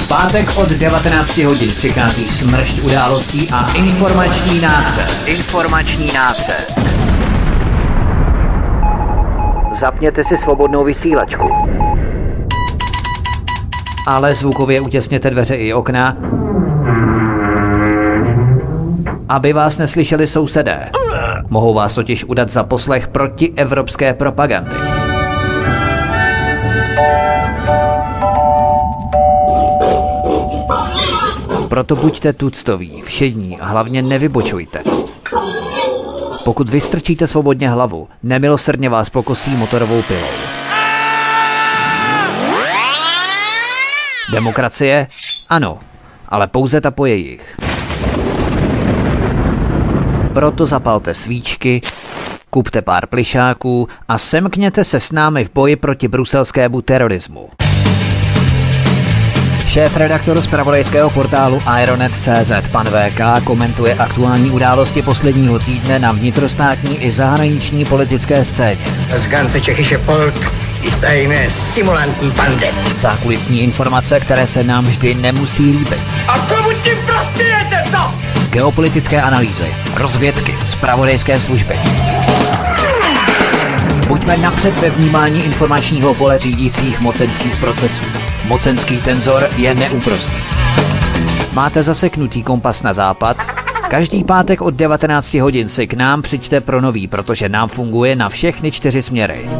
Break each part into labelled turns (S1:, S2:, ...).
S1: pátek od 19 hodin přichází smršť událostí a informační nácest. Zapněte si svobodnou vysílačku. Ale zvukově utěsněte dveře i okna, aby vás neslyšeli sousedé. Mohou vás totiž udat za poslech protievropské propagandy. Proto buďte tuctoví, všední a hlavně nevybočujte. Pokud vystrčíte svobodně hlavu, nemilosrdně vás pokosí motorovou pilou. Demokracie? Ano, ale pouze ta po jejich. Proto zapalte svíčky, kupte pár plyšáků a semkněte se s námi v boji proti bruselskému terorismu. Šéf-redaktor zpravodajského portálu Ironet.cz pan VK komentuje aktuální události posledního týdne na vnitrostátní i zahraniční politické scéně.
S2: Das ganze tschechische Volk ist eine Simulantenbande.
S1: Zákulisní informace, které se nám vždy nemusí líbit.
S2: A komu tím prospějete, co?
S1: Geopolitické analýzy, rozvědky, zpravodajské služby. Buďme napřed ve vnímání informačního pole řídících mocenských procesů. Mocenský tenzor je neúprosný. Máte zaseknutý kompas na západ? Každý pátek od 19 hodin si k nám přijďte pro nový, protože nám funguje na všechny 4 směry.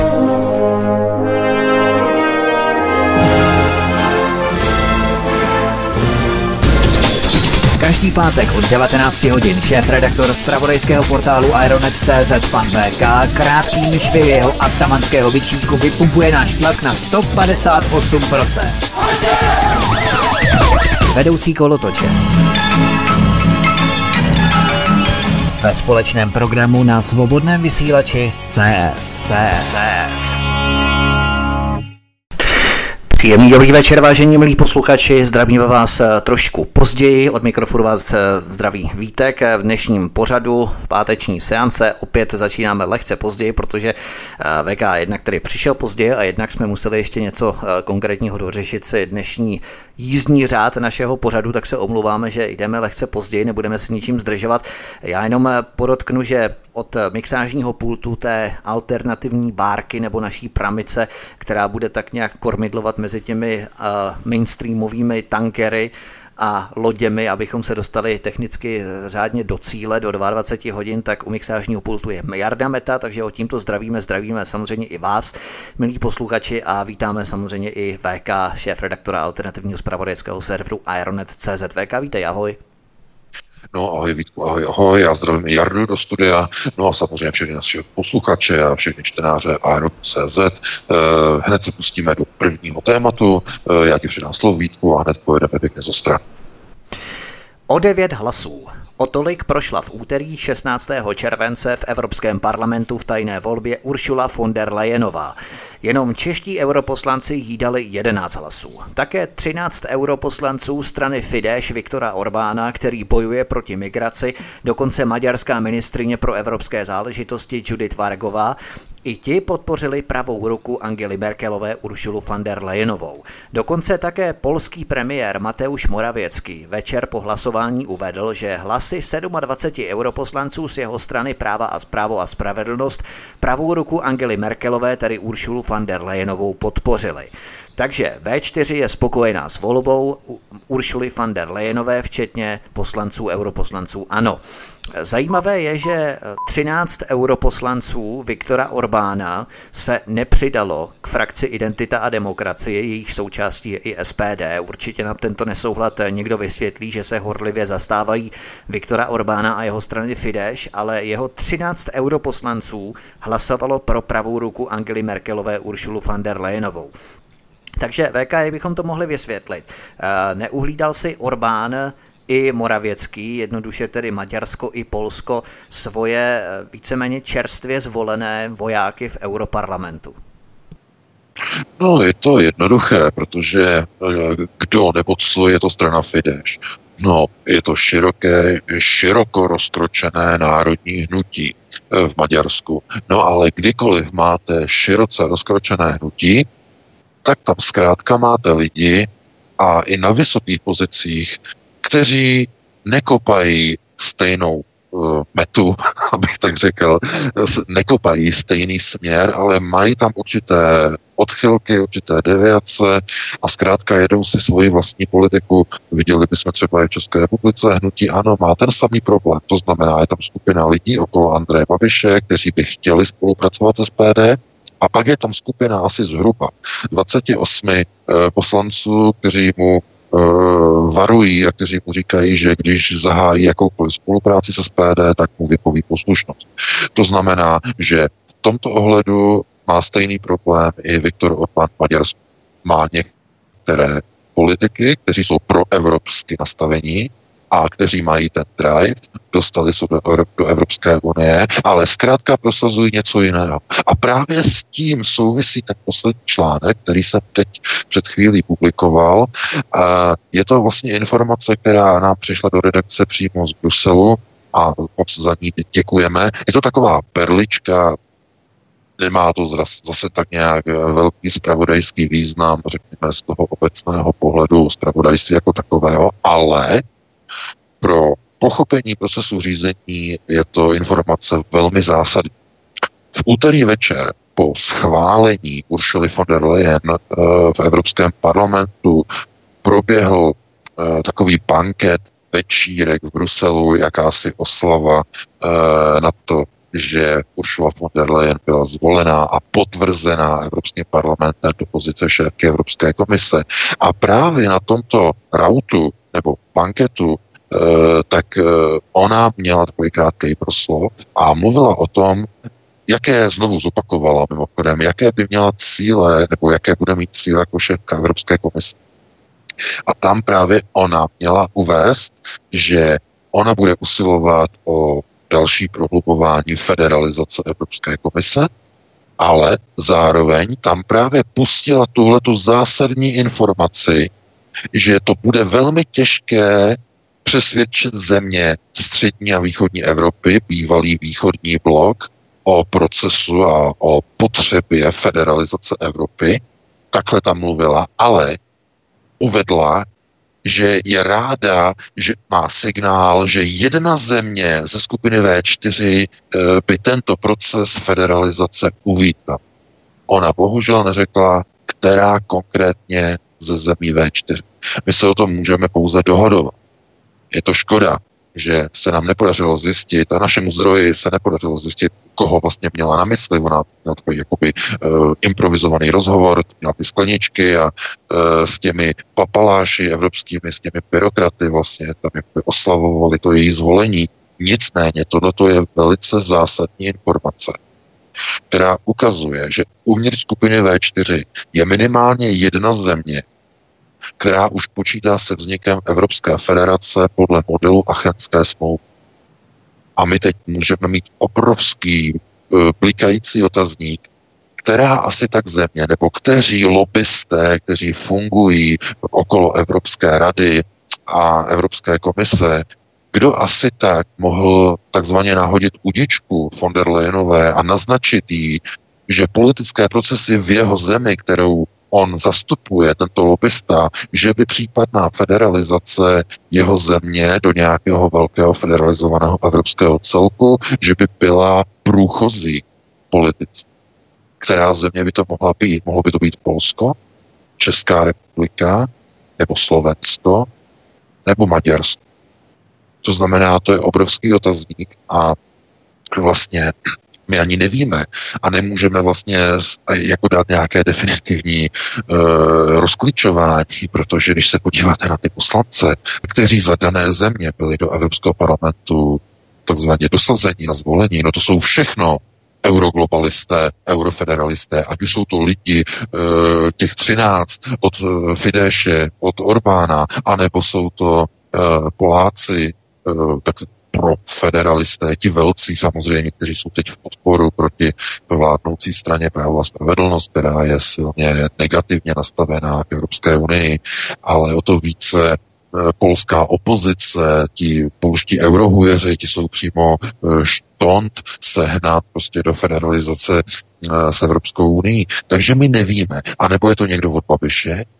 S1: Každý pátek od 19 hodin šéf-redaktor zpravodajského portálu Ironet.cz pan VK krátkými švy jeho atamanského bičíku vypumpuje náš tlak na 158%. Vedoucí kolotoče. Ve společném programu na svobodném vysílači CS. Příjemný dobrý večer, vážení milí posluchači, zdravíme vás trošku později, od mikrofonu vás zdraví Vítek. V dnešním pořadu v páteční seance opět začínáme lehce později, protože VK jednak tedy přišel později a jednak jsme museli ještě něco konkrétního dořešit si dnešní jízdní řád našeho pořadu, tak se omlouváme, že jdeme lehce později, nebudeme se ničím zdržovat. Já jenom podotknu, že od mixážního pultu té alternativní bárky nebo naší pramice, která bude tak nějak kormidlovat mezi těmi mainstreamovými tankery a loděmi, abychom se dostali technicky řádně do cíle do 22 hodin, tak u mixážního pultu je Jarda Meta, takže o tímto zdravíme samozřejmě i vás, milí posluchači, a vítáme samozřejmě i VK, šéf-redaktora alternativního zpravodajského serveru Ironet.cz. VK, vítej, ahoj.
S3: No ahoj Vítku, ahoj, já zdravím Jardu do studia, no a samozřejmě všechny naše posluchače a všechny čtenáře Ironet.cz. Hned se pustíme do prvního tématu, já ti předám slovo Vítku a hned pojedeme pěkně z ostra.
S1: O 9 hlasů. O tolik prošla v úterý 16. července v Evropském parlamentu v tajné volbě Ursula von der Leyenová. Jenom čeští europoslanci jí dali 11 hlasů. Také 13 europoslanců strany Fidesz Viktora Orbána, který bojuje proti migraci, dokonce maďarská ministryně pro evropské záležitosti Judith Vargová, i ti podpořili pravou ruku Angely Merkelové Ursulu von der Leyenovou. Dokonce také polský premiér Mateusz Morawiecki večer po hlasování uvedl, že hlasy 27 europoslanců z jeho strany Právo a spravedlnost pravou ruku Angely Merkelové, tedy Ursulu von der Leyenovou, podpořili. Takže V4 je spokojená s volbou Ursuly von der Leyenové, včetně europoslanců ANO. Zajímavé je, že 13 europoslanců Viktora Orbána se nepřidalo k frakci Identita a demokracie, jejich součástí je i SPD. Určitě nám tento nesouhlad někdo vysvětlí, že se horlivě zastávají Viktora Orbána a jeho strany Fidesz, ale jeho 13 europoslanců hlasovalo pro pravou ruku Angely Merkelové Ursulu von der Leyenovou. Takže VK, jak bychom to mohli vysvětlit? Neuhlídal si Orbán i Morawiecki, jednoduše tedy Maďarsko i Polsko, svoje víceméně čerstvě zvolené vojáky v Europarlamentu?
S3: No, je to jednoduché, protože kdo nebo co je to strana Fidesz? No, je to široko rozkročené národní hnutí v Maďarsku. No, ale kdykoliv máte široce rozkročené hnutí, tak tam zkrátka máte lidi, a i na vysokých pozicích, kteří nekopají stejnou metu, abych tak řekl, nekopají stejný směr, ale mají tam určité odchylky, určité deviace a zkrátka jedou si svoji vlastní politiku. Viděli bychom třeba i v České republice, hnutí ANO má ten samý problém. To znamená, je tam skupina lidí okolo Andreje Babiše, kteří by chtěli spolupracovat s SPD, a pak je tam skupina asi zhruba 28 poslanců, kteří mu varují a kteří mu říkají, že když zahájí jakoukoliv spolupráci se SPD, tak mu vypoví poslušnost. To znamená, že v tomto ohledu má stejný problém i Viktor Orbán v Maďarsku. Má některé politiky, kteří jsou proevropsky nastavení a kteří mají ten drive, dostali se do Evropské unie, ale zkrátka prosazují něco jiného. A právě s tím souvisí ten poslední článek, který jsem teď před chvílí publikoval. Je to vlastně informace, která nám přišla do redakce přímo z Bruselu a moc za ní děkujeme. Je to taková perlička, nemá to zase tak nějak velký zpravodajský význam, řekněme z toho obecného pohledu zpravodajství jako takového, ale pro pochopení procesu řízení je to informace velmi zásadní. V úterý večer po schválení Ursuly von der Leyen v Evropském parlamentu proběhl takový banket, večírek v Bruselu, jakási oslava na to, že Ursula von der Leyen byla zvolená a potvrzená Evropským parlamentem do pozice šéfky Evropské komise. A právě na tomto rautu nebo banketu tak ona měla takový krátký proslov a mluvila o tom, jaké znovu zopakovala mimochodem, jaké by měla cíle, nebo jaké bude mít cíle jako šéfka Evropské komise. A tam právě ona měla uvést, že ona bude usilovat o další prohlubování federalizace Evropské komise, ale zároveň tam právě pustila tuhletu zásadní informaci, že to bude velmi těžké přesvědčit země střední a východní Evropy, bývalý východní blok, o procesu a o potřebě federalizace Evropy. Takhle tam mluvila, ale uvedla, že je ráda, že má signál, že jedna země ze skupiny V4 by tento proces federalizace uvítala. Ona bohužel neřekla, která konkrétně ze zemí V4. My se o tom můžeme pouze dohodovat. Je to škoda, že se nám nepodařilo zjistit, a našemu zdroji se nepodařilo zjistit, koho vlastně měla na mysli. Ona měla takový jakoby improvizovaný rozhovor, měla ty skleničky a s těmi papaláši evropskými, s těmi byrokraty vlastně tam jakoby oslavovali to její zvolení. Nicméně tohleto je velice zásadní informace, která ukazuje, že uvnitř skupiny V4 je minimálně jedna země, která už počítá se vznikem Evropské federace podle modelu Achenské smlouvy. A my teď můžeme mít obrovský blikající otazník, která asi tak země, nebo kteří lobbysté, kteří fungují okolo Evropské rady a Evropské komise, kdo asi tak mohl takzvaně nahodit udičku von der Leyenové a naznačit jí, že politické procesy v jeho zemi, kterou on zastupuje, tento lobbysta, že by případná federalizace jeho země do nějakého velkého federalizovaného evropského celku, že by byla průchozí politice. Která země by to mohla být? Mohlo by to být Polsko, Česká republika, nebo Slovensko, nebo Maďarsko. To znamená, to je obrovský otazník a vlastně my ani nevíme a nemůžeme vlastně jako dát nějaké definitivní rozklíčování, protože když se podíváte na ty poslance, kteří za dané země byli do Evropského parlamentu takzvaně dosazení a zvolení, no to jsou všechno euroglobalisté, eurofederalisté, ať už jsou to lidi těch 13 od Fidesche, od Orbána, anebo jsou to Poláci, tak pro federalisté, ti velcí samozřejmě, kteří jsou teď v podporu proti vládnoucí straně Právo a spravedlnost, která je silně negativně nastavená k Evropské unii, ale o to více polská opozice, ti polští eurohujeři, ti jsou přímo štont sehnat prostě do federalizace s Evropskou unii. Takže my nevíme. A nebo je to někdo od Babiše,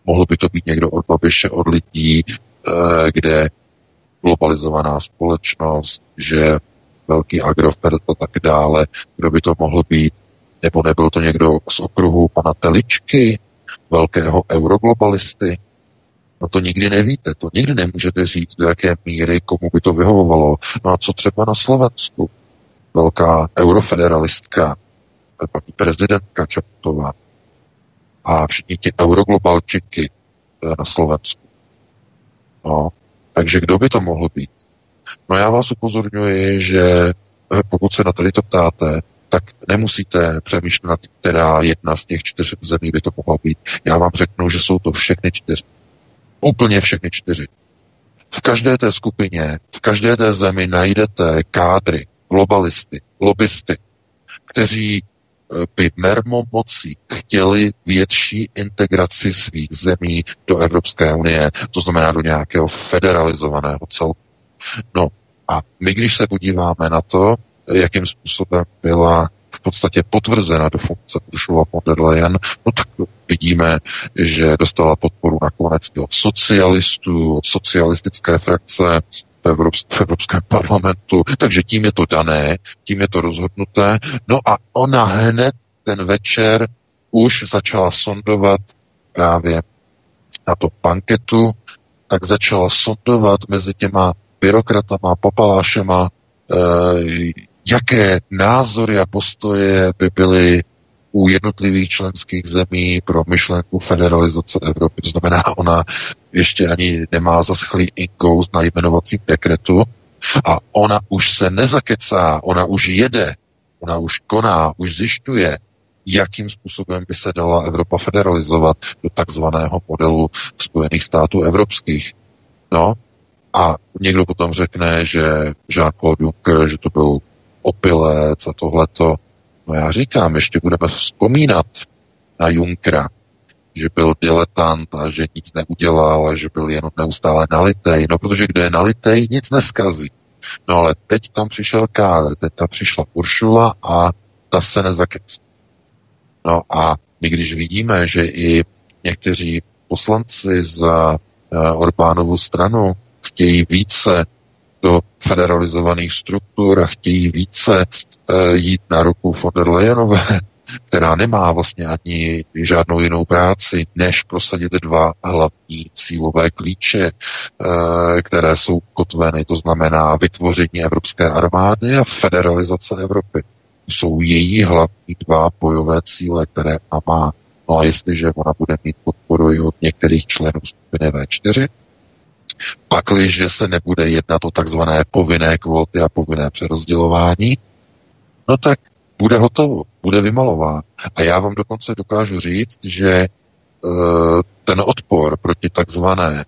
S3: mohl by to být někdo od Babiše, od lidí, kde globalizovaná společnost, že velký Agrofert a tak dále, kdo by to mohl být, nebo nebyl to někdo z okruhu pana Teličky, velkého euroglobalisty. No to nikdy nevíte, to nikdy nemůžete říct, do jaké míry, komu by to vyhovovalo. No a co třeba na Slovensku? Velká eurofederalistka, paní prezidentka Čaputová a všichni ti euroglobalčiky na Slovensku. No, takže kdo by to mohl být? No já vás upozorňuji, že pokud se na tady to ptáte, tak nemusíte přemýšlet nad, která jedna z těch 4 zemí by to mohla být. Já vám řeknu, že jsou to všechny 4. Úplně všechny 4. V každé té skupině, v každé té zemi najdete kádry, globalisty, lobbysty, kteří by mermomocí chtěli větší integraci svých zemí do Evropské unie, to znamená do nějakého federalizovaného celku. No a my, když se podíváme na to, jakým způsobem byla v podstatě potvrzena do funkce Ursula von der Leyen, no tak vidíme, že dostala podporu nakonec od socialistů, od socialistické frakce v Evropském parlamentu, takže tím je to dané, tím je to rozhodnuté. No a ona hned ten večer už začala sondovat právě na to banketu, tak začala sondovat mezi těma byrokratama, papalášema, jaké názory a postoje by byly u jednotlivých členských zemí pro myšlenku federalizace Evropy. To znamená, ona ještě ani nemá zaschlý inkous na jmenovacím dekretu a ona už se nezakecá, ona už jede, ona už koná, už zjišťuje, jakým způsobem by se dala Evropa federalizovat do takzvaného modelu Spojených států evropských. No a někdo potom řekne, že Jean-Claude Juncker, že to byl opilec a tohleto. No já říkám, ještě budeme vzpomínat na Junckera, že byl diletant a že nic neudělal a že byl jenom neustále nalitej. No protože kde je nalitej, nic neskazí. No ale teď tam přišel kádr, teď tam přišla Uršula a ta se nezakecí. No a my když vidíme, že i někteří poslanci za Orbánovu stranu chtějí více do federalizovaných struktur a chtějí více jít na ruku von der Leyenové, která nemá vlastně ani žádnou jinou práci, než prosadit 2 hlavní cílové klíče, které jsou kotveny, to znamená vytvoření evropské armády a federalizace Evropy. To jsou její hlavní 2 bojové cíle, které ona má. No a jestliže ona bude mít podporu i od některých členů skupiny V4, pakliže se nebude jednat o takzvané povinné kvóty a povinné přerozdělování, no tak bude hotovo, bude vymalován. A já vám dokonce dokážu říct, že ten odpor proti takzvané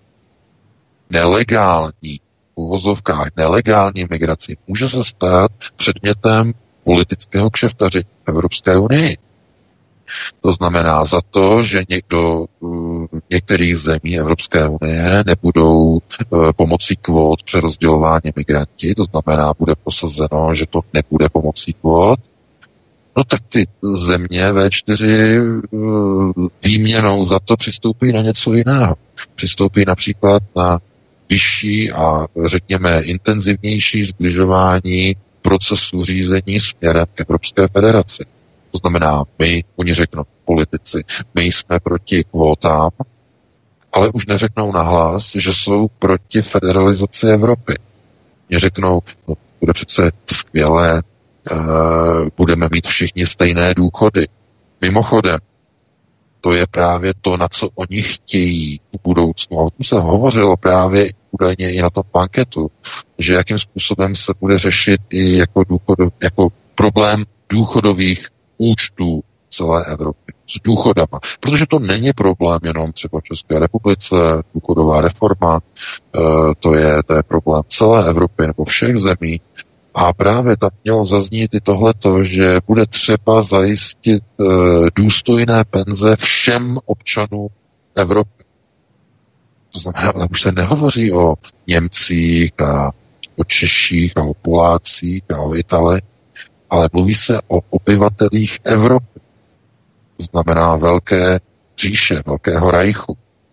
S3: nelegální, v uvozovkách nelegální migraci může se stát předmětem politického kšeftaření v Evropské unii. To znamená za to, že některých zemí Evropské unie nebudou pomocí kvót přerozdělování migranti, to znamená, bude prosazeno, že to nebude pomocí kvót, no tak ty země V4 výměnou za to přistoupí na něco jiného. Přistoupí například na vyšší a řekněme intenzivnější zbližování procesu řízení směrem k Evropské federaci. To znamená, oni řeknou politici, my jsme proti kvótám, ale už neřeknou nahlas, že jsou proti federalizaci Evropy. Oni řeknou, no, bude přece skvělé, budeme mít všichni stejné důchody. Mimochodem, to je právě to, na co oni chtějí v budoucnu. A o tom se hovořilo právě údajně i na tom banketu, že jakým způsobem se bude řešit i jako problém důchodových účtů celé Evropy s důchodama. Protože to není problém jenom třeba v České republice, důchodová reforma, to je problém celé Evropy nebo všech zemí. A právě tam mělo zaznít i tohleto, že bude třeba zajistit důstojné penze všem občanům Evropy. To znamená, ale už se nehovoří o Němcích a o Češích a o Polácích a o Italii, ale mluví se o obyvatelích Evropy. To znamená velké říše, velkého rajchu.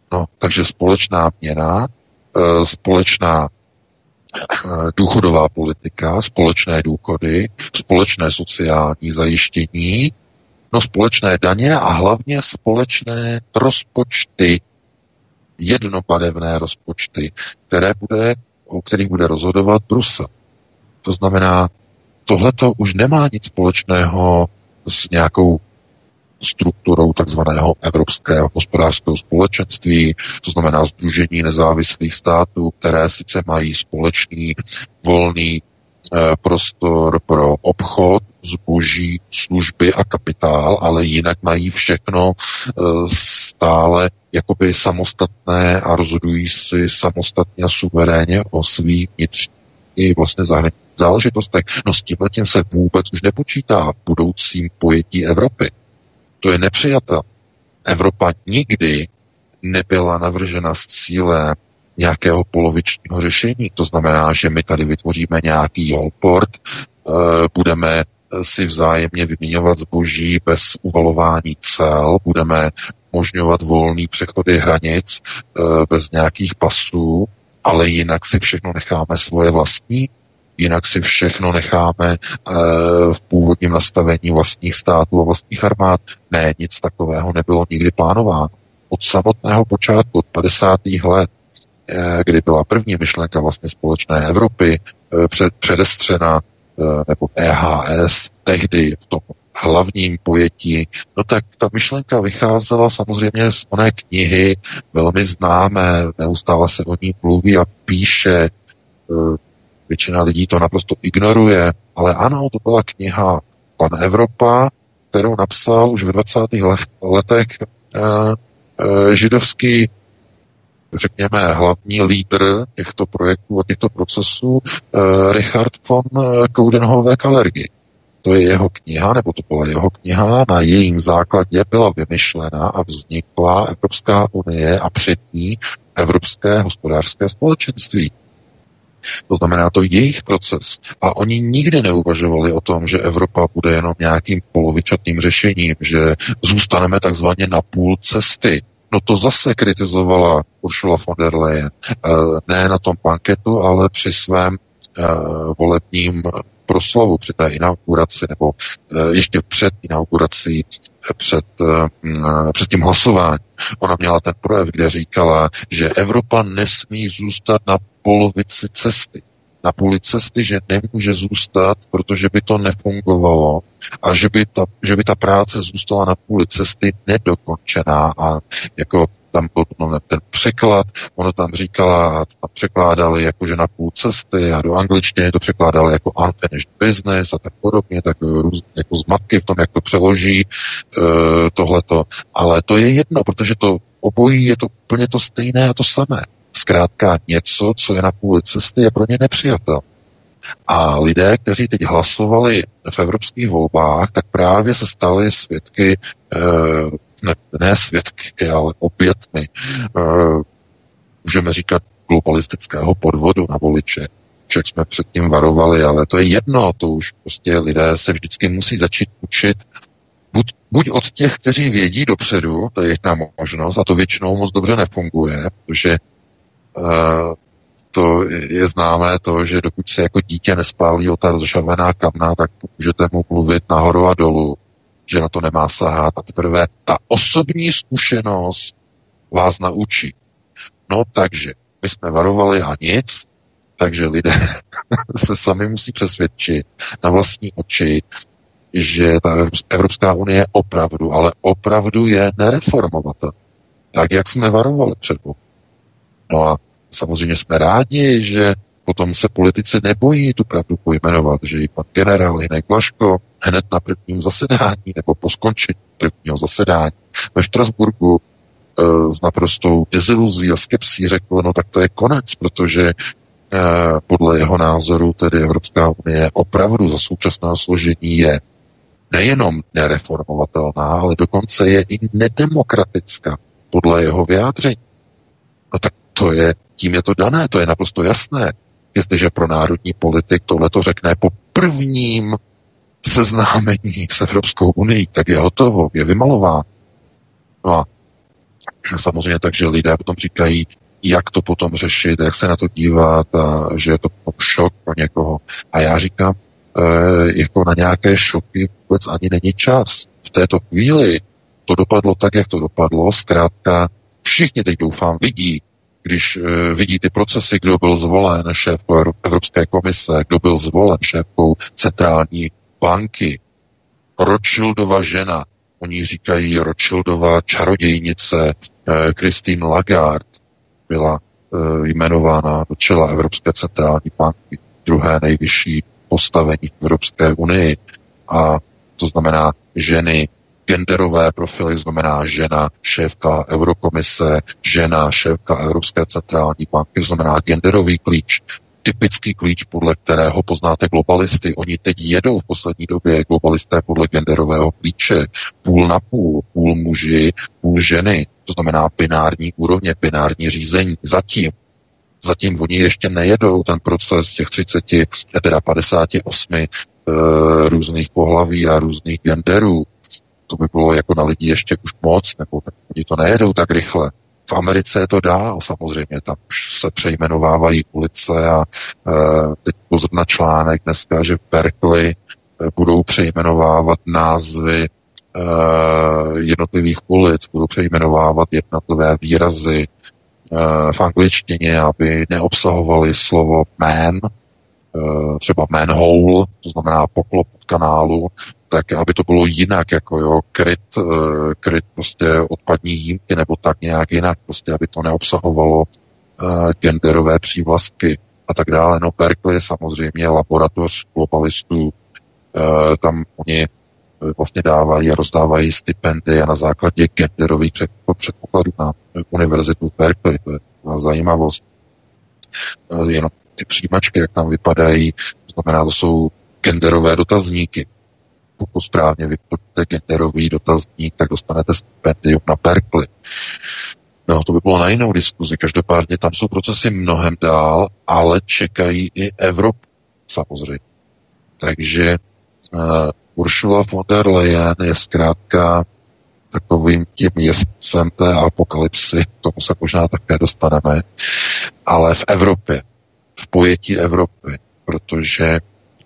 S3: No, takže společná měna, společná důchodová politika, společné důchody, společné sociální zajištění, no společné daně a hlavně společné rozpočty, jednobarevné rozpočty, o kterých bude rozhodovat Brusel. To znamená, tohleto už nemá nic společného s nějakou strukturou takzvaného Evropského hospodářského společenství, to znamená Sdružení nezávislých států, které sice mají společný volný prostor pro obchod, zboží, služby a kapitál, ale jinak mají všechno stále jakoby samostatné a rozhodují si samostatně a suverénně o svých vnitřních i vlastně zahraničních záležitostech. No s tímhletím se vůbec už nepočítá v budoucím pojetí Evropy. To je nepřijatelné. Evropa nikdy nebyla navržena s cílem nějakého polovičního řešení. To znamená, že my tady vytvoříme nějaký holport, budeme si vzájemně vyměňovat zboží bez uvalování cel, budeme umožňovat volný přechody hranic bez nějakých pasů, ale jinak si všechno necháme svoje vlastní, jinak si všechno necháme v původním nastavení vlastních států a vlastních armád. Ne, nic takového nebylo nikdy plánováno. Od samotného počátku, od 50. let, kdy byla první myšlenka vlastně společné Evropy předestřena, nebo EHS, tehdy v tom hlavním pojetí, no tak ta myšlenka vycházela samozřejmě z oné knihy, velmi známé, neustále se o ní mluví a píše, většina lidí to naprosto ignoruje, ale ano, to byla kniha Pan Evropa, kterou napsal už ve 20. letech židovský, řekněme, hlavní lídr těchto projektů a těchto procesů Richard von Coudenhove-Kalergi. To je jeho kniha, nebo to byla jeho kniha, na jejím základě byla vymyšlena a vznikla Evropská unie a před ní Evropské hospodářské společenství. To znamená, to jejich proces. A oni nikdy neuvažovali o tom, že Evropa bude jenom nějakým polovičatým řešením, že zůstaneme takzvaně na půl cesty. No to zase kritizovala Ursula von der Leyen. Ne na tom banketu, ale při svém volebním proslovu, při té inauguraci, nebo ještě před inaugurací, před tím hlasováním. Ona měla ten projev, kde říkala, že Evropa nesmí zůstat na polovici cesty. Na půli cesty, že nemůže zůstat, protože by to nefungovalo a že by ta práce zůstala na půli cesty nedokončená a jako tam ten překlad, ono tam říkala a překládali jako, že na půl cesty a do angličtiny to překládali jako unfinished business a tak podobně, tak jako zmatky v tom, jak to přeloží tohleto. Ale to je jedno, protože to obojí je to úplně to stejné a to samé. Zkrátka něco, co je na půli cesty, je pro ně nepřijatelné. A lidé, kteří teď hlasovali v evropských volbách, tak právě se stali svědky ne svědky, ale obětmi, můžeme říkat, globalistického podvodu na voliče. Však jsme předtím varovali, ale to je jedno, to už prostě lidé se vždycky musí začít učit buď od těch, kteří vědí dopředu, to je jedna možnost, a to většinou moc dobře nefunguje, protože to je známé to, že dokud se jako dítě nespálí o ta rozžavená kamna, tak můžete mu mluvit nahoru a dolů, že na to nemá sahat. A teprve ta osobní zkušenost vás naučí. No takže, my jsme varovali a nic, takže lidé se sami musí přesvědčit na vlastní oči, že ta Evropská unie opravdu, ale opravdu je nereformovatelná. Tak, jak jsme varovali před volbou. No a samozřejmě jsme rádi, že potom se politici nebojí tu pravdu pojmenovat, že i pan generál Hynek Blažko hned na prvním zasedání nebo po skončení prvního zasedání ve Štrasburgu s naprostou deziluzí a skepsí řekl, no tak to je konec, protože podle jeho názoru tedy Evropská unie opravdu za současného složení je nejenom nereformovatelná, ale dokonce je i nedemokratická podle jeho vyjádření. No tak tím je to dané, to je naprosto jasné. Jestliže pro národní politik tohleto řekne po prvním seznámení s Evropskou unii, tak je hotovo, je vymalováno. No a samozřejmě tak, že lidé potom říkají, jak to potom řešit, jak se na to dívat a že je to šok pro někoho. A já říkám, jako na nějaké šoky vůbec ani není čas. V této chvíli to dopadlo tak, jak to dopadlo. Zkrátka všichni teď doufám vidí, když vidí ty procesy, kdo byl zvolen šéfkou Evropské komise, kdo byl zvolen šéfkou centrální banky, Rothschildova žena, oni říkají Rothschildova čarodějnice, Christine Lagarde byla jmenována do čela Evropské centrální banky, druhé nejvyšší postavení v Evropské unii. A to znamená ženy, genderové profily, znamená žena šéfka Eurokomise, žena šéfka Evropské centrální banky, znamená genderový klíč, typický klíč, podle kterého poznáte globalisty. Oni teď jedou v poslední době globalisté podle genderového klíče, půl na půl, půl muži, půl ženy, to znamená binární úrovně, binární řízení. Zatím oni ještě nejedou ten proces těch 58 různých pohlaví a různých genderů. To by bylo jako na lidi ještě už moc, nebo oni to nejedou tak rychle. V Americe je to dál, samozřejmě, tam už se přejmenovávají ulice a teď pozor na článek dneska, že v Berkeley budou přejmenovávat názvy jednotlivých ulic, budou přejmenovávat jednotlivé výrazy v angličtině, aby neobsahovaly slovo man, třeba manhole, to znamená poklop od kanálu, tak aby to bylo jinak, jako kryt prostě odpadní jímky, nebo tak nějak jinak, prostě aby to neobsahovalo genderové přívlastky a tak dále. No Berkeley je samozřejmě laboratoř globalistů, tam oni vlastně dávají a rozdávají stipendia na základě genderových předpokladů na univerzitu Berkeley, to je zajímavost. Jenom ty přijímačky, jak tam vypadají, to znamená, to jsou genderové dotazníky. Pokud správně vyplníte genderový dotazník, tak dostanete stipendium na Berkeley. No, to by bylo na jinou diskuzi. Každopádně tam jsou procesy mnohem dál, ale čekají i Evropu, samozřejmě. Takže Ursula von der Leyen je zkrátka takovým tím jezdcem té apokalypsy, k tomu se možná také dostaneme, ale v Evropě, v pojetí Evropy, protože,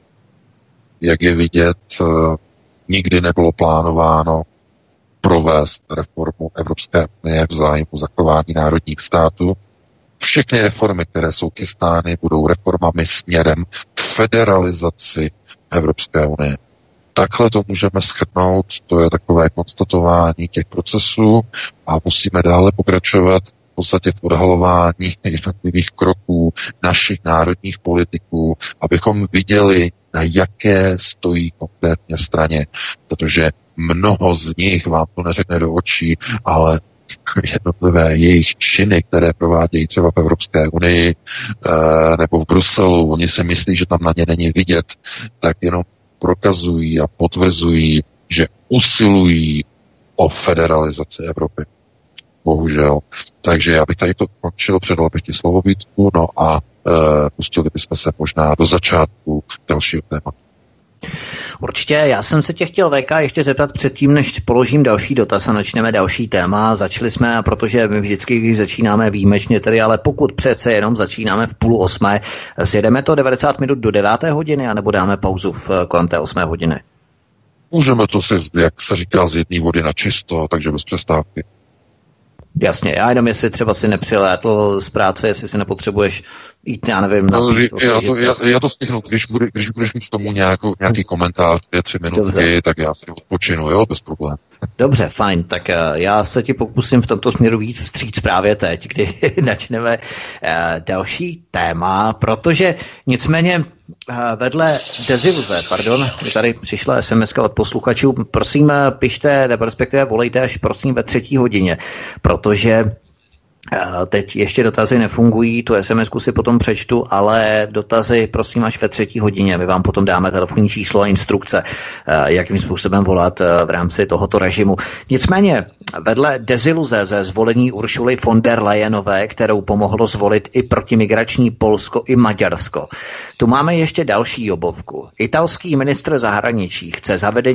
S3: jak je vidět, nikdy nebylo plánováno provést reformu Evropské unie v zájmu zachování národních států. Všechny reformy, které jsou chystány, budou reformami směrem k federalizaci Evropské unie. Takhle to můžeme shrnout, to je takové konstatování těch procesů a musíme dále pokračovat v podstatě v odhalování jednotlivých kroků našich národních politiků, abychom viděli, na jaké stojí konkrétně straně, protože mnoho z nich vám to neřekne do očí, ale jednotlivé jejich činy, které provádějí třeba v Evropské unii nebo v Bruselu, oni si myslí, že tam na ně není vidět, tak jenom prokazují a potvrzují, že usilují o federalizaci Evropy. Bohužel. Takže já bych tady to končil, předal bych ti slovo, Vítku, no a pustili bychom se možná do začátku dalšího tématu.
S1: Určitě, já jsem se tě chtěl, VK, ještě zeptat předtím, než položím další dotaz a načneme další téma. Začali jsme, protože my vždycky, když začínáme výjimečně tedy, ale pokud přece jenom začínáme v 7:30, sjedeme to 90 minut do 9. hodiny, anebo dáme pauzu kolem té 8. hodiny?
S3: Můžeme to si, jak se říká, z jedné vody na čisto, takže bez přestávky.
S1: Jasně, já jenom jestli třeba si nepřilétl z práce, jestli si nepotřebuješ jít, já nevím.
S3: Já to stihnu, když budeš mít k tomu nějaký komentář, 2-3 minutky, dobře, tak já si odpočinu, jo, bez problémů.
S1: Dobře, fajn, tak já se ti pokusím v tomto směru víc vstříc právě teď, kdy načneme další téma, protože nicméně vedle deziluze, mi tady přišla SMS od posluchačů, prosím pište, nebo respektive volejte až prosím ve 3. hodině, protože Teď ještě dotazy nefungují, tu SMS-ku si potom přečtu, ale dotazy prosím až ve 3. hodině. My vám potom dáme telefonní číslo a instrukce, jakým způsobem volat v rámci tohoto režimu. Nicméně vedle deziluze ze zvolení Uršuly von der Leyenové, kterou pomohlo zvolit i protimigrační Polsko i Maďarsko, tu máme ještě další obovku. Italský ministr zahraničí chce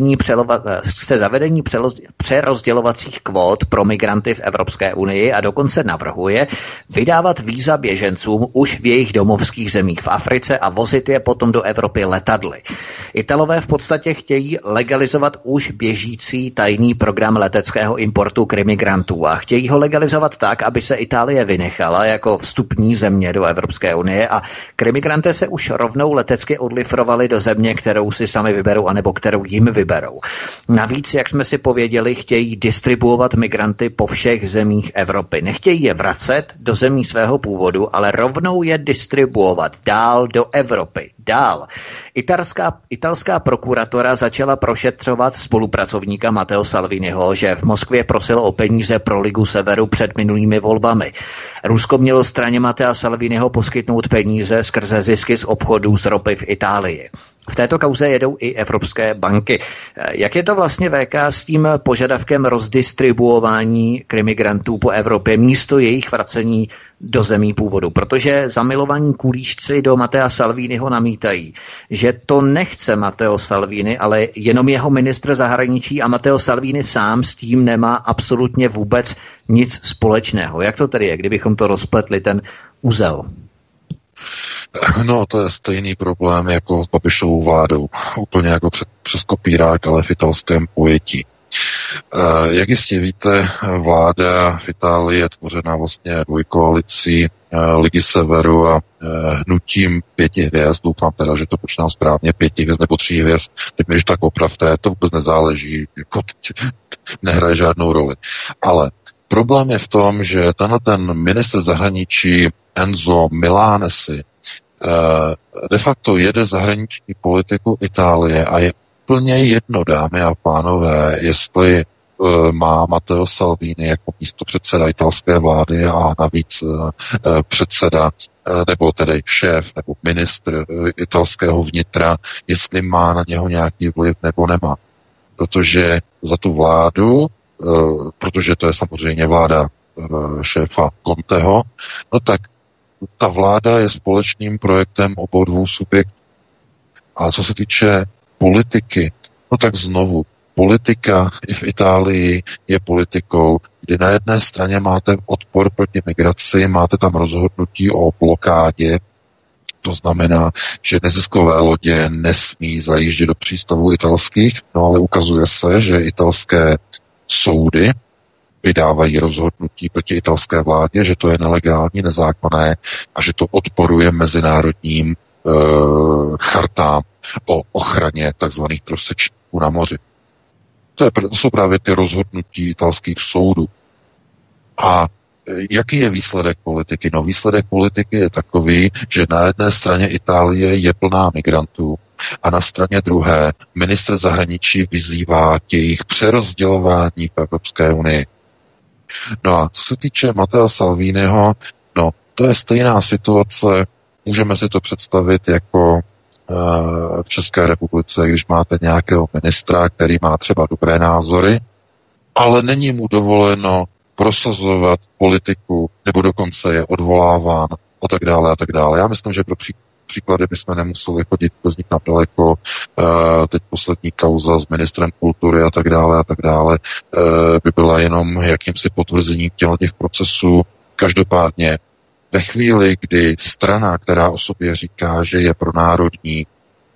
S1: zavedení přerozdělovacích kvót pro migranty v Evropské unii a dokonce navrhuje vydávat víza běžencům už v jejich domovských zemích v Africe a vozit je potom do Evropy letadly. Italové v podstatě chtějí legalizovat už běžící tajný program leteckého importu krimigrantů a chtějí ho legalizovat tak, aby se Itálie vynechala jako vstupní země do Evropské unie a krimigranté se už rovnou letecky odlifrovali do země, kterou si sami vyberou anebo kterou jim vyberou. Navíc, jak jsme si pověděli, chtějí distribuovat migranty po všech zemích Evropy. Nechtějí je vracet do zemí svého původu, ale rovnou je distribuovat dál do Evropy. Dál. Italská prokuratora začala prošetřovat spolupracovníka Matteo Salviniho, že v Moskvě prosil o peníze pro Ligu Severu před minulými volbami. Rusko mělo straně Mattea Salviniho poskytnout peníze skrze zisky z obchodů s ropy v Itálii. V této kauze jedou i evropské banky. Jak je to vlastně VK s tím požadavkem rozdistribuování krimigrantů po Evropě místo jejich vracení do zemí původu? Protože zamilovaní kulíšci do Mattea Salviniho namítají, že to nechce Matteo Salvini, ale jenom jeho ministr zahraničí a Matteo Salvini sám s tím nemá absolutně vůbec nic společného. Jak to tedy je, kdybychom to rozpletli, ten uzel?
S3: No, to je stejný problém jako s Babišovou vládou. Úplně jako přes kopírák, ale v italském pojetí. Jak jistě víte, vláda v Itálii je tvořena vlastně dvojkoalicí Ligy Severu a hnutím 5 hvězd. Doufám teda, že to počítám správně, 5 hvězd nebo 3 hvězd. Teď mi, když tak opravte, to vůbec nezáleží, jako nehraje žádnou roli. Ale problém je v tom, že ten ministr zahraničí Enzo Milanesi de facto jede zahraniční politiku Itálie a je úplně jedno, dámy a pánové, jestli má Matteo Salvini jako místopředseda italské vlády a navíc předseda, nebo tedy šéf, nebo ministr italského vnitra, jestli má na něho nějaký vliv nebo nemá. Protože za tu vládu, protože to je samozřejmě vláda šéfa Conteho, no tak ta vláda je společným projektem obou dvou subjektů. A co se týče politiky, no tak znovu, politika i v Itálii je politikou, kdy na jedné straně máte odpor proti migraci, máte tam rozhodnutí o blokádě, to znamená, že neziskové lodě nesmí zajíždět do přístavů italských, no ale ukazuje se, že italské soudy vydávají rozhodnutí proti italské vládě, že to je nelegální, nezákonné a že to odporuje mezinárodním chartám o ochraně tzv. Trosečníků na moři. To jsou právě ty rozhodnutí italských soudů. A jaký je výsledek politiky? No, výsledek politiky je takový, že na jedné straně Itálie je plná migrantů a na straně druhé ministr zahraničí vyzývá k jejich přerozdělování v Evropské unii. No a co se týče Mattea Salviniho, no, to je stejná situace, můžeme si to představit jako v České republice, když máte nějakého ministra, který má třeba dobré názory, ale není mu dovoleno prosazovat politiku, nebo dokonce je odvoláván a tak dále a tak dále. Já myslím, že pro příklady bychom nemuseli chodit bez nich napdaleko. Teď poslední kauza s ministrem kultury a tak dále, by byla jenom jakýmsi potvrzením těch procesů. Každopádně ve chvíli, kdy strana, která o sobě říká, že je pronárodní,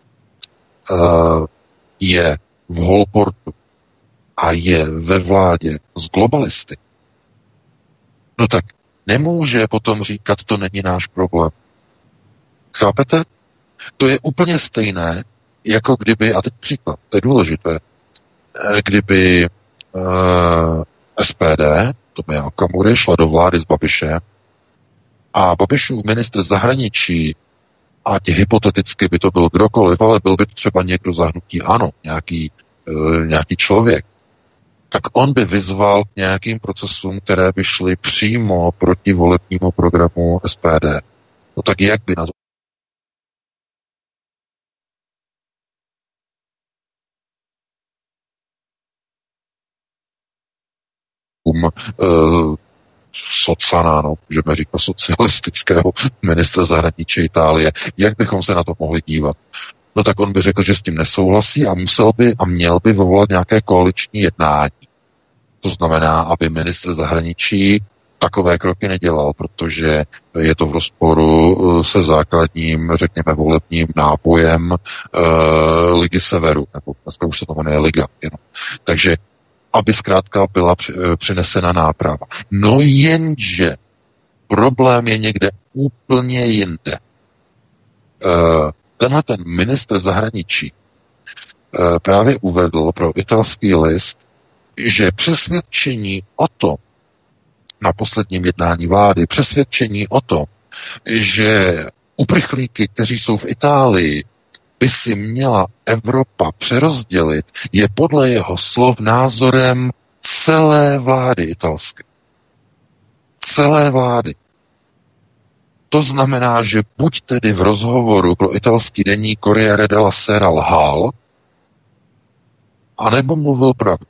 S3: je v holportu a je ve vládě s globalisty, no tak nemůže potom říkat, to není náš problém. Chápete? To je úplně stejné, jako kdyby, a teď příklad, to je důležité, kdyby SPD, Tomio Okamury, šla do vlády s Babišem a Babišův ministr zahraničí, ať hypoteticky by to byl kdokoliv, ale byl by to třeba někdo za hnutí ANO, nějaký člověk, tak on by vyzval k nějakým procesům, které by šly přímo proti volebnímu programu SPD. No tak jak by na to Socana, no, můžeme říkat socialistického ministra zahraničí Itálie, jak bychom se na to mohli dívat? No tak on by řekl, že s tím nesouhlasí a měl by vyvolat nějaké koaliční jednání. To znamená, aby ministr zahraničí takové kroky nedělal, protože je to v rozporu se základním, řekněme, volebním nábojem Ligy Severu, nebo dneska už se to jmenuje Liga. Jenom. Takže aby zkrátka byla přinesena náprava. No jenže problém je někde úplně jinde. Tenhle ten ministr zahraničí právě uvedl pro italský list, že přesvědčení o tom, na posledním jednání vlády, přesvědčení o tom, že uprchlíky, kteří jsou v Itálii, by si měla Evropa přerozdělit, je podle jeho slov názorem celé vlády italské. Celé vlády. To znamená, že buď tedy v rozhovoru pro italský deník Corriere della Sera lhal, anebo mluvil pravdu.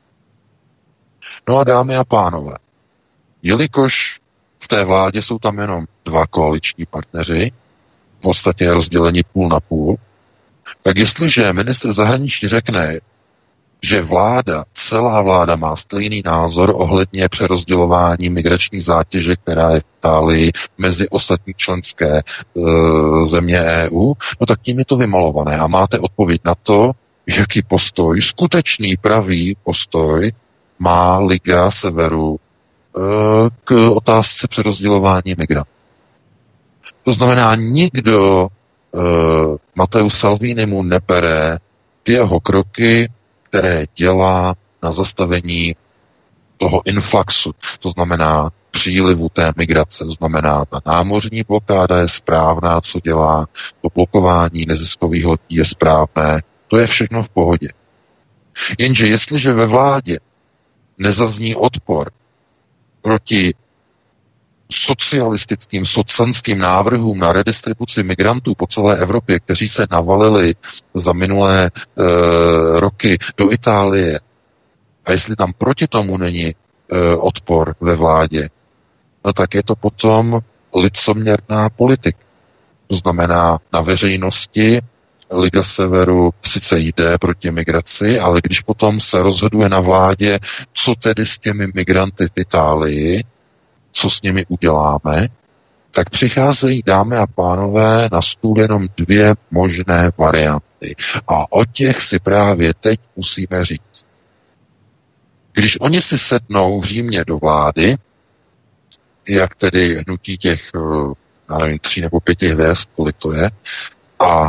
S3: No a dámy a pánové, jelikož v té vládě jsou tam jenom dva koaliční partneři, v podstatě rozděleni půl na půl, tak jestliže ministr zahraničí řekne, že celá vláda má stejný názor ohledně přerozdělování migrační zátěže, která je v Itálii mezi ostatní členské země EU, no tak tím je to vymalované a máte odpověď na to, jaký postoj, skutečný pravý postoj má Liga Severu k otázce přerozdělování migrantů. To znamená, nikdo Matteo Salvini mu nebere ty jeho kroky, které dělá na zastavení toho inflaxu, to znamená přílivu té migrace, to znamená ta námořní blokáda je správná, co dělá, to blokování neziskových lodí je správné, to je všechno v pohodě. Jenže jestliže ve vládě nezazní odpor proti socialistickým, socanským návrhům na redistribuci migrantů po celé Evropě, kteří se navalili za minulé roky do Itálie, a jestli tam proti tomu není odpor ve vládě, no tak je to potom licoměrná politika. To znamená, na veřejnosti Liga Severu sice jde proti migraci, ale když potom se rozhoduje na vládě, co tedy s těmi migranty v Itálii, co s nimi uděláme, tak přicházejí, dámy a pánové, na stůl jenom dvě možné varianty. A o těch si právě teď musíme říct. Když oni si sednou v Římě do vlády, jak tedy hnutí těch, já nevím, 3 nebo 5 hvězd, kolik to je, a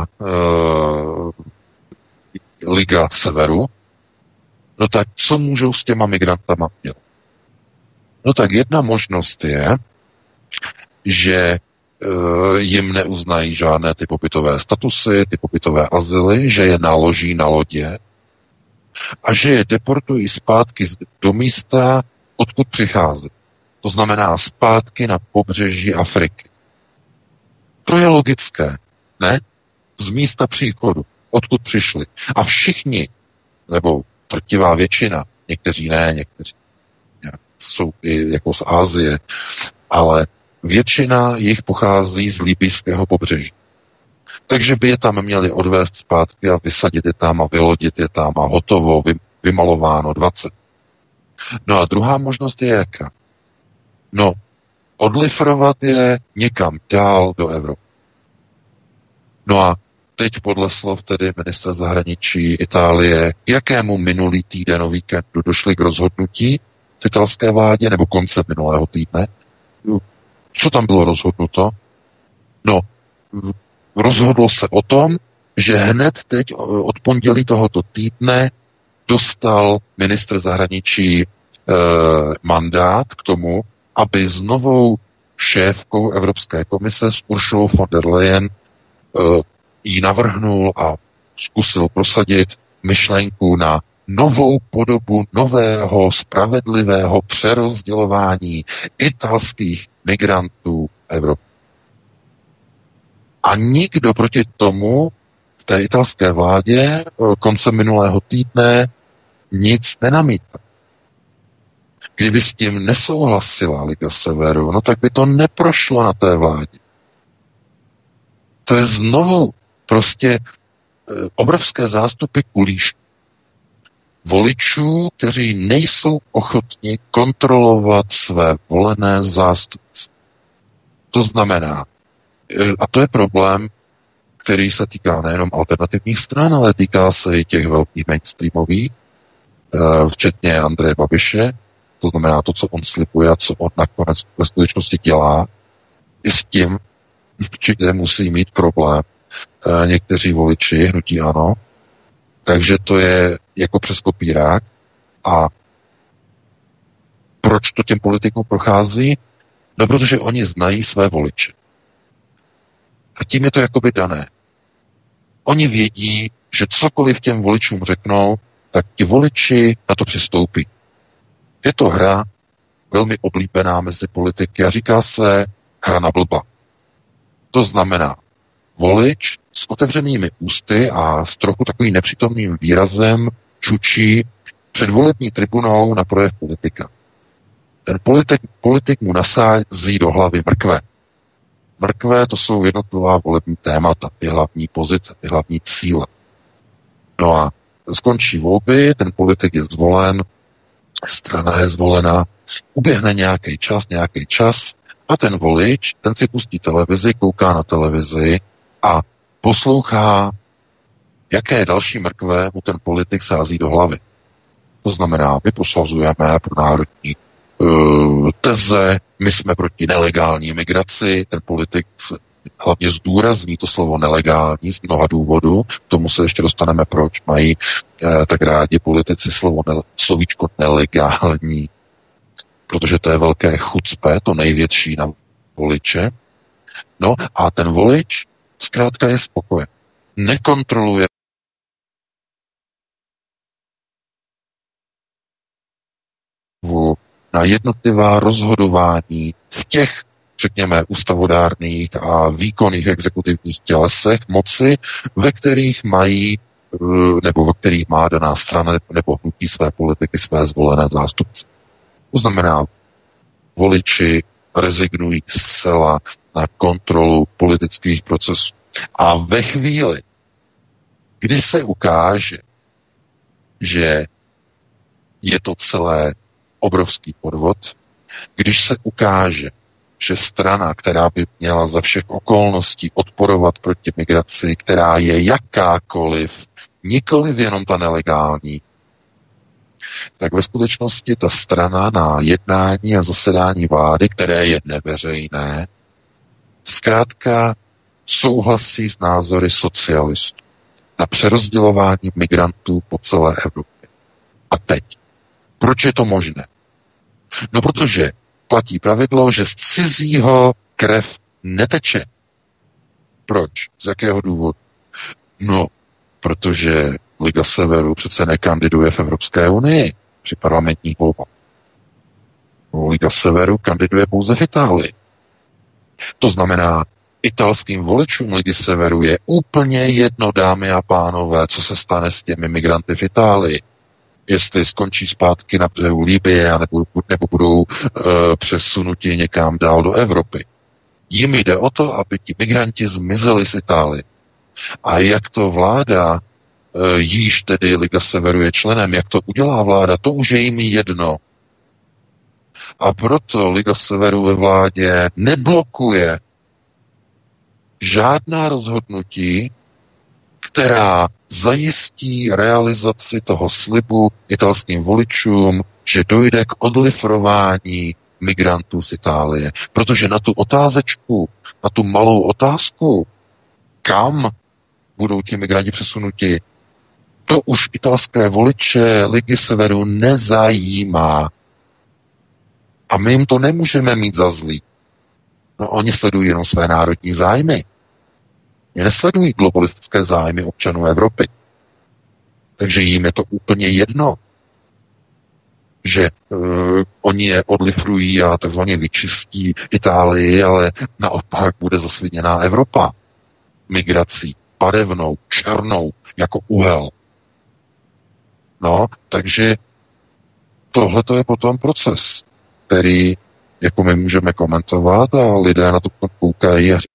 S3: Liga Severu, no tak co můžou s těma migrantama dělat? No tak jedna možnost je, že jim neuznají žádné ty pobytové statusy, ty pobytové azyly, že je naloží na lodě a že je deportují zpátky do místa, odkud přichází. To znamená zpátky na pobřeží Afriky. To je logické, ne? Z místa příchodu, odkud přišli. A všichni, nebo drtivá většina, někteří ne, někteří jsou i jako z Asie, ale většina jich pochází z libyjského pobřeží. Takže by je tam měli odvést zpátky a vysadit je tam a vylodit je tam a hotovo, vymalováno 20. No a druhá možnost je jaká? No, odlifrovat je někam dál do Evropy. No a teď podle slov tedy ministra zahraničí Itálie, jakému minulý týden o víkendu došli k rozhodnutí v italské vládě, nebo konce minulého týdne. Co tam bylo rozhodnuto? No, rozhodlo se o tom, že hned teď od pondělí tohoto týdne dostal ministr zahraničí mandát k tomu, aby s novou šéfkou Evropské komise s Ursulou von der Leyen jí navrhnul a zkusil prosadit myšlenku na novou podobu nového spravedlivého přerozdělování italských migrantů v Evropě. A nikdo proti tomu v té italské vládě koncem minulého týdne nic nenamítá. Kdyby s tím nesouhlasila Liga Severu, no tak by to neprošlo na té vládě. To je znovu prostě obrovské zástupy kulíšků. Voličů, kteří nejsou ochotni kontrolovat své volené zástupce. To znamená, a to je problém, který se týká nejenom alternativních stran, ale týká se i těch velkých mainstreamových, včetně Andreje Babiše, to znamená to, co on slibuje a co on nakonec ve skutečnosti dělá, i s tím určitě musí mít problém někteří voliči hnutí ANO, takže to je jako přes kopírák. A proč to těm politikům prochází? No, protože oni znají své voliče. A tím je to jakoby dané. Oni vědí, že cokoliv těm voličům řeknou, tak ti voliči na to přistoupí. Je to hra velmi oblíbená mezi politiky a říká se hra na blba. To znamená, volič s otevřenými ústy a s trochu takovým nepřítomným výrazem čučí před volební tribunou na projev politika. Ten politik mu nasází do hlavy mrkve. Mrkve, to jsou jednotlivá volební témata, ty hlavní pozice, ty hlavní cíle. No a skončí volby, ten politik je zvolen, strana je zvolena, uběhne nějaký čas a ten volič, ten si pustí televizi, kouká na televizi a poslouchá, jaké další mrkve mu ten politik sází do hlavy. To znamená, my prosazujeme pro národní teze, my jsme proti nelegální migraci, ten politik hlavně zdůrazní to slovo nelegální z mnoha důvodů, k tomu se ještě dostaneme, proč mají tak rádi politici slovíčko nelegální, protože to je velké chucpe, to největší na voliče. No a ten volič zkrátka je spokojen. Nekontroluje na jednotlivá rozhodování v těch, řekněme, ústavodárných a výkonných exekutivních tělesech moci, ve kterých mají, nebo ve kterých má daná strana nebo hnutí své politiky, své zvolené zástupce. To znamená, voliči rezignují zcela na kontrolu politických procesů. A ve chvíli, kdy se ukáže, že je to celé obrovský podvod, když se ukáže, že strana, která by měla za všech okolností odporovat proti migraci, která je jakákoliv, nikoliv jenom ta nelegální, tak ve skutečnosti ta strana na jednání a zasedání vlády, které je neveřejné, zkrátka souhlasí s názory socialistů na přerozdělování migrantů po celé Evropě. A teď, proč je to možné? No, protože platí pravidlo, že z cizího krev neteče. Proč? Z jakého důvodu? No, protože Liga Severu přece nekandiduje v Evropské unii při parlamentních volbách. Liga Severu kandiduje pouze v Itálii. To znamená, italským voličům Ligy Severu je úplně jedno, dámy a pánové, co se stane s těmi migranty v Itálii. Jestli skončí zpátky na břehu Libye, nebo budou přesunuti někam dál do Evropy. Jim jde o to, aby ti migranti zmizeli z Itálie. A jak to vláda, jíž tedy Liga Severu je členem, jak to udělá vláda, to už je jim jedno. A proto Liga Severu ve vládě neblokuje žádná rozhodnutí, která zajistí realizaci toho slibu italským voličům, že dojde k odlifrování migrantů z Itálie. Protože na tu otázečku, na tu malou otázku, kam budou ti migranti přesunuti, to už italské voliče Ligy Severu nezajímá. A my jim to nemůžeme mít za zlý. No, oni sledují jenom své národní zájmy. Nesledují globalistické zájmy občanů Evropy. Takže jim je to úplně jedno, že oni je odlifrují a takzvaně vyčistí Itálii, ale naopak bude zasviněná Evropa migrací, barevnou, černou, jako uhel. No, takže tohle to je potom proces, který jako my můžeme komentovat a lidé na to koukají a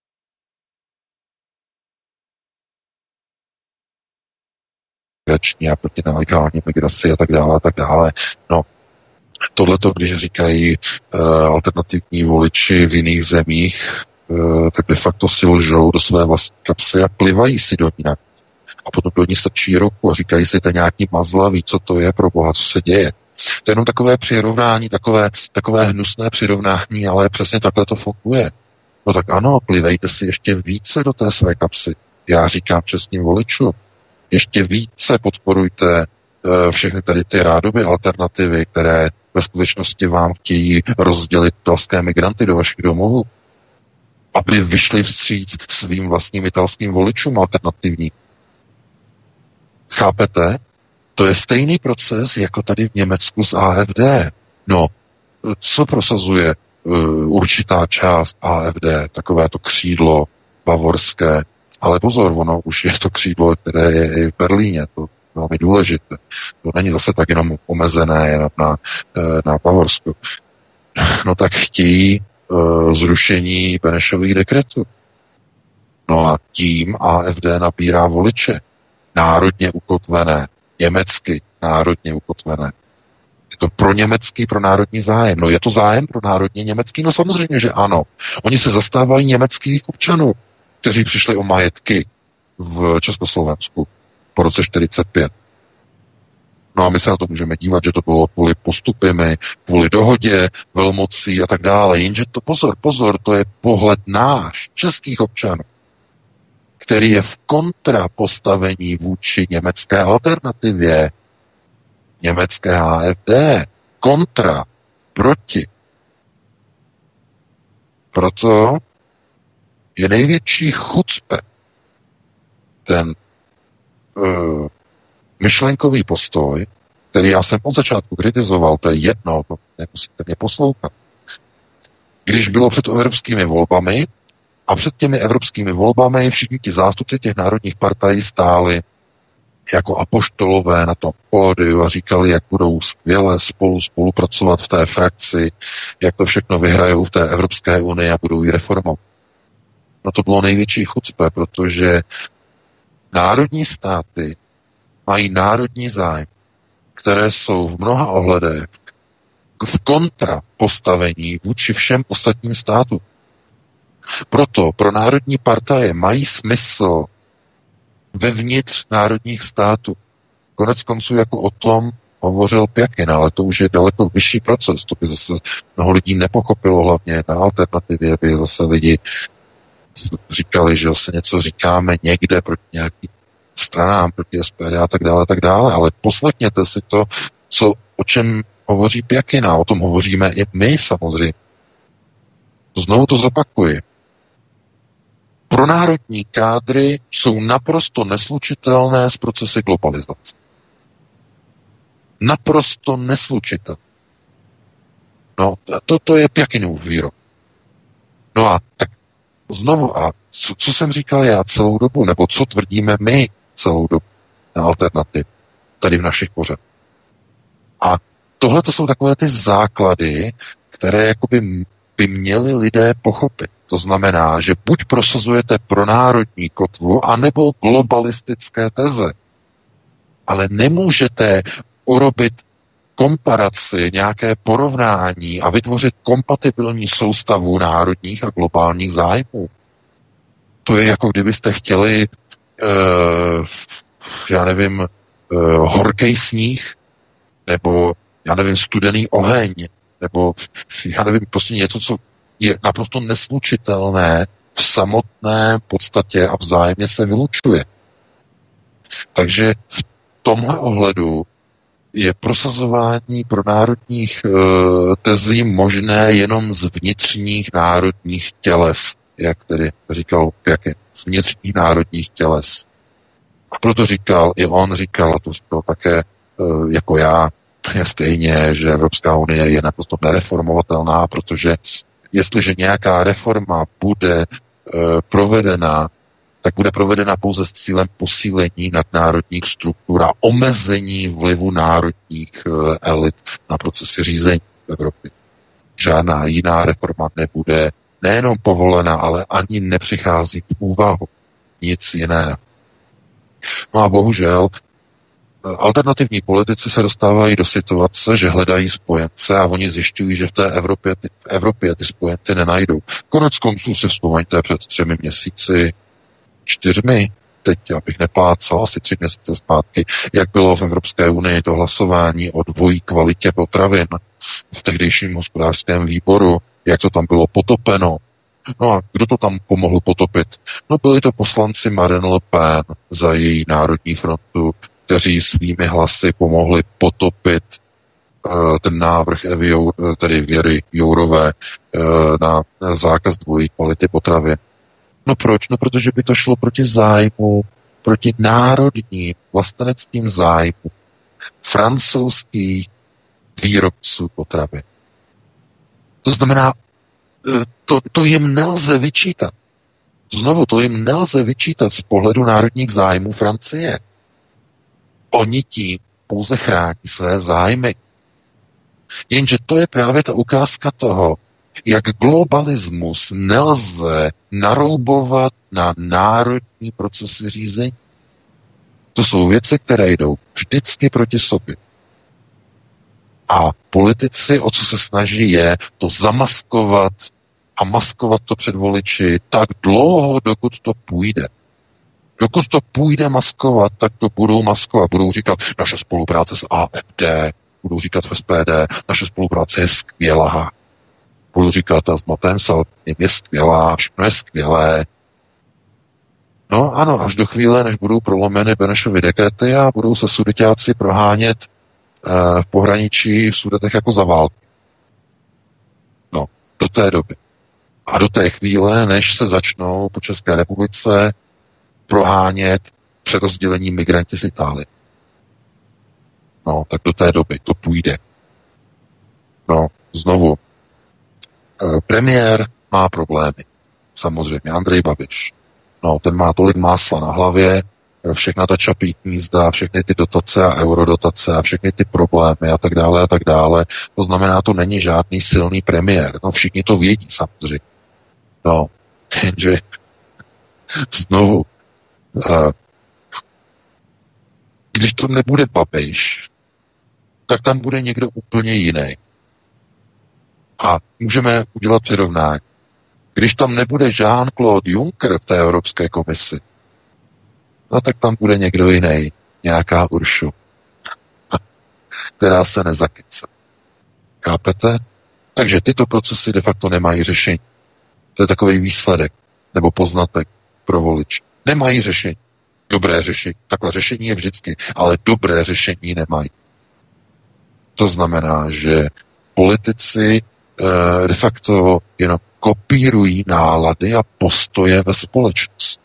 S3: a proti nelegální migraci a tak dále a tak dále. No, tohleto, když říkají alternativní voliči v jiných zemích, tak de facto si lžou do své vlastní kapsy a plivají si do ní. A potom do ní strčí ruku a říkají si, to je nějaký mazlavý, co to je pro Boha, co se děje. To je jenom takové přirovnání, takové hnusné přirovnání, ale přesně takhle to funguje. No tak ano, plivejte si ještě více do té své kapsy. Já říkám čestným voličům, ještě více podporujte všechny tady ty rádoby alternativy, které ve skutečnosti vám chtějí rozdělit italské migranty do vašich domovů, aby vyšli vstříc svým vlastním italským voličům alternativní. Chápete? To je stejný proces, jako tady v Německu s AfD. No, co prosazuje určitá část AfD, takové to křídlo bavorské, ale pozor, ono už je to křídlo, které je i v Berlíně, to velmi důležité. To není zase tak jenom omezené jenom na Bavorsko. No tak chtějí zrušení Benešových dekretů. No a tím AfD nabírá voliče. Národně ukotvené, německy národně ukotvené. Je to pro německý, pro národní zájem. No je to zájem pro národně německý? No samozřejmě, že ano. Oni se zastávají německých občanů, kteří přišli o majetky v Československu po roce 1945. No a my se na to můžeme dívat, že to bylo kvůli postupy, kvůli dohodě, velmocí a tak dále. Jenže to pozor, to je pohled náš, českých občanů, který je v kontrapostavení vůči německé alternativě, německé AfD, kontra, proti. Proto je největší chucpe ten myšlenkový postoj, který já jsem od začátku kritizoval, to je jedno, to nemusíte mě poslouchat. Když bylo před evropskými volbami a před těmi evropskými volbami všichni ti zástupci těch národních partají stáli jako apoštolové na tom pódiu a říkali, jak budou skvěle spolupracovat v té frakci, jak to všechno vyhrajou v té Evropské unii a budou ji reformovat. No to bylo největší chucpe, protože národní státy mají národní zájem, které jsou v mnoha ohledech v kontrapostavení vůči všem ostatním státům. Proto pro národní partaje mají smysl vevnitř národních států. Konec konců jako o tom hovořil Pjakin, ale to už je daleko vyšší proces. To by zase mnoho lidí nepochopilo, hlavně na alternativě by zase lidi říkali, že zase něco říkáme někde proti nějakým stranám, proti SPD a tak dále, ale poslechněte si to, o čem hovoří Pjakin, a o tom hovoříme i my samozřejmě. Znovu to zopakuji. Pronárodní kádry jsou naprosto neslučitelné s procesy globalizace. Naprosto neslučitelné. No, to je Pjakinův výrok. No a tak znovu, a co jsem říkal já celou dobu, nebo co tvrdíme my celou dobu na alternativ, tady v našich pořadech. A tohle to jsou takové ty základy, které jakoby by měli lidé pochopit. To znamená, že buď prosazujete pronárodní kotvu, anebo globalistické teze. Ale nemůžete urobit komparaci, nějaké porovnání a vytvořit kompatibilní soustavu národních a globálních zájmů. To je jako kdybyste chtěli, horkej sníh, nebo, studený oheň, nebo, prostě něco, co je naprosto neslučitelné v samotné podstatě a vzájemně se vylučuje. Takže v tomhle ohledu je prosazování pronárodních tezí možné jenom z vnitřních národních těles, jak tedy říkal Pjakin, z vnitřních národních těles. A proto říkal, i on říkal, a to říkal také jako já, je stejně, že Evropská unie je naprosto nereformovatelná, protože jestliže nějaká reforma bude provedena, tak bude provedena pouze s cílem posílení nadnárodních struktur a omezení vlivu národních elit na procesy řízení v Evropě. Žádná jiná reforma nebude nejenom povolena, ale ani nepřichází v úvahu. Nic jiného. No a bohužel alternativní politici se dostávají do situace, že hledají spojence a oni zjišťují, že v té Evropě ty spojence nenajdou. Konec konců si vzpomeňte před 3 měsíci, 4, teď abych neplácal, asi 3 měsíce zpátky, jak bylo v Evropské unii to hlasování o dvojí kvalitě potravin v tehdejším hospodářském výboru, jak to tam bylo potopeno. No a kdo to tam pomohl potopit? No byli to poslanci Marine Le Pen za její Národní frontu, kteří svými hlasy pomohli potopit ten návrh tedy Věry Jourové na zákaz dvojí kvality potravin. No proč? No protože by to šlo proti zájmu, proti národním vlasteneckým zájmu francouzských výrobců potravin. To znamená, to jim nelze vyčítat. Znovu, to jim nelze vyčítat z pohledu národních zájmů Francie. Oni tím pouze chrání své zájmy. Jenže to je právě ta ukázka toho, jak globalismus nelze naroubovat na národní procesy řízení. To jsou věci, které jdou vždycky proti sobě. A politici, o co se snaží, je to zamaskovat a maskovat to před voliči tak dlouho, dokud to půjde. Dokud to půjde maskovat, tak to budou maskovat. Budou říkat, naše spolupráce s AfD, budou říkat v SPD, naše spolupráce je skvělá. Budou říkat, a s Matem Salvinem je skvělá, všechno je skvělé. No ano, až do chvíle, než budou prolomeny Benešovy dekrety a budou se sudeťáci prohánět v pohraničí v Sudetech jako za války. No, do té doby. A do té chvíle, než se začnou po České republice prohánět přerozdělení migranti z Itálie. No, tak do té doby to půjde. No, znovu. Premiér má problémy. Samozřejmě, Andrej Babiš. No, ten má tolik másla na hlavě, všechna ta Čapí hnízda, všechny ty dotace a eurodotace a všechny ty problémy a tak dále a tak dále. To znamená, to není žádný silný premiér. No, všichni to vědí samozřejmě. No, jenže znovu, když to nebude Babiš, tak tam bude někdo úplně jiný. A můžeme udělat přirovnání. Když tam nebude Jean-Claude Juncker v té Evropské komisi, no tak tam bude někdo jiný, nějaká Uršu, která se nezakece. Chápete? Takže tyto procesy de facto nemají řešení. To je takový výsledek nebo poznatek pro volič. Nemají řešení. Dobré řešení. Takhle řešení je vždycky, ale dobré řešení nemají. To znamená, že politici de facto jenom kopírují nálady a postoje ve společnosti.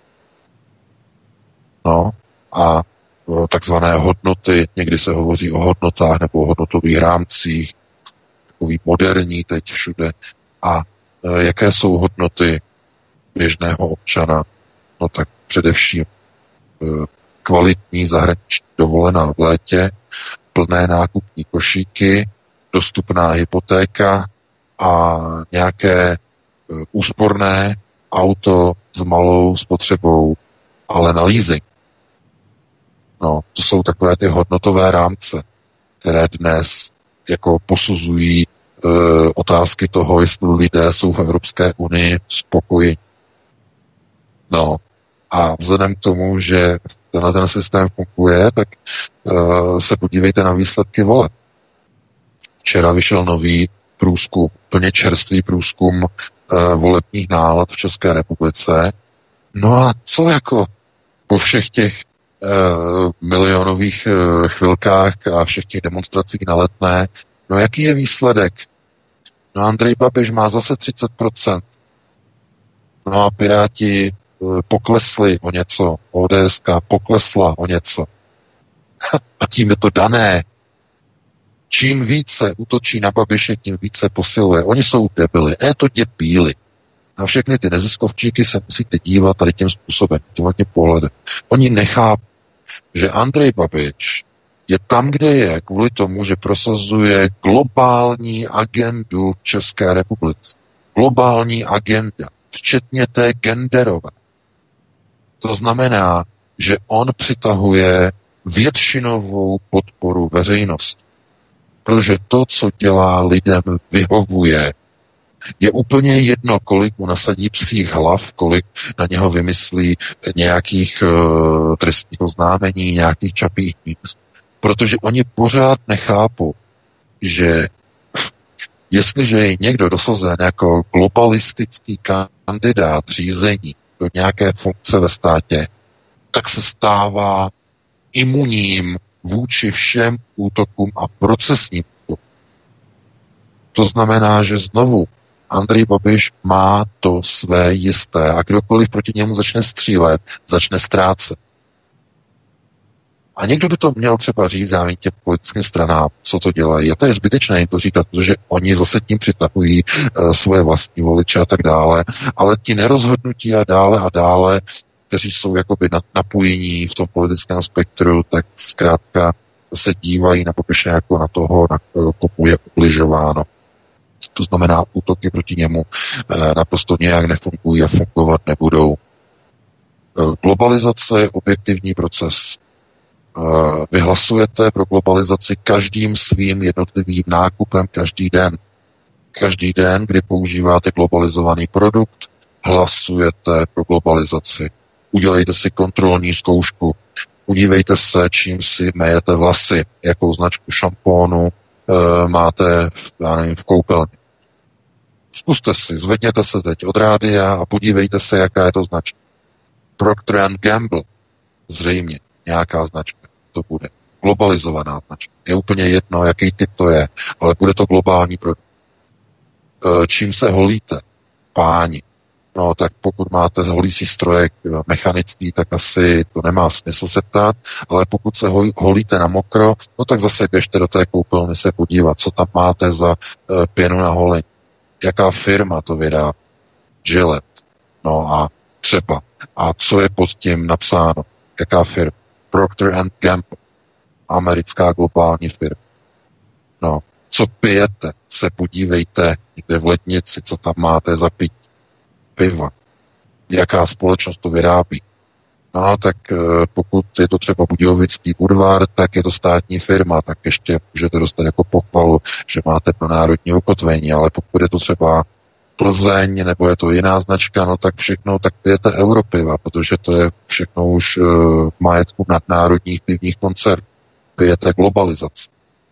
S3: No a takzvané hodnoty, někdy se hovoří o hodnotách nebo o hodnotových rámcích, takový moderní teď všude. A jaké jsou hodnoty běžného občana? No tak především kvalitní zahraniční dovolená v létě, plné nákupní košíky, dostupná hypotéka a nějaké úsporné auto s malou spotřebou, ale na leasing. No, to jsou takové ty hodnotové rámce, které dnes jako posuzují otázky toho, jestli lidé jsou v Evropské unii spokojení. No, a vzhledem k tomu, že ten systém funguje, tak se podívejte na výsledky voleb. Včera vyšel nový průzkum, plně čerstvý průzkum volebních nálad v České republice. No a co jako po všech těch milionových chvilkách a všech těch demonstracích na Letné, no jaký je výsledek? No Andrej Babiš má zase 30%. No a Piráti poklesly o něco, ODSK poklesla o něco. A tím je to dané. Čím více útočí na Babiše, tím více posiluje. Oni jsou debily, to děbíli. Na všechny ty neziskovčíky se musíte dívat tady tím způsobem, tímhle pohledem. Oni nechápou, že Andrej Babiš je tam, kde je, kvůli tomu, že prosazuje globální agendu v České republice. Globální agenda, včetně té genderové. To znamená, že on přitahuje většinovou podporu veřejnosti. Protože to, co dělá lidem, vyhovuje. Je úplně jedno, kolik mu nasadí psích hlav, kolik na něho vymyslí nějakých trestních oznámení, nějakých čapých míst. Protože oni pořád nechápou, že jestliže je někdo dosazen jako globalistický kandidát řízení do nějaké funkce ve státě, tak se stává imunním vůči všem útokům a procesním útokům. To znamená, že znovu Andrej Babiš má to své jisté a kdokoliv proti němu začne střílet, začne ztrácet. A někdo by to měl třeba říct zároveň těm politickým stranám, co to dělají. A to je zbytečné jim to říkat, protože oni zase tím přitahují svoje vlastní voliče a tak dále. Ale ti nerozhodnutí a dále, kteří jsou jakoby napojení v tom politickém spektru, tak zkrátka se dívají na Babiše jako na toho, na komu je ubližováno. To znamená, útoky proti němu naprosto nějak nefungují a fungovat nebudou. Globalizace je objektivní proces. Vy hlasujete pro globalizaci každým svým jednotlivým nákupem každý den. Každý den, kdy používáte globalizovaný produkt, hlasujete pro globalizaci. Udělejte si kontrolní zkoušku. Udívejte se, čím si mejete vlasy, jakou značku šampónu máte v koupelně. Zkuste si, zvedněte se teď od rádia a podívejte se, jaká je to značka. Procter & Gamble, zřejmě nějaká značka to bude. Globalizovaná značka. Je úplně jedno, jaký typ to je, ale bude to globální produkt. Čím se holíte, páni? No tak pokud máte holící strojek mechanický, tak asi to nemá smysl se ptát, ale pokud se holíte na mokro, no tak zase běžte do té koupelny se podívat, co tam máte za pěnu na holení. Jaká firma to vydá? Gillette. No a třeba. A co je pod tím napsáno? Jaká firma? Procter & Gamble. Americká globální firma. No, co pijete? Se podívejte někde v lednici, co tam máte za pití. Piva. Jaká společnost to vyrábí? No, tak pokud je to třeba Budějovický Budvar, tak je to státní firma, tak ještě můžete dostat jako pochvalu, že máte pro národní ukotvení, ale pokud je to třeba Plzeň, nebo je to jiná značka, no tak všechno, tak pijete Europiva, protože to je všechno už majetku nadnárodních pivních koncernů. Pijete globalizaci.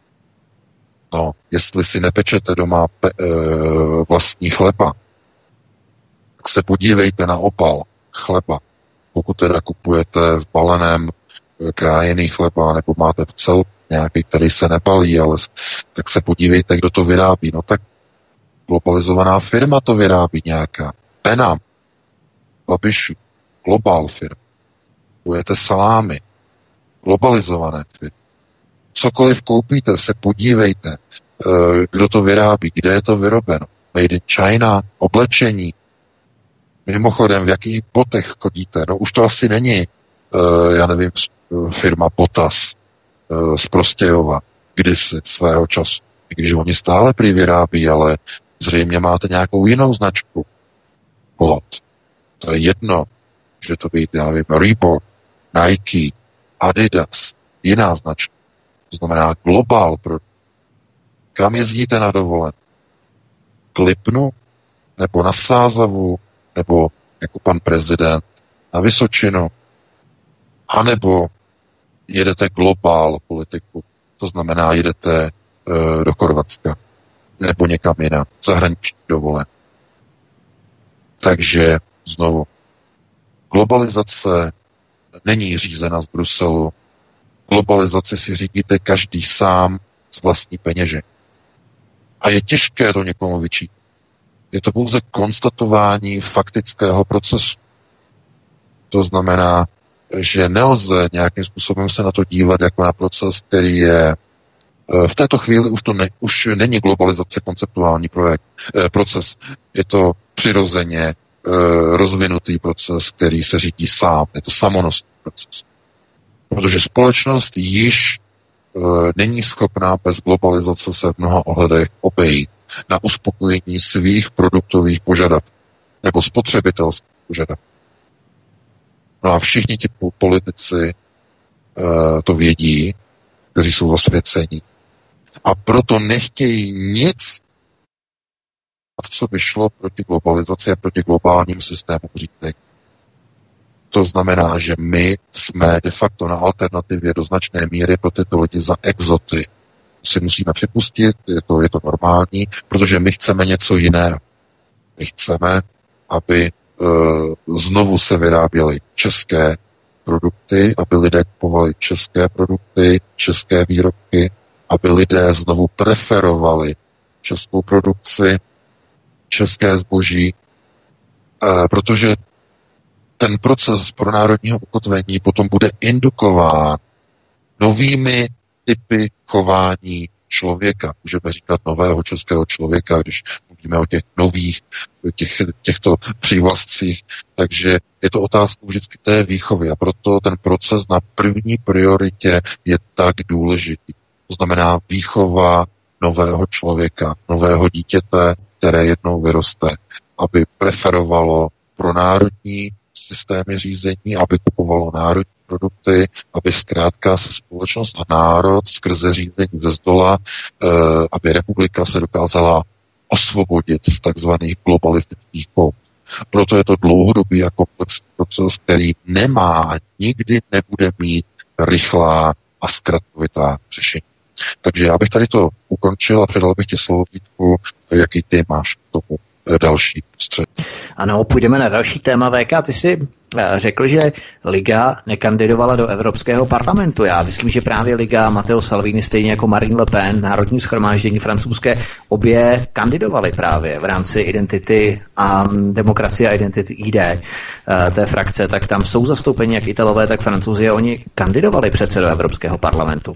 S3: No, jestli si nepečete doma vlastní chleba, tak se podívejte na opal chleba. Pokud teda kupujete v baleném krájený chleba, nebo máte v celku nějaký, který se nepalí, ale tak se podívejte, kdo to vyrábí. No tak globalizovaná firma to vyrábí nějaká. Penam, Babišu, globál firma. Kupujete salámy, globalizované firmy. Cokoliv koupíte, se podívejte, kdo to vyrábí, kde je to vyrobeno. Made in China, oblečení. Mimochodem, v jakých botech chodíte? No už to asi není, já nevím, firma Botas z Prostějova, kdysi svého času. I když oni stále prý vyrábí, ale zřejmě máte nějakou jinou značku. Bot. To je jedno, že to být, já nevím, Reebok, Nike, Adidas, jiná značka. To znamená globál. Kam jezdíte na dovolenou? K Lipnu? Nebo na Sázavu? Nebo jako pan prezident na Vysočinu? A nebo jedete globál politiku? To znamená, jedete do Chorvatska nebo někam jinam, zahraniční dovolené. Takže znovu, globalizace není řízena z Bruselu. Globalizaci si řídíte každý sám z vlastní peněže. A je těžké to někomu vyčítat. Je to pouze konstatování faktického procesu. To znamená, že nelze nějakým způsobem se na to dívat jako na proces, který je v této chvíli už není globalizace konceptuální proces. Je to přirozeně rozvinutý proces, který se řídí sám. Je to samonosný proces. Protože společnost již není schopná bez globalizace se v mnoha ohledech obejít na uspokojení svých produktových požadavků nebo spotřebitelských požadavků. No a všichni ti politici to vědí, kteří jsou zasvěcení. A proto nechtějí nic, co by šlo proti globalizaci a proti globálním systému řízení. To znamená, že my jsme de facto na alternativě do značné míry pro tyto lidi za exoty. Si musíme připustit, je to normální, protože my chceme něco jiného. My chceme, aby znovu se vyráběly české produkty, aby lidé kupovali české produkty, české výrobky, aby lidé znovu preferovali českou produkci, české zboží, protože ten proces pronárodního ukotvení potom bude indukován novými typy chování člověka. Můžeme říkat nového českého člověka, když mluvíme o těch nových, těchto přívlastcích. Takže je to otázka vždycky té výchovy a proto ten proces na první prioritě je tak důležitý. To znamená výchova nového člověka, nového dítěte, které jednou vyroste, aby preferovalo pro národní systémy řízení, aby kupovalo národní produkty, aby zkrátka se společnost a národ skrze řízení ze zdola, aby republika se dokázala osvobodit z takzvaných globalistických kód. Proto je to dlouhodobý a komplexní proces, který nemá a nikdy nebude mít rychlá a zkratovitá řešení. Takže já bych tady to ukončil a předal bych ti slovo, Vítku, jaký ty máš k tomu další střed.
S1: Ano, půjdeme na další téma. VK, ty jsi řekl, že Liga nekandidovala do Evropského parlamentu. Já myslím, že právě Liga, Matteo Salvini, stejně jako Marine Le Pen, Národní shromáždění francouzské, obě kandidovali právě v rámci Identity a demokracie a Identity ID té frakce, tak tam jsou zastoupeni jak Italové, tak Francouzi a oni kandidovali přece do Evropského parlamentu.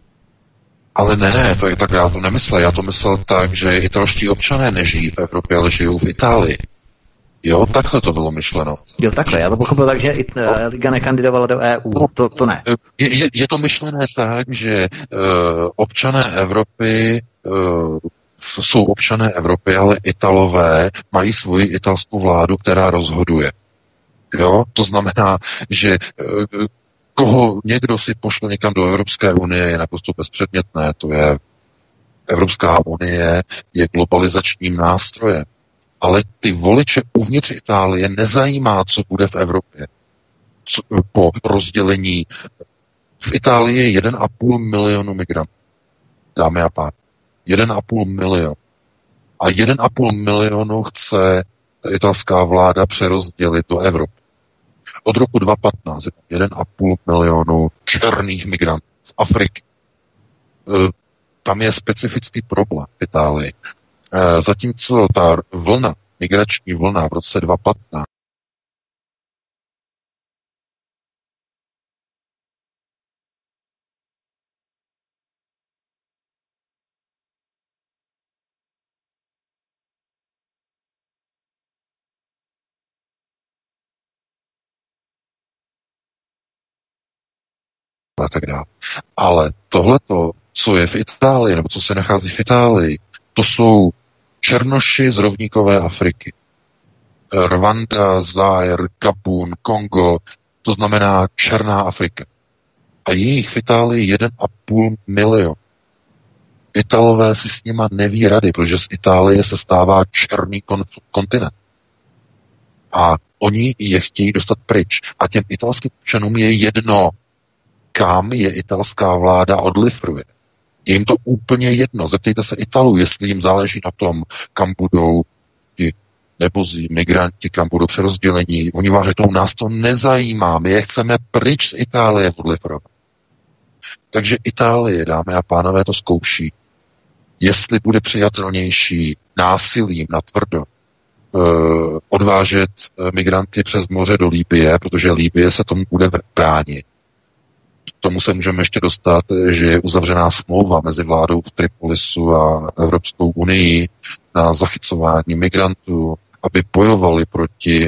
S3: Ale ne, tak já to nemyslel. Já to myslel tak, že italští občané nežijí v Evropě, ale žijou v Itálii. Jo, takhle to bylo myšleno.
S1: Jo, takhle. Já to pochopil tak, že Liga nekandidovala do EU. To ne.
S3: Je to myšlené tak, že občané Evropy jsou občané Evropy, ale Italové mají svoji italskou vládu, která rozhoduje. Jo, to znamená, že koho někdo si pošle někam do Evropské unie, je naprosto bezpředmětné. To je Evropská unie, je globalizačním nástrojem. Ale ty voliče uvnitř Itálie nezajímá, co bude v Evropě. Po rozdělení v Itálii je 1,5 milionu migrantů. Dámy a pánové. 1,5 milionu. A 1,5 milionu chce italská vláda přerozdělit do Evropy. Od roku 2015 je 1,5 milionu černých migrantů z Afriky. Tam je specifický problém v Itálii. Zatímco ta migrační vlna v roce 2015 a tak dále. Ale tohleto, co je v Itálii, nebo co se nachází v Itálii, to jsou černoši z rovníkové Afriky. Rwanda, Zaire, Gabun, Kongo, to znamená černá Afrika. A jejich v Itálii 1,5 milionu. Italové si s nima neví rady, protože z Itálie se stává černý kontinent. A oni je chtějí dostat pryč. A těm italským občanům je jedno, kam je italská vláda odlifruje. Je jim to úplně jedno. Zeptejte se Italů, jestli jim záleží na tom, kam budou ti nebozí migranti, kam budou přerozdělení. Oni vám řeknou, nás to nezajímá, my je chceme pryč z Itálie odlifrovat. Takže Itálie, dámy a pánové, to zkouší. Jestli bude přijatelnější násilím natvrdo odvážet migranty přes moře do Libye, protože Libye se tomu bude bránit. K tomu se můžeme ještě dostat, že je uzavřená smlouva mezi vládou v Tripolisu a Evropskou unii na zachycování migrantů, aby bojovali proti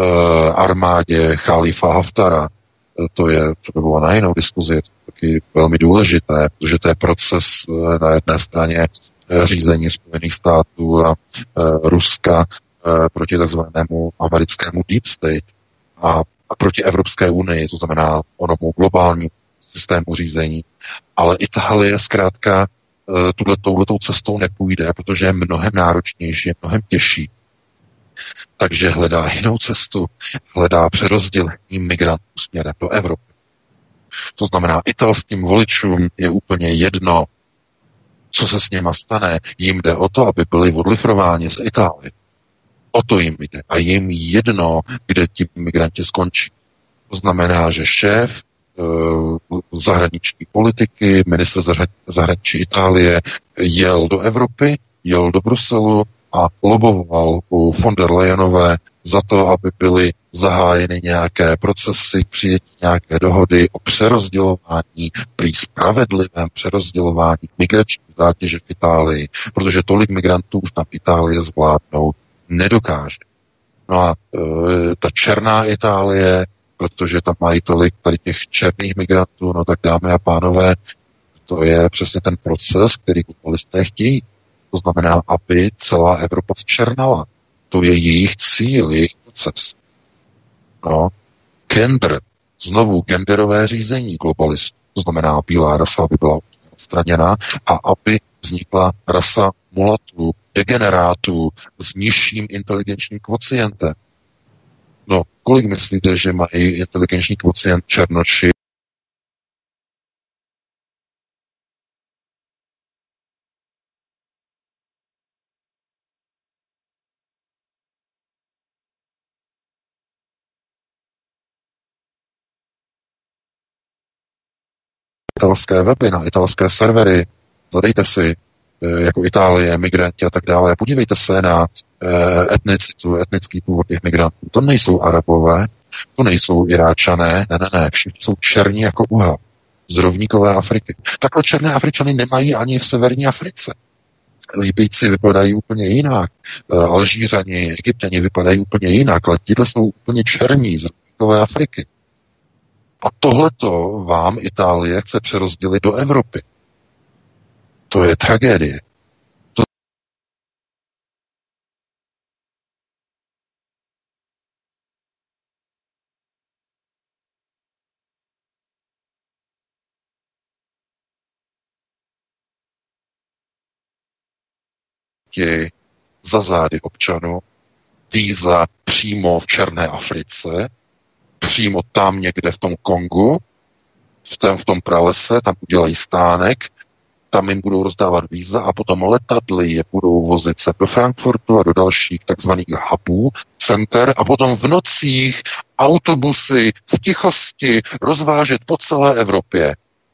S3: armádě Chalifa Haftara. To by bylo na jinou diskuzi, je to taky velmi důležité, protože to je proces na jedné straně řízení Spojených států a Ruska proti takzvanému americkému deep state a proti Evropské unii, to znamená onomu globální systému řízení. Ale Itálie zkrátka touhletou cestou nepůjde, protože je mnohem náročnější, je mnohem těžší. Takže hledá jinou cestu, hledá přerozdělení migrantů směrem do Evropy. To znamená, italským voličům je úplně jedno, co se s nima stane. Jim jde o to, aby byli odlifrováni z Itálie. O to jim jde. A jim jedno, kde ti migranti skončí. To znamená, že šéf zahraniční politiky, ministr zahraničí Itálie jel do Evropy, jel do Bruselu a loboval u von der Leyenové za to, aby byly zahájeny nějaké procesy, přijetí nějaké dohody o přerozdělování, prý spravedlivém přerozdělování migrační zátěže v Itálii, protože tolik migrantů už tam Itálie zvládnout nedokáže. No a ta černá Itálie, protože tam mají tolik tady těch černých migrantů, no tak dámy a pánové, to je přesně ten proces, který globalisté chtějí. To znamená, aby celá Evropa zčernala. To je jejich cíl, jejich proces. No, gender, znovu genderové řízení globalistů. To znamená, bílá rasa by byla odstraněna a aby vznikla rasa mulatů, degenerátů s nižším inteligenčním kvocientem. No, kolik myslíte, že mají inteligenční kvocient černoši? Italské weby, na italské servery, zadejte si jako Itálie, migranti a tak dále. Podívejte se na etnicitu, etnický původ těch migrantů. To nejsou Arabové, to nejsou Iráčané, ne, všichni jsou černí jako uha z rovníkové Afriky. Takhle černé Afričany nemají ani v severní Africe. Libijci vypadají úplně jinak, Alžířani, Egypťani vypadají úplně jinak, ale tihle jsou úplně černí z rovníkové Afriky. A tohleto vám Itálie chce přerozdělit do Evropy. To je tragédie. To je za zády občanů, víza přímo v černé Africe, přímo tam někde v tom Kongu, v tom pralese, tam udělají stánek, tam jim budou rozdávat víza a potom letadly je budou vozit se do Frankfurtu a do dalších takzvaných hubů, center a potom v nocích autobusy v tichosti rozvážet po celé Evropě.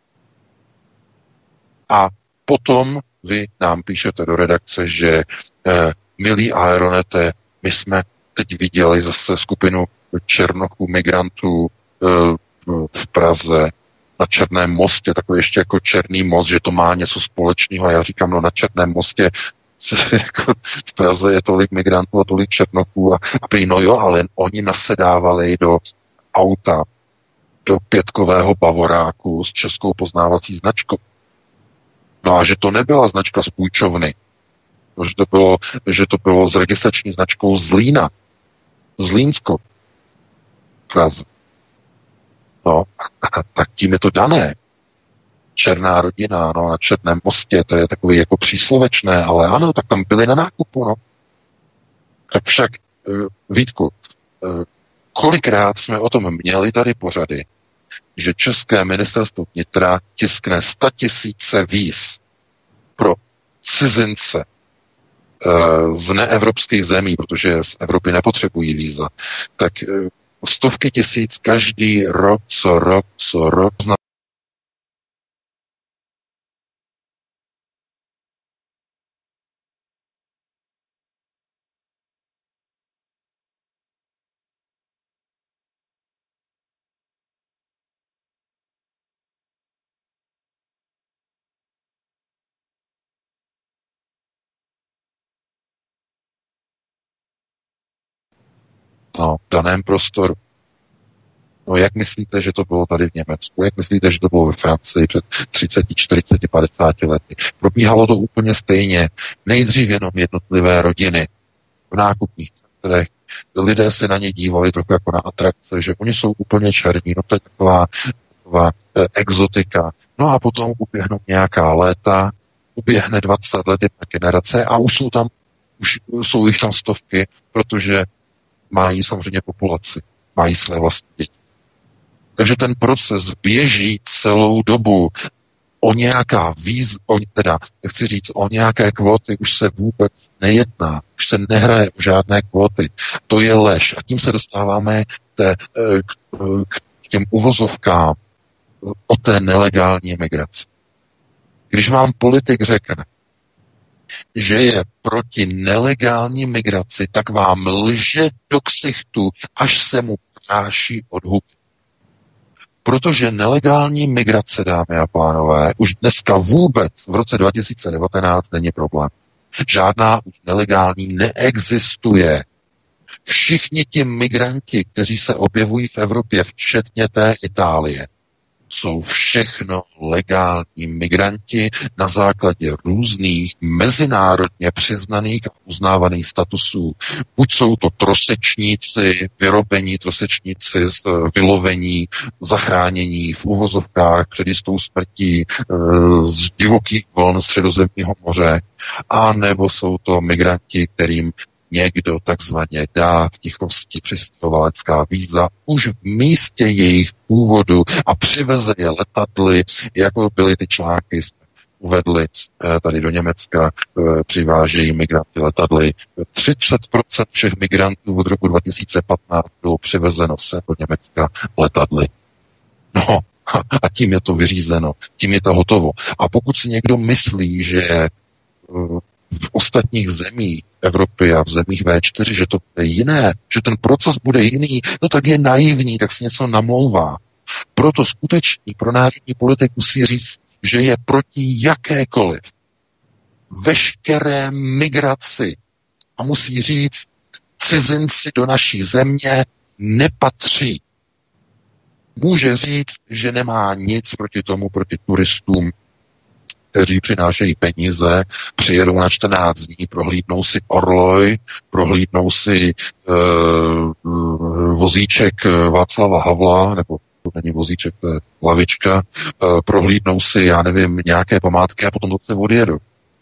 S3: A potom vy nám píšete do redakce, že milí Aeronete, my jsme teď viděli zase skupinu černochů, migrantů v Praze, na Černém mostě, takový ještě jako Černý most, že to má něco společného. A já říkám, no na Černém mostě jako v Praze je tolik migrantů a tolik černochů a prý, no jo, ale oni nasedávali do auta, do pětkového bavoráku s českou poznávací značkou. No a že to nebyla značka z půjčovny, že to bylo s registrační značkou Zlína, Zlínsko, Praze. No, tak tím je to dané. Černá rodina, no, na Černém mostě, to je takový jako příslovečné, ale ano, tak tam byli na nákupu, no. Tak však, Vítku, kolikrát jsme o tom měli tady pořady, že České ministerstvo vnitra tiskne 100 000 víz pro cizince z neevropských zemí, protože z Evropy nepotřebují víza, tak stovky tisíc každý rok, co rok v daném prostoru. No jak myslíte, že to bylo tady v Německu? Jak myslíte, že to bylo ve Francii před 30, 40, 50 lety? Probíhalo to úplně stejně. Nejdřív jenom jednotlivé rodiny v nákupních centrech. Lidé se na ně dívali trochu jako na atrakce, že oni jsou úplně černí. No to je taková exotika. No a potom uběhnou nějaká léta, uběhne 20 let jedna generace a už jsou jich tam stovky, protože mají samozřejmě populaci, mají své vlastní děti. Takže ten proces běží celou dobu. O nějaké kvóty už se vůbec nejedná. Už se nehraje o žádné kvóty. To je lež. A tím se dostáváme k těm uvozovkám o té nelegální migraci. Když vám politik řekne, že je proti nelegální migraci, tak vám lže do ksichtu, až se mu práší od huby. Protože nelegální migrace, dámy a pánové, už dneska vůbec v roce 2019 není problém. Žádná už nelegální neexistuje. Všichni ti migranti, kteří se objevují v Evropě, včetně té Itálie, jsou všechno legální migranti na základě různých mezinárodně přiznaných a uznávaných statusů. Buď jsou to trosečníci, vyrobení trosečníci z vylovení, zachránění v uvozovkách před jistou smrtí z divokých vln Středozemního moře, a nebo jsou to migranti, kterým někdo takzvaně dá v tichosti přistěhovalecká víza už v místě jejich původu a přiveze je letadly, jako byly ty články, jsme uvedli tady do Německa, přivážejí migranty letadly. 30% všech migrantů od roku 2015 bylo přivezeno se do Německa letadly. No a tím je to vyřízeno, tím je to hotovo. A pokud si někdo myslí, že v ostatních zemích Evropy a v zemích V4, že to bude jiné, že ten proces bude jiný, no tak je naivní, tak si něco namlouvá. Proto skutečný pronárodní politik musí říct, že je proti jakékoliv veškeré migraci a musí říct, cizinci do naší země nepatří. Může říct, že nemá nic proti tomu, proti turistům, kteří přinášejí peníze, přijedou na 14 dní, prohlídnou si orloj, prohlídnou si vozíček Václava Havla, nebo to není vozíček, to je lavička, prohlídnou si, já nevím, nějaké památky a potom zase odjedou.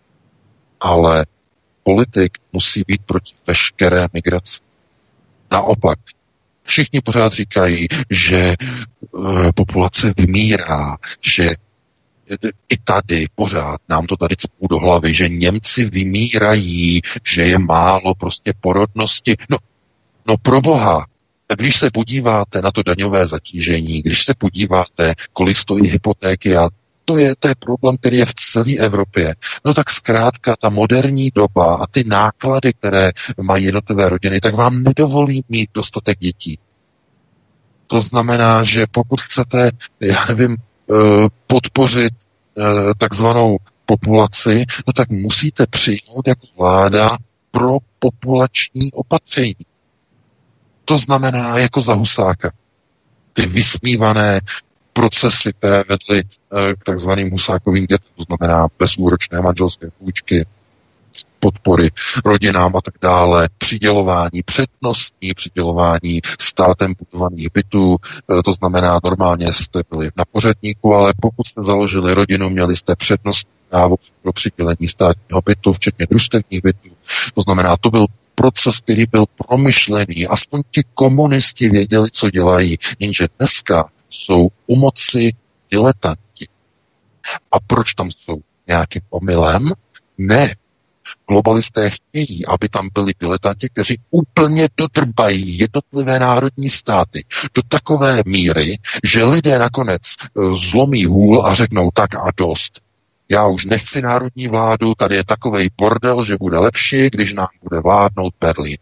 S3: Ale politik musí být proti veškeré migraci. Naopak, všichni pořád říkají, že populace vymírá, že i tady pořád nám to tady cpou do hlavy, že Němci vymírají, že je málo prostě porodnosti. No pro boha, když se podíváte na to daňové zatížení, když se podíváte, kolik stojí hypotéky, a to je problém, který je v celé Evropě, no tak zkrátka ta moderní doba a ty náklady, které mají jednotlivé rodiny, tak vám nedovolí mít dostatek dětí. To znamená, že pokud chcete, já nevím, podpořit takzvanou populaci, no tak musíte přijmout jako vláda pro populační opatření. To znamená jako za Husáka. Ty vysmívané procesy, které vedly k takzvaným Husákovým dětem, to znamená bezúročné manželské půjčky, podpory rodinám a tak dále, přednostní přidělování státem budovaných bytů, to znamená, normálně jste byli na pořadníku, ale pokud jste založili rodinu, měli jste přednostní právo pro přidělení státního bytu, včetně družstevních bytů. To znamená, to byl proces, který byl promyšlený, aspoň ti komunisti věděli, co dělají, jenže dneska jsou u moci diletanti. A proč tam jsou? Nějakým omylem? Ne. Globalisté chtějí, aby tam byli diletanti, kteří úplně dodrbají jednotlivé národní státy do takové míry, že lidé nakonec zlomí hůl a řeknou tak a dost. Já už nechci národní vládu, tady je takovej bordel, že bude lepší, když nám bude vládnout Berlín.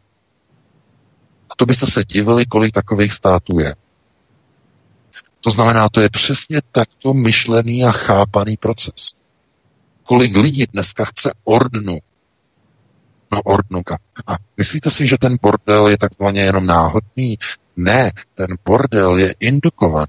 S3: A to byste se divili, kolik takových států je. To znamená, to je přesně takto myšlený a chápaný proces. Kolik lidí dneska chce ordnu, No ordnuka. A myslíte si, že ten bordel je takzvaně jenom náhodný? Ne, ten bordel je indukovaný.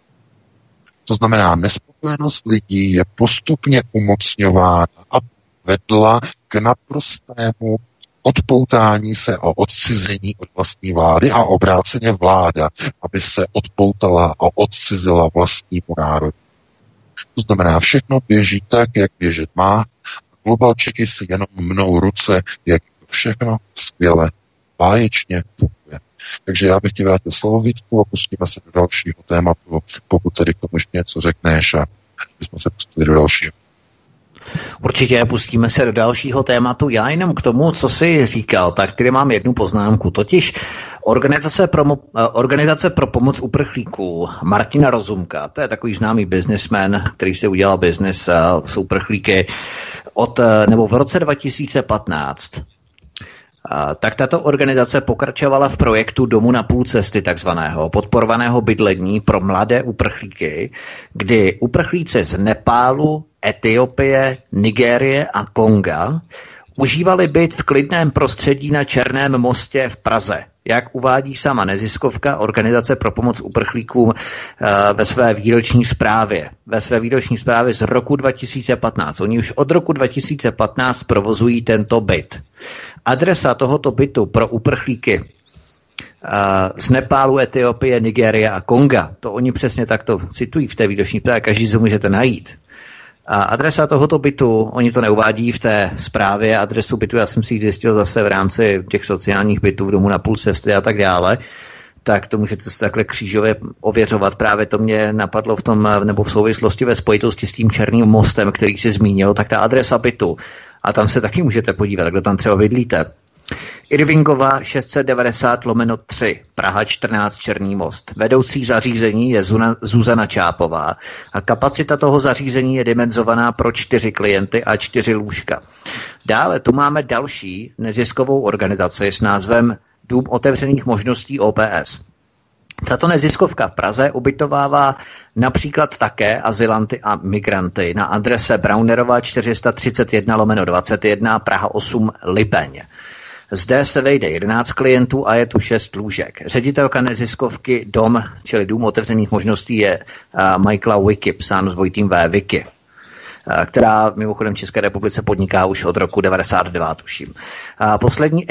S3: To znamená, nespokojenost lidí je postupně umocňována a vedla k naprostému odpoutání se o odcizení od vlastní vlády a obráceně vláda, aby se odpoutala a odcizila vlastnímu národu. To znamená, všechno běží tak, jak běžet má. Globalčiky si jenom mnou ruce, jak všechno skvěle, báječně funguje. Takže já bych ti vrátil slovo, Vítku, a pustíme se do dalšího tématu, pokud tedy k tomu ještě něco řekneš, a bychom se pustili do dalšího.
S1: Určitě pustíme se do dalšího tématu. Já jenom k tomu, co jsi říkal, tak tady mám jednu poznámku. Totiž Organizace pro pomoc uprchlíků Martina Rozumka, to je takový známý businessman, který si udělal biznis s uprchlíky v roce 2015. Tak tato organizace pokračovala v projektu Domu na půl cesty takzvaného, podporovaného bydlení pro mladé uprchlíky, kdy uprchlíci z Nepálu, Etiopie, Nigérie a Konga užívali byt v klidném prostředí na Černém mostě v Praze. Jak uvádí sama neziskovka Organizace pro pomoc uprchlíkům ve své výroční zprávě. Ve své výroční zprávě z roku 2015. Oni už od roku 2015 provozují tento byt. Adresa tohoto bytu pro uprchlíky z Nepálu, Etiopie, Nigérie a Konga, to oni přesně takto citují v té výroční zprávě, každý se můžete najít. A adresa tohoto bytu, oni to neuvádí v té zprávě, adresu bytu, já jsem si ji zjistil zase v rámci těch sociálních bytů v Domu na půl cesty a tak dále, tak to můžete si takhle křížově ověřovat. Právě to mě napadlo v tom, nebo v souvislosti ve spojitosti s tím Černým mostem, který si zmínil, tak ta adresa bytu, a tam se taky můžete podívat, kdo tam třeba bydlíte. Irvingova 690/3, Praha 14, Černý most. Vedoucí zařízení je Zuzana Čápová a kapacita toho zařízení je dimenzovaná pro 4 klienty a 4 lůžka. Dále tu máme další neziskovou organizaci s názvem Dům otevřených možností OPS. Tato neziskovka v Praze ubytovává například také azylanty a migranty na adrese Braunerova 431/21, Praha 8, Libeň. Zde se vejde 11 klientů a je tu 6 lůžek. Ředitelka neziskovky DOM, čili Dům otevřených možností, je Michaela Wiki, psáno s dvojitým V, Wiki, která mimochodem v České republice podniká už od roku 92, tuším. Poslední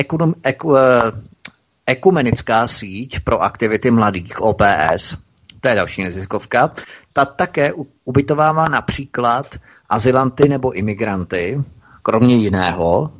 S1: ekumenická síť pro aktivity mladých, OPS, to je další neziskovka, ta také ubytovává například azylanty nebo imigranty, kromě jiného,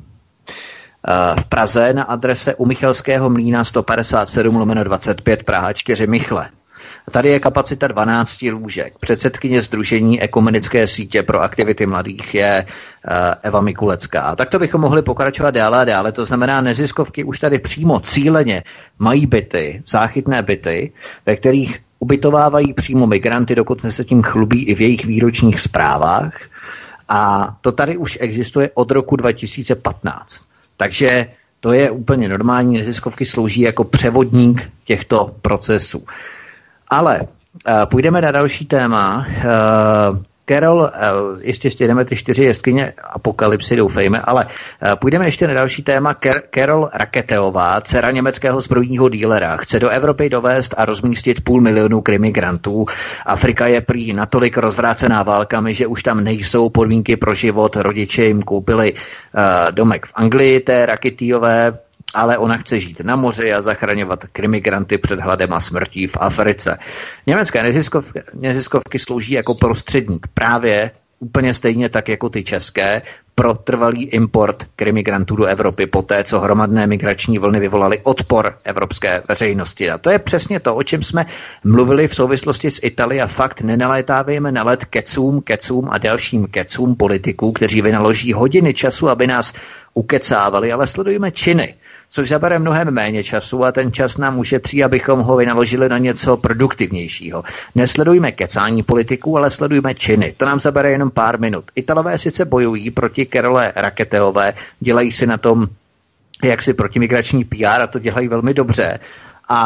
S1: v Praze na adrese u Michalského mlýna 157/25, Praha 4, Michle. Tady je kapacita 12 lůžek. Předsedkyně Sdružení ekumenické sítě pro aktivity mladých je Eva Mikulecká. A takto bychom mohli pokračovat dále a dále. To znamená, neziskovky už tady přímo cíleně mají byty, záchytné byty, ve kterých ubytovávají přímo migranty, dokonce se tím chlubí i v jejich výročních zprávách. A to tady už existuje od roku 2015. Takže to je úplně normální, neziskovky slouží jako převodník těchto procesů. Ale půjdeme na další téma. Carol, ještě jdeme ty 4 jeskyně apokalypsy, doufejme, ale půjdeme ještě na další téma. Carol Raketeová, dcera německého zbrojního dílera, chce do Evropy dovést a rozmístit 500 000 krimigrantů. Afrika je prý natolik rozvrácená válkami, že už tam nejsou podmínky pro život. Rodiče jim koupili domek v Anglii, té Raketiové, ale ona chce žít na moři a zachraňovat krimigranty před hladem a smrtí v Africe. Německé neziskovky slouží jako prostředník právě úplně stejně tak jako ty české pro trvalý import krimigrantů do Evropy poté, co hromadné migrační vlny vyvolaly odpor evropské veřejnosti. A to je přesně to, o čem jsme mluvili v souvislosti s Itálií, a fakt nenalétávejme na led kecům a dalším kecům politiků, kteří vynaloží hodiny času, aby nás ukecávali, ale sledujeme činy, což zabere mnohem méně času a ten čas nám ušetří, abychom ho vynaložili na něco produktivnějšího. Nesledujme kecání politiků, ale sledujme činy. To nám zabere jenom pár minut. Italové sice bojují proti Carole Raketeové, dělají si na tom jaksi protimigrační PR a to dělají velmi dobře. A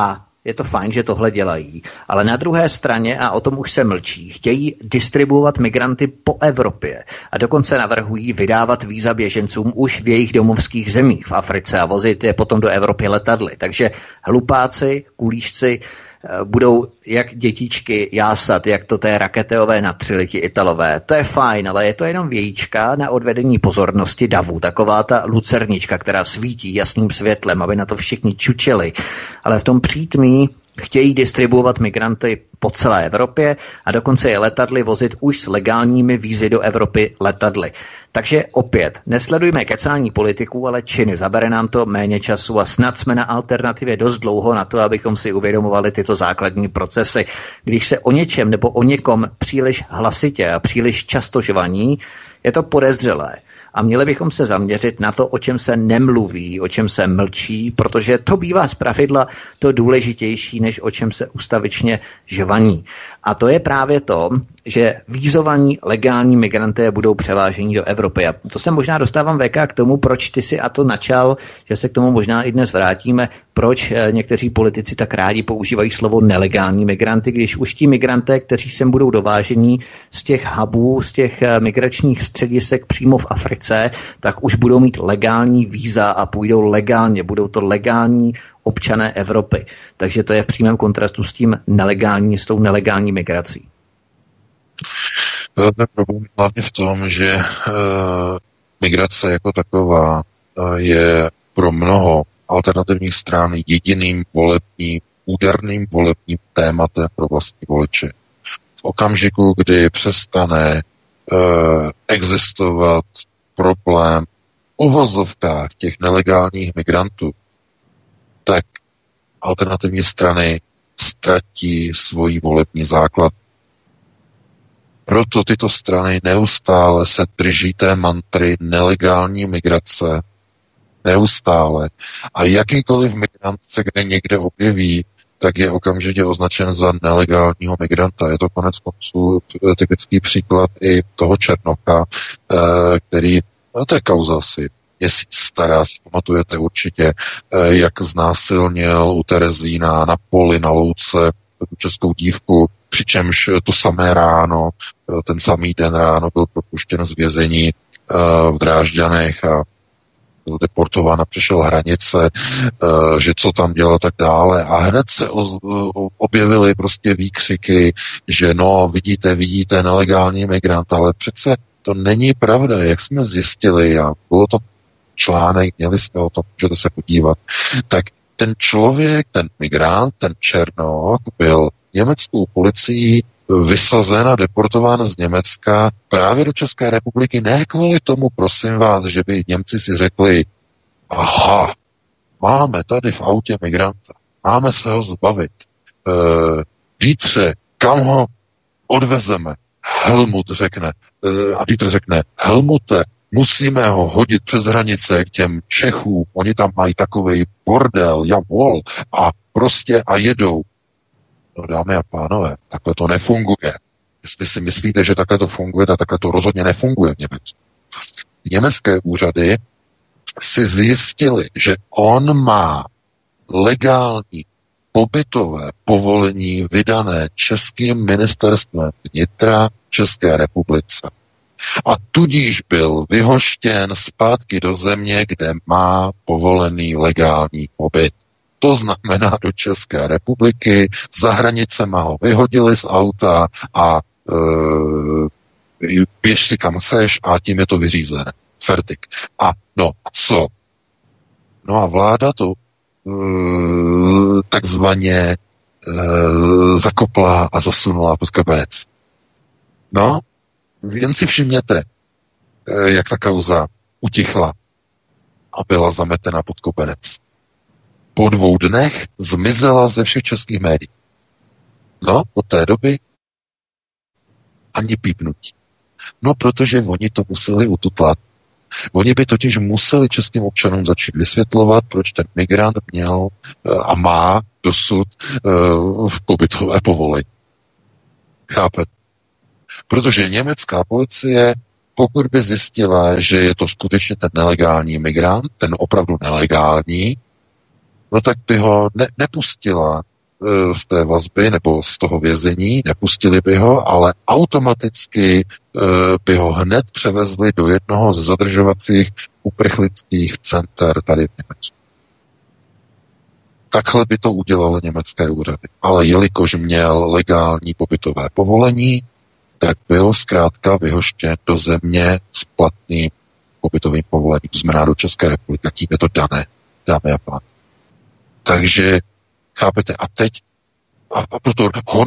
S1: je to fajn, že tohle dělají, ale na druhé straně, a o tom už se mlčí, chtějí distribuovat migranty po Evropě a dokonce navrhují vydávat víza běžencům už v jejich domovských zemích v Africe a vozit je potom do Evropy letadly. Takže hlupáci, kulíšci budou jak dětičky jásat, jak to té Raketeové natřili ti Italové. To je fajn, ale je to jenom vějíčka na odvedení pozornosti davu. Taková ta lucernička, která svítí jasným světlem, aby na to všichni čučeli. Ale v tom přítmí chtějí distribuovat migranty po celé Evropě a dokonce je letadly vozit už s legálními vízy do Evropy letadly. Takže opět, nesledujme kecání politiků, ale činy. Zabere nám to méně času a snad jsme na alternativě dost dlouho na to, abychom si uvědomovali tyto základní procesy. Když se o něčem nebo o někom příliš hlasitě a příliš často žvaní, je to podezřelé. A měli bychom se zaměřit na to, o čem se nemluví, o čem se mlčí, protože to bývá zpravidla to důležitější, než o čem se ustavičně žvaní. A to je právě to, že vízovaní legální migranté budou převáženi do Evropy. A to se možná dostávám VK k tomu, proč ty si a to načal, že se k tomu možná i dnes vrátíme, proč někteří politici tak rádi používají slovo nelegální migranty, když už ti migranté, kteří sem budou dovážení z těch hubů, z těch migračních středisek přímo v Africe, tak už budou mít legální víza a půjdou legálně, budou to legální občané Evropy. Takže to je v přímém kontrastu s tím s tou nelegální migrací.
S3: Ten problém hlavně v tom, že migrace jako taková je pro mnoho alternativních stran jediným úderným volebním tématem pro vlastní voliče. V okamžiku, kdy přestane existovat problém v uvozovkách těch nelegálních migrantů, tak alternativní strany ztratí svoji volební základ. Proto tyto strany neustále se drží té mantry nelegální migrace, neustále. A jakýkoliv migrant se kde někde objeví, tak je okamžitě označen za nelegálního migranta. Je to konec konců typický příklad i toho Černocha, který, to je kauza asi měsíc stará, si pamatujete určitě, jak znásilnil u Terezína na poli, na louce tu českou dívku, přičemž to samé ráno, ten samý den ráno byl propuštěn z vězení v Drážďanech a byl deportován a přešel hranice, že co tam dělal tak dále. A hned se objevily prostě výkřiky, že no, vidíte, nelegální migrant, ale přece to není pravda, jak jsme zjistili, a bylo to článek, měli jsme o tom, můžete se podívat, tak ten člověk, ten migrant, ten Černoch byl německou policií vysazen a deportován z Německa právě do České republiky. Ne kvůli tomu, prosím vás, že by Němci si řekli, aha, máme tady v autě migranta, máme se ho zbavit. Dítře, kam ho odvezeme? Helmut řekne, a Dítr řekne, Helmute, musíme ho hodit přes hranice k těm Čechům, oni tam mají takovej bordel, javol, a jedou. No, dámy a pánové, takhle to nefunguje. Jestli si myslíte, že takhle to funguje, tak takhle to rozhodně nefunguje v Německu. Německé úřady si zjistili, že on má legální pobytové povolení vydané Českým ministerstvem vnitra České republice. A tudíž byl vyhoštěn zpátky do země, kde má povolený legální pobyt. To znamená do České republiky, za hranicema ho vyhodili z auta a běž si kam seš a tím je to vyřízené. Fertik. A no a co? No a vláda to takzvaně zakopla a zasunula pod koberec. No, jen si všimněte, jak ta kauza utichla a byla zametena pod koberec. Po 2 dnech zmizela ze všech českých médií. No, od té doby ani pípnutí. No, protože oni to museli ututlat. Oni by totiž museli českým občanům začít vysvětlovat, proč ten migrant měl a má dosud pobytové povolení. Chápete? Protože německá policie, pokud by zjistila, že je to skutečně ten nelegální migrant, ten opravdu nelegální, no tak by ho nepustila z té vazby nebo z toho vězení, nepustili by ho, ale automaticky by ho hned převezli do jednoho z zadržovacích uprchlických center tady v Německu. Takhle by to udělalo německé úřady. Ale jelikož měl legální pobytové povolení, tak byl zkrátka vyhoštěn do země s platným pobytovým povolením, to znamená do České republiky. Tím je to dané, dámy a pánové. Takže, chápete, a teď a proto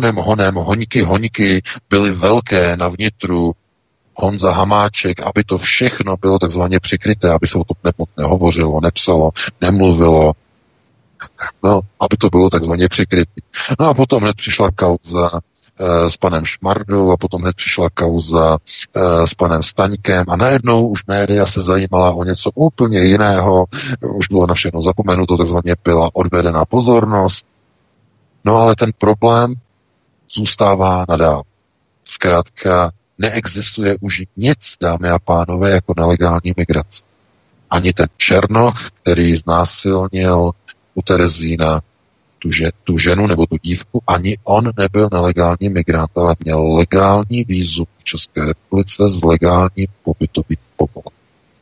S3: honíky byly velké na vnitru, Honza Hamáček, aby to všechno bylo takzvaně přikryté, aby se o tom nehovořilo, nepsalo, nemluvilo, no, aby to bylo takzvaně přikryté. No a potom hned přišla kauza s panem Šmardou a potom hned přišla kauza s panem Staňkem a najednou už média se zajímala o něco úplně jiného, už bylo na všechno zapomenuto, takzvaně byla odvedena pozornost. No ale ten problém zůstává nadál. Zkrátka neexistuje už nic, dámy a pánové, jako nelegální migrace. Ani ten Černoch, který znásilnil u Terezína tu ženu nebo tu dívku, ani on nebyl nelegální migrant, ale měl legální vízum v České republice s legálním pobytovým povolením.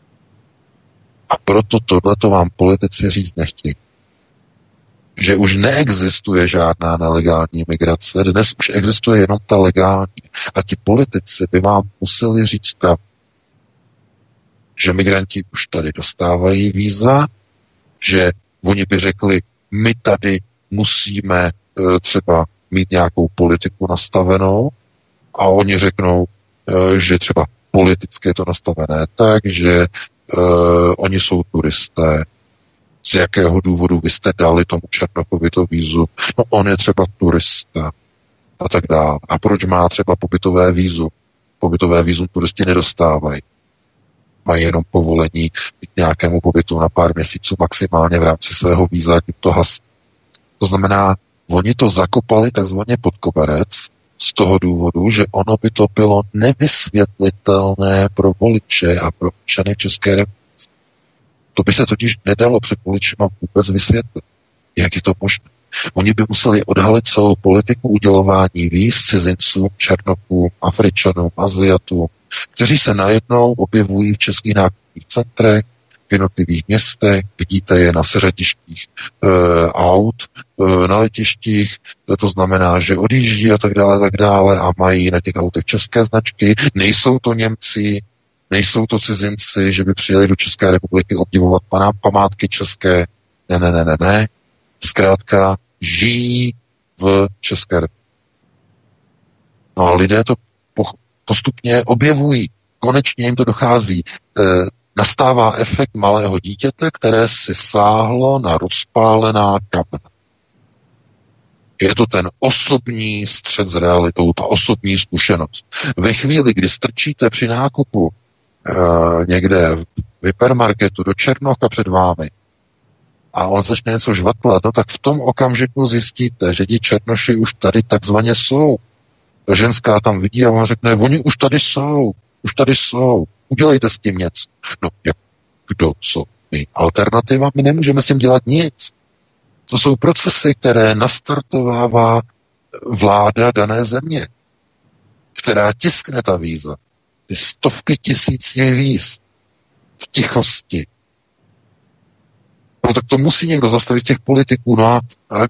S3: A proto tohleto vám politici říct nechtějí. Že už neexistuje žádná nelegální migrace, dnes už existuje jenom ta legální. A ti politici by vám museli říct pravdu, že migranti už tady dostávají víza, že oni by řekli, my tady musíme třeba mít nějakou politiku nastavenou a oni řeknou, že třeba politicky je to nastavené tak, že oni jsou turisté. Z jakého důvodu vy jste dali tomu Černochovi to vízu? No on je třeba turista a tak dále. A proč má třeba pobytové vízu? Pobytové vízum turisti nedostávají. Mají jenom povolení k nějakému pobytu na pár měsíců maximálně v rámci svého víza, tím to hasí. To znamená, oni to zakopali takzvaně pod koberec z toho důvodu, že ono by to bylo nevysvětlitelné pro voliče a pro občany České republiky. To by se totiž nedalo před voličima vůbec vysvětlit. Jak je to možné? Oni by museli odhalit celou politiku udělování víz cizincům, Černochům, Afričanům, Aziatům, kteří se najednou objevují v českých nákupních centrech, v jednotlivých městech, vidíte je na seřadištích aut, na letištích, to znamená, že odjíždí a tak dále a mají na těch autech české značky, nejsou to Němci, nejsou to cizinci, že by přijeli do České republiky obdivovat památky české. Ne. Zkrátka žijí v České republice. No a lidé to postupně objevují. Konečně jim to dochází. Nastává efekt malého dítěte, které si sáhlo na rozpálená kamna. Je to ten osobní střet s realitou, ta osobní zkušenost. Ve chvíli, kdy strčíte při nákupu někde v hypermarketu do Černocha před vámi a on začne něco žvatlat, no tak v tom okamžiku zjistíte, že ti Černoši už tady takzvaně jsou. Ta ženská tam vidí a on řekne, oni už tady jsou, udělejte s tím něco. No, jak kdo, co my? Alternativa, my nemůžeme s tím dělat nic. To jsou procesy, které nastartovává vláda dané země, která tiskne ta víza. Ty stovky tisíc víz v tichosti. No tak to musí někdo zastavit těch politiků. No a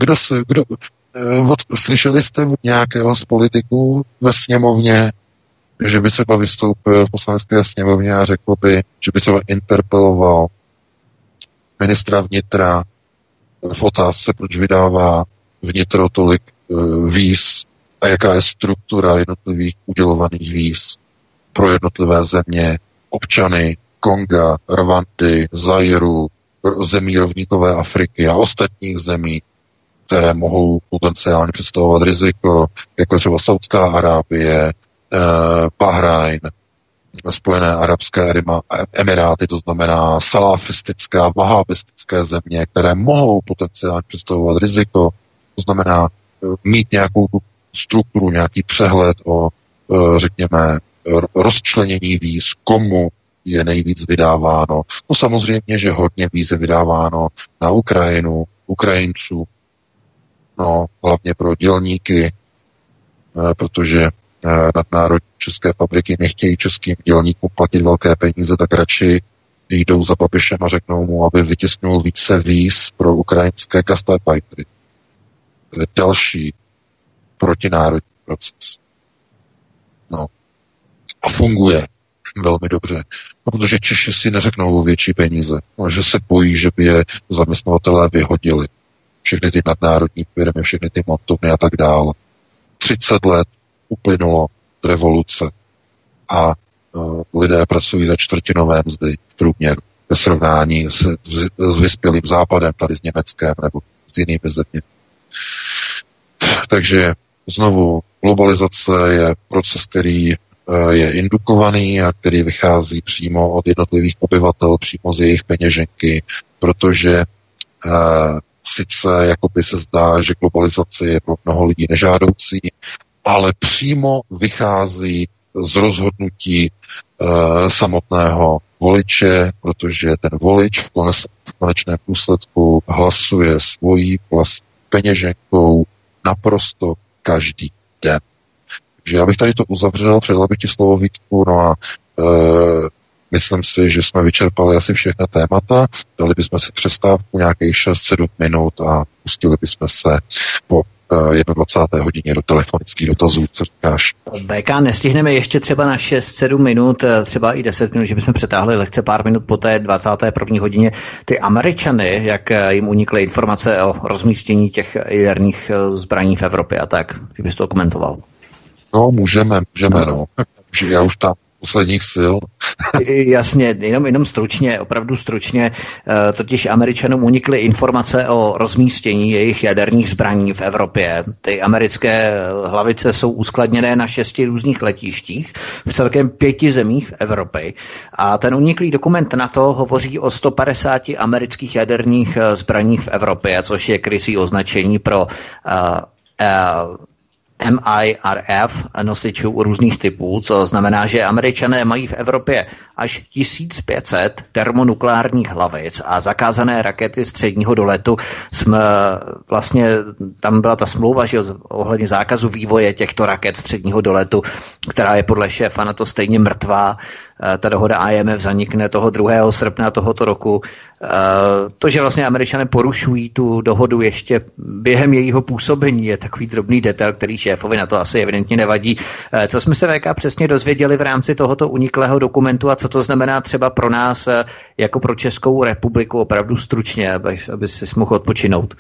S3: slyšeli jste od nějakého z politiků ve sněmovně, že by třeba vystoupil v poslanecké sněmovně a řekl by, že by třeba interpeloval ministra vnitra v otázce, proč vydává vnitro tolik víz a jaká je struktura jednotlivých udělovaných víz pro jednotlivé země, občany Konga, Rwandy, Zairu, zemí rovníkové Afriky a ostatních zemí, které mohou potenciálně představovat riziko, jako třeba Saudská Arábie, Bahrajn, Spojené arabské emiráty, to znamená salafistické, vahábistické země, které mohou potenciálně představovat riziko, to znamená mít nějakou strukturu, nějaký přehled o, řekněme, rozčlenění víz, komu je nejvíc vydáváno. No samozřejmě, že hodně víz je vydáváno na Ukrajinu, Ukrajinců, no, hlavně pro dělníky, protože nadnárodní české fabriky nechtějí českým dělníkům platit velké peníze, tak radši jdou za Babišem a řeknou mu, aby vytisknul více víz pro ukrajinské gastarbeitery. To je další protinárodní proces. No. A funguje velmi dobře. No, protože Češi si neřeknou větší peníze, no, že se bojí, že by je zaměstnavatelé vyhodili. Všechny ty nadnárodní firmy, všechny ty montovny a tak dále. 30 let uplynulo z revoluce a lidé pracují za čtvrtinové mzdy v průměru ve srovnání s vyspělým západem, tady s Německem nebo s jinými zeměmi. Takže znovu globalizace je proces, který je indukovaný a který vychází přímo od jednotlivých obyvatel, přímo z jejich peněženky, protože sice jakoby se zdá, že globalizace je pro mnoho lidí nežádoucí, ale přímo vychází z rozhodnutí samotného voliče, protože ten volič v konečném důsledku hlasuje svojí vlastní peněženkou naprosto každý den. Takže já bych tady to uzavřel, předal bych ti slovo, Vítku, no a myslím si, že jsme vyčerpali asi všechna témata, dali bychom si přestávku nějakých 6-7 minut a pustili bychom se po 21. hodině do telefonických dotazů, co říkáš?
S1: VK, nestihneme ještě třeba na 6-7 minut, třeba i 10 minut, že bychom přetáhli lehce pár minut po té 21. hodině. Ty Američany, jak jim unikly informace o rozmístění těch jaderných zbraní v Evropě a tak, kdybys to komentoval.
S3: No, můžeme, no. Já už tam posledních sil.
S1: Jasně, jenom stručně, opravdu stručně, totiž Američanům unikly informace o rozmístění jejich jaderných zbraní v Evropě. Ty americké hlavice jsou uskladněné na 6 různých letištích v celkem 5 zemích v Evropě. A ten uniklý dokument NATO hovoří o 150 amerických jaderných zbraních v Evropě, což je krysí označení pro MIRF nosičů různých typů, co znamená, že Američané mají v Evropě až 1500 termonukleárních hlavic a zakázané rakety středního doletu. Jsme vlastně, tam byla ta smlouva, že ohledně zákazu vývoje těchto raket středního doletu, která je podle šéfa na to stejně mrtvá. Ta dohoda IMF zanikne toho 2. srpna tohoto roku. To, že vlastně Američané porušují tu dohodu ještě během jejího působení, je takový drobný detail, který šéfovi na to asi evidentně nevadí. Co jsme se VK přesně dozvěděli v rámci tohoto uniklého dokumentu a co to znamená třeba pro nás jako pro Českou republiku, opravdu stručně, aby si mohl odpočinout?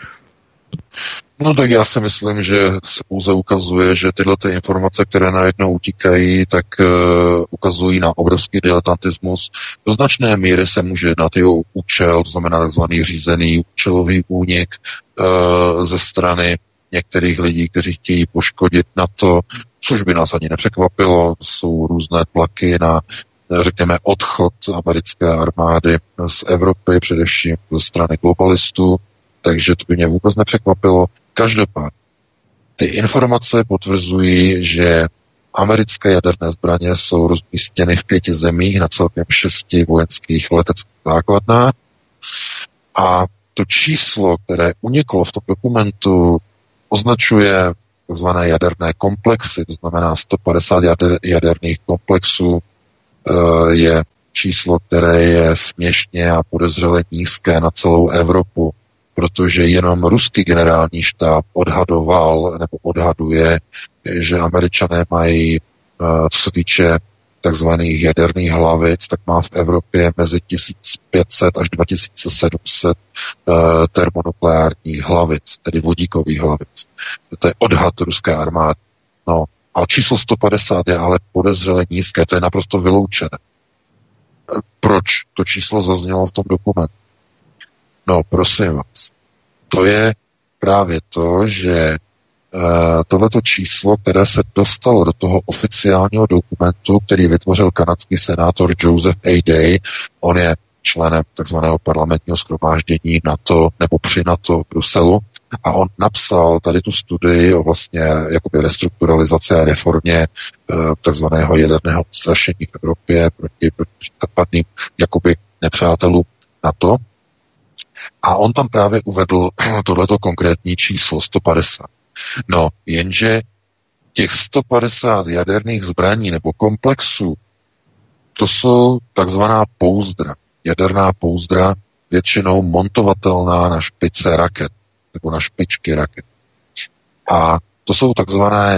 S3: No tak já si myslím, že se pouze ukazuje, že tyhle ty informace, které najednou utíkají, tak ukazují na obrovský diletantismus. Do značné míry se může jednat i o účel, to znamená tzv. Řízený účelový únik ze strany některých lidí, kteří chtějí poškodit NATO, což by nás ani nepřekvapilo. Jsou různé tlaky na, řekněme, odchod americké armády z Evropy, především ze strany globalistů, takže to by mě vůbec nepřekvapilo. Každopádně, ty informace potvrzují, že americké jaderné zbraně jsou rozmístěny v 5 zemích na celkem 6 vojenských leteckých základnách a to číslo, které uniklo v tom dokumentu, označuje tzv. Jaderné komplexy, to znamená 150 jaderných komplexů, je číslo, které je směšně a podezřele nízké na celou Evropu, protože jenom ruský generální štáb odhadoval nebo odhaduje, že Američané mají, co se týče takzvaných jaderných hlavic, tak má v Evropě mezi 1500 až 2700 termonukleárních hlavic, tedy vodíkových hlavic. To je odhad ruské armády. No, a číslo 150 je ale podezřele nízké, to je naprosto vyloučené. Proč to číslo zaznělo v tom dokumentu? No, prosím vás, to je právě to, že tohleto číslo, které se dostalo do toho oficiálního dokumentu, který vytvořil kanadský senátor Joseph A. Day, on je členem takzvaného parlamentního shromáždění NATO nebo při NATO v Bruselu a on napsal tady tu studii o vlastně jakoby restrukturalizaci a reformě takzvaného jaderného odstrašení v Evropě proti případným jakoby nepřátelům NATO. A on tam právě uvedl tohleto konkrétní číslo 150. No, jenže těch 150 jaderných zbraní nebo komplexů, to jsou takzvaná pouzdra. Jaderná pouzdra, většinou montovatelná na špice raket, nebo na špičky raket. A to jsou takzvané,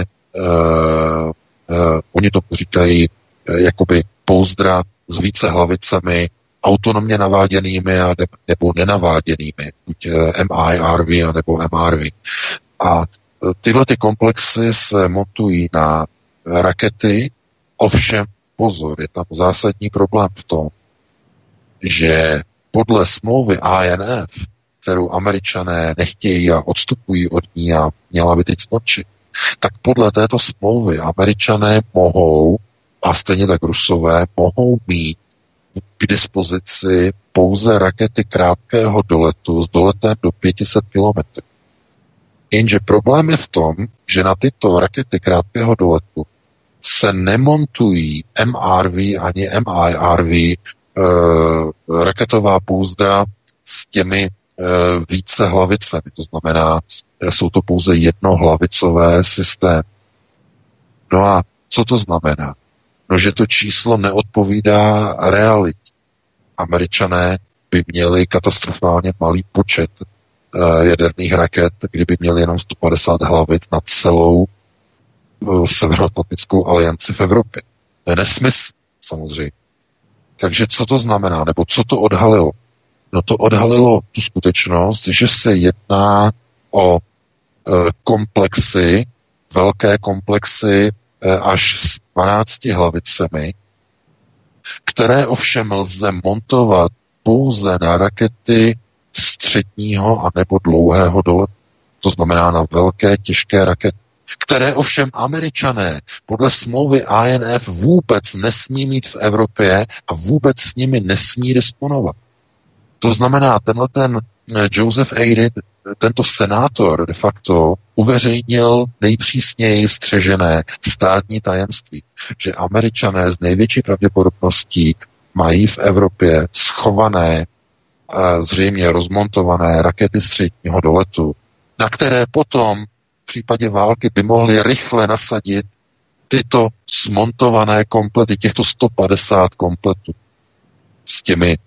S3: oni to říkají, jakoby pouzdra s více hlavicemi, autonomně naváděnými nebo nenaváděnými, buď MIRV nebo MRV. A tyhle ty komplexy se montují na rakety, ovšem pozor, je tam zásadní problém v tom, že podle smlouvy INF, kterou Američané nechtějí a odstupují od ní a měla by teď skončit, tak podle této smlouvy Američané mohou, a stejně tak Rusové, mohou mít k dispozici pouze rakety krátkého doletu s doletem do 500 kilometrů. Jenže problém je v tom, že na tyto rakety krátkého doletu se nemontují MRV ani MIRV, raketová pouzdra s těmi více hlavicemi. To znamená, jsou to pouze jednohlavicové systémy. No a co to znamená? No, že to číslo neodpovídá realitě. Američané by měli katastrofálně malý počet jaderných raket, kdyby měli jenom 150 hlavic na celou Severoatlantickou alianci v Evropě. To je nesmysl, samozřejmě. Takže co to znamená, nebo co to odhalilo? No to odhalilo tu skutečnost, že se jedná o komplexy, velké komplexy až s 12 hlavicemi, které ovšem lze montovat pouze na rakety středního a nebo dlouhého doletu. To znamená na velké, těžké rakety, které ovšem Američané podle smlouvy INF vůbec nesmí mít v Evropě a vůbec s nimi nesmí disponovat. To znamená, ten Joseph Aidy, tento senátor de facto uveřejnil nejpřísněji střežené státní tajemství, že Američané z největší pravděpodobností mají v Evropě schované, zřejmě rozmontované rakety středního doletu, na které potom v případě války by mohli rychle nasadit tyto smontované komplety, těchto 150 kompletů s těmi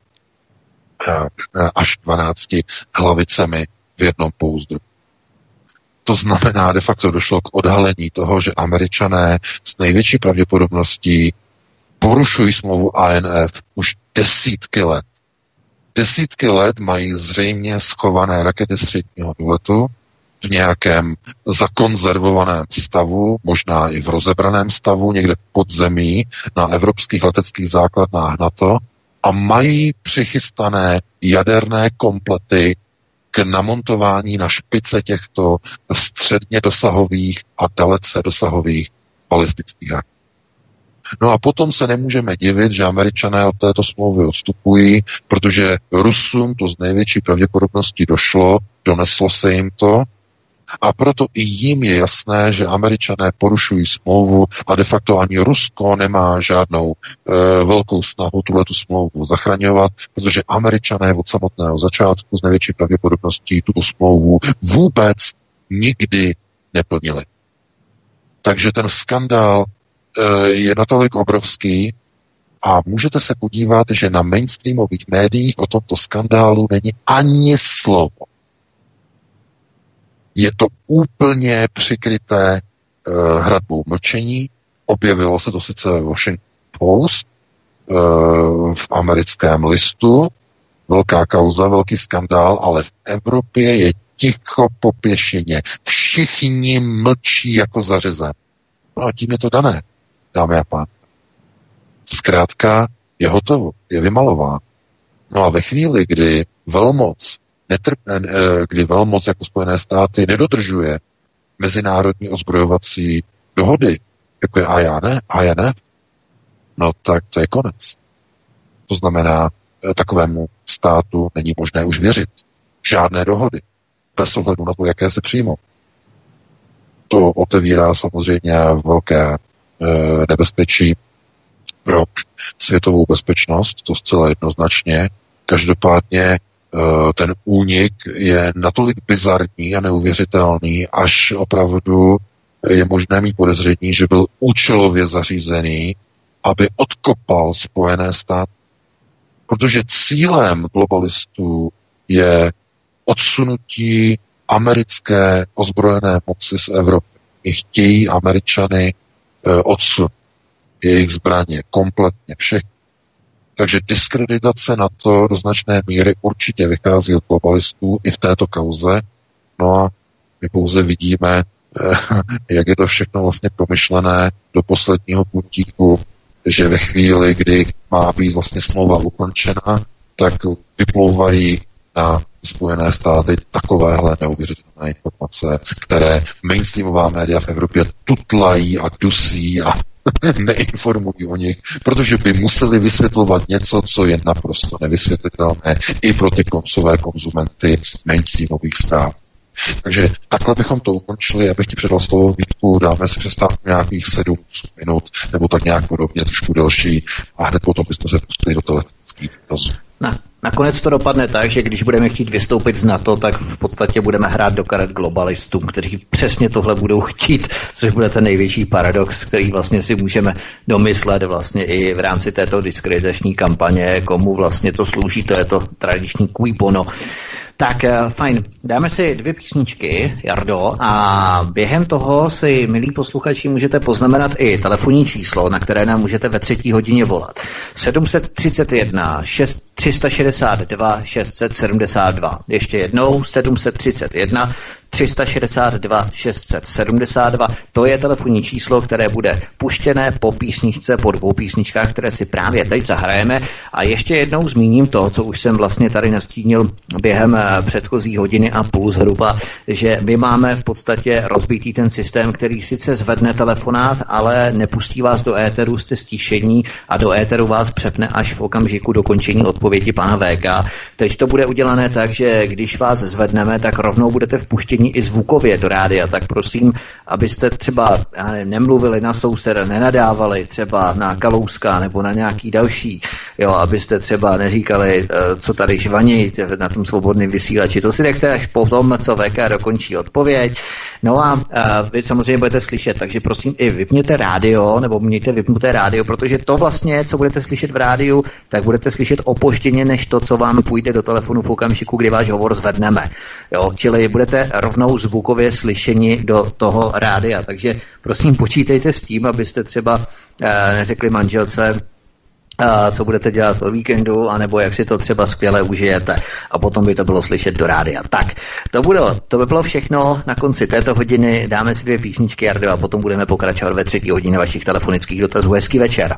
S3: až 12 hlavicemi v jednom pouzdru. To znamená, de facto došlo k odhalení toho, že Američané s největší pravděpodobností porušují smlouvu INF už desítky let. Desítky let mají zřejmě schované rakety středního doletu v nějakém zakonzervovaném stavu, možná i v rozebraném stavu, někde pod zemí, na evropských leteckých základnách NATO, a mají přichystané jaderné komplety k namontování na špice těchto středně dosahových a dalece dosahových balistických raket. No a potom se nemůžeme divit, že Američané od této smlouvy odstupují, protože Rusům to z největší pravděpodobností doneslo se jim to, a proto i jim je jasné, že Američané porušují smlouvu a de facto ani Rusko nemá žádnou velkou snahu tuhletu smlouvu zachraňovat, protože Američané od samotného začátku z největší pravděpodobností tuto smlouvu vůbec nikdy neplnili. Takže ten skandál je natolik obrovský a můžete se podívat, že na mainstreamových médiích o tomto skandálu není ani slovo. Je to úplně přikryté hradbou mlčení. Objevilo se to sice ve Washington Post, v americkém listu, velká kauza, velký skandál, ale v Evropě je ticho po pěšině. Všichni mlčí jako zařezen. No a tím je to dané, dámy a pánové. Zkrátka je hotovo, je vymalován. No a ve chvíli, kdy velmoc jako Spojené státy nedodržuje mezinárodní ozbrojovací dohody, jako je INF, no tak to je konec. To znamená, takovému státu není možné už věřit. Žádné dohody, bez ohledu na to, jaké se přijmou. To otevírá samozřejmě velké nebezpečí pro světovou bezpečnost, to zcela jednoznačně. Každopádně ten únik je natolik bizarní a neuvěřitelný, až opravdu je možné mít podezření, že byl účelově zařízený, aby odkopal Spojené státy. Protože cílem globalistů je odsunutí americké ozbrojené moci z Evropy. I chtějí Američany odsunout jejich zbraně kompletně všechny. Takže diskreditace na to do značné míry určitě vychází od globalistů i v této kauze. No a my pouze vidíme, jak je to všechno vlastně promyšlené do posledního puntíku, že ve chvíli, kdy má být vlastně smlouva ukončena, tak vyplouvají na Spojené státy takovéhle neuvěřitelné informace, které mainstreamová média v Evropě tutlají a dusí a neinformují o nich, protože by museli vysvětlovat něco, co je naprosto nevysvětlitelné i pro ty koncové konzumenty mainstreamových zpráv. Takže takhle bychom to ukončili, abych ti předal slovo Vítku, dáme si přestávku nějakých 7 minut, nebo tak nějak podobně, trošku delší, a hned potom bychom se pustili do telefonických dotazů.
S1: Nakonec to dopadne tak, že když budeme chtít vystoupit z NATO, tak v podstatě budeme hrát do karet globalistům, kteří přesně tohle budou chtít, což bude ten největší paradox, který vlastně si můžeme domyslet vlastně i v rámci této diskreditační kampaně, komu vlastně to slouží, to je to tradiční cui bono. Tak fajn, dáme si 2 písničky, Jardo, a během toho si, milí posluchači, můžete poznamenat i telefonní číslo, na které nám můžete ve 3. hodině volat. 731 362 672. Ještě jednou 731 362 672. To je telefonní číslo, které bude puštěné po písničce, po 2 písničkách, které si právě teď zahrajeme. A ještě jednou zmíním to, co už jsem vlastně tady nastínil během předchozí hodiny a půl zhruba, že my máme v podstatě rozbitý ten systém, který sice zvedne telefonát, ale nepustí vás do éteru, jste stišení a do éteru vás přepne až v okamžiku dokončení odpovědi pana VK. Teď to bude udělané tak, že když vás zvedneme, tak rovnou budete vpuštěni i zvukově do rádia, tak prosím, abyste třeba nemluvili na souseda, nenadávali třeba na Kalouska nebo na nějaký další, jo, abyste třeba neříkali, co tady žvaní na tom svobodném vysílači. To si nechte až potom, co VK dokončí odpověď. No a vy samozřejmě budete slyšet, takže prosím i vypněte rádio, nebo mějte vypnuté rádio, protože to vlastně, co budete slyšet v rádiu, tak budete slyšet opožděně, než to, co vám půjde do telefonu v okamžiku, kdy váš hovor zvedneme. Jo, čili budete rovnou zvukově slyšeni do toho rádia. Takže prosím počítejte s tím, abyste třeba neřekli manželce, co budete dělat o víkendu, anebo jak si to třeba skvěle užijete. A potom by to bylo slyšet do rádia. Tak, to by bylo všechno na konci této hodiny. Dáme si 2 písničky, Jardo, a potom budeme pokračovat ve 3. hodině vašich telefonických dotazů. Hezký večer.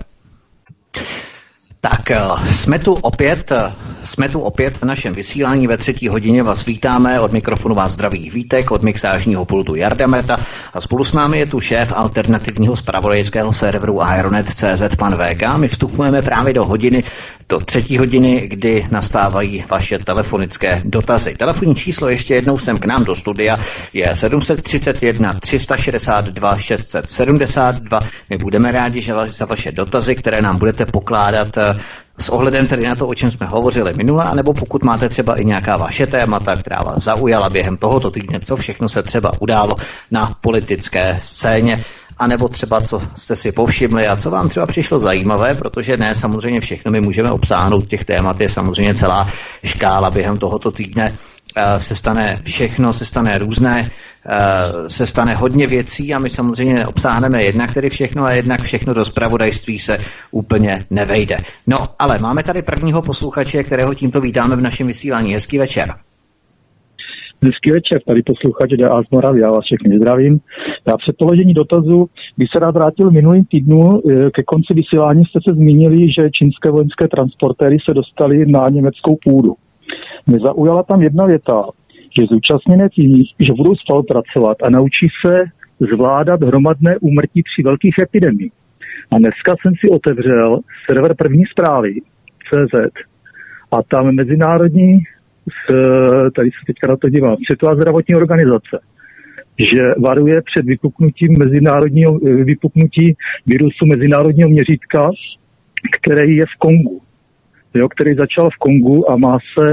S1: Tak, jsme tu opět v našem vysílání ve 3. hodině. Vás vítáme, od mikrofonu vás zdraví Vítek, od mixážního pultu Jarda Meta a spolu s námi je tu šéf alternativního zpravodajského serveru Ironet.cz pan VK. My vstupujeme právě do 3. hodiny, kdy nastávají vaše telefonické dotazy. Telefonní číslo ještě jednou sem k nám do studia je 731 362 672. My budeme rádi za vaše dotazy, které nám budete pokládat s ohledem tedy na to, o čem jsme hovořili minule, anebo pokud máte třeba i nějaká vaše témata, která vás zaujala během tohoto týdne, co všechno se třeba událo na politické scéně, anebo třeba co jste si povšimli a co vám třeba přišlo zajímavé, protože ne samozřejmě všechno my můžeme obsáhnout, těch témat je samozřejmě celá škála během tohoto týdne. Se stane všechno, se stane různé, se stane hodně věcí a my samozřejmě obsáhneme jednak tedy všechno a jednak všechno do zpravodajství se úplně nevejde. No, ale máme tady prvního posluchače, kterého tímto vítáme v našem vysílání. Hezký večer.
S4: Hezký večer, tady posluchač D.A. z Moravy, já vás všechny zdravím. Já před položení dotazu bych se rád vrátil minulým týdnu. Ke konci vysílání jste se zmínili, že čínské vojenské transportéry se dostaly na německou půdu. Mě zaujala tam jedna věta, že zúčastněné týmy, že budou spolupracovat a naučí se zvládat hromadné úmrtí při velkých epidemiích. A dneska jsem si otevřel server První zprávy CZ a tam mezinárodní, tady se teďka na to dívám, Světová zdravotní organizace, že varuje před vypuknutí virusu mezinárodního měřítka, který je v Kongu. Jo, který začal v Kongu a má se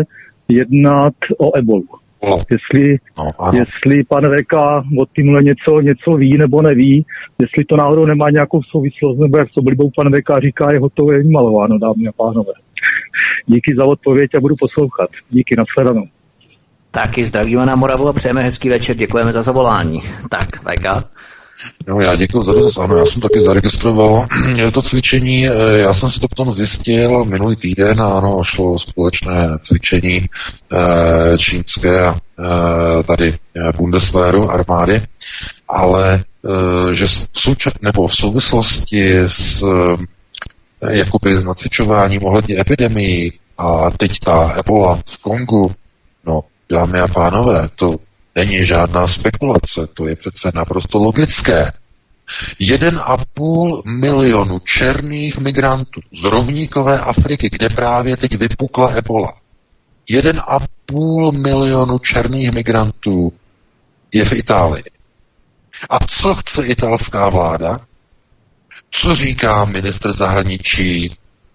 S4: jednat o ebolu. Jestli pan VK o týmhle něco ví nebo neví, jestli to náhodou nemá nějakou souvislost, nebo jak s oblibou pan VK říká, je hotové vymalováno, dámy a pánové. Díky za odpověď a budu poslouchat. Díky, nashledanou.
S1: Taky zdravíme na Moravu a přejeme hezký večer, děkujeme za zavolání. Tak, VK.
S3: No, já děkuji za dotaz. Ano, já jsem taky zaregistroval to cvičení. Já jsem si to potom zjistil minulý týden. Ano, šlo o společné cvičení čínské a tady Bundeswehru armády, ale že v souvislosti s jakoby nacvičováním ohledně epidemii a teď ta Ebola v Kongu, no, dámy a pánové, to není žádná spekulace, to je přece naprosto logické. 1,5 milionu černých migrantů z rovníkové Afriky, kde právě teď vypukla Ebola. 1,5 milionu černých migrantů je v Itálii. A co chce italská vláda? Co říká ministr zahraničí,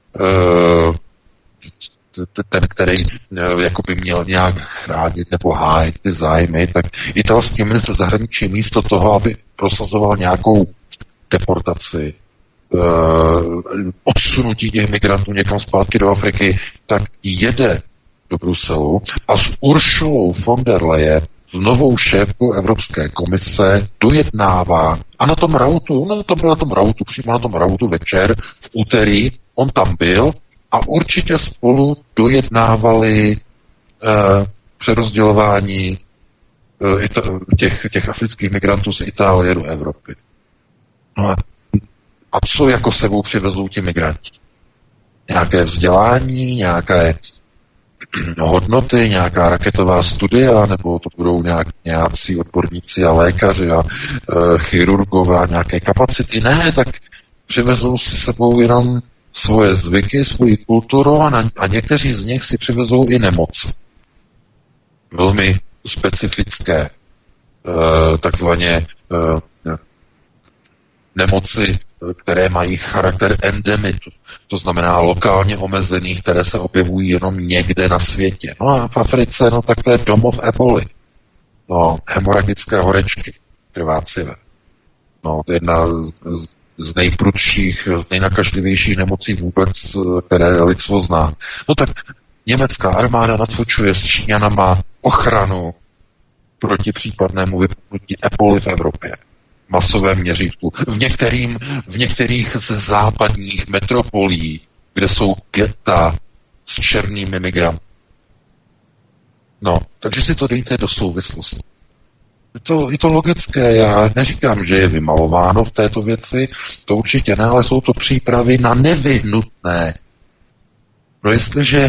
S3: ten, který jakoby měl nějak chránit nebo hájit ty zájmy, tak italský ministr zahraničí místo toho, aby prosazoval nějakou deportaci, odsunutí těch migrantů někam zpátky do Afriky, tak jede do Bruselu a s Ursulou von der Leyen, s novou šéfkou Evropské komise, dojednává a na tom rautu, přímo na tom rautu večer, v úterý, on tam byl a určitě spolu dojednávali přerozdělování těch afrických migrantů z Itálie do Evropy. No a co jako sebou přivezou ti migranti? Nějaké vzdělání, nějaké hodnoty, nějaká raketová studia, nebo to budou nějací odborníci a lékaři a chirurgové a nějaké kapacity? Ne, tak přivezou si sebou jenom svoje zvyky, svoji kulturu a někteří z nich si přivezou i nemoc. Velmi specifické, takzvaně nemoci, které mají charakter endemitu. To znamená lokálně omezených, které se objevují jenom někde na světě. No a v Africe, no tak to je domov eboli. No, hemoragické horečky, krvácivé. No, to je jedna z nejprudších, z nejnakažlivějších nemocí vůbec, které lidstvo zná. No tak německá armáda nacvičuje s Číňanama ochranu proti případnému vypuknutí eboli v Evropě. Masovém měřítku. V některých ze západních metropolí, kde jsou geta s černými migranty. No, takže si to dejte do souvislosti. Je to logické, já neříkám, že je vymalováno v této věci, to určitě ne, ale jsou to přípravy na nevyhnutné. No jestliže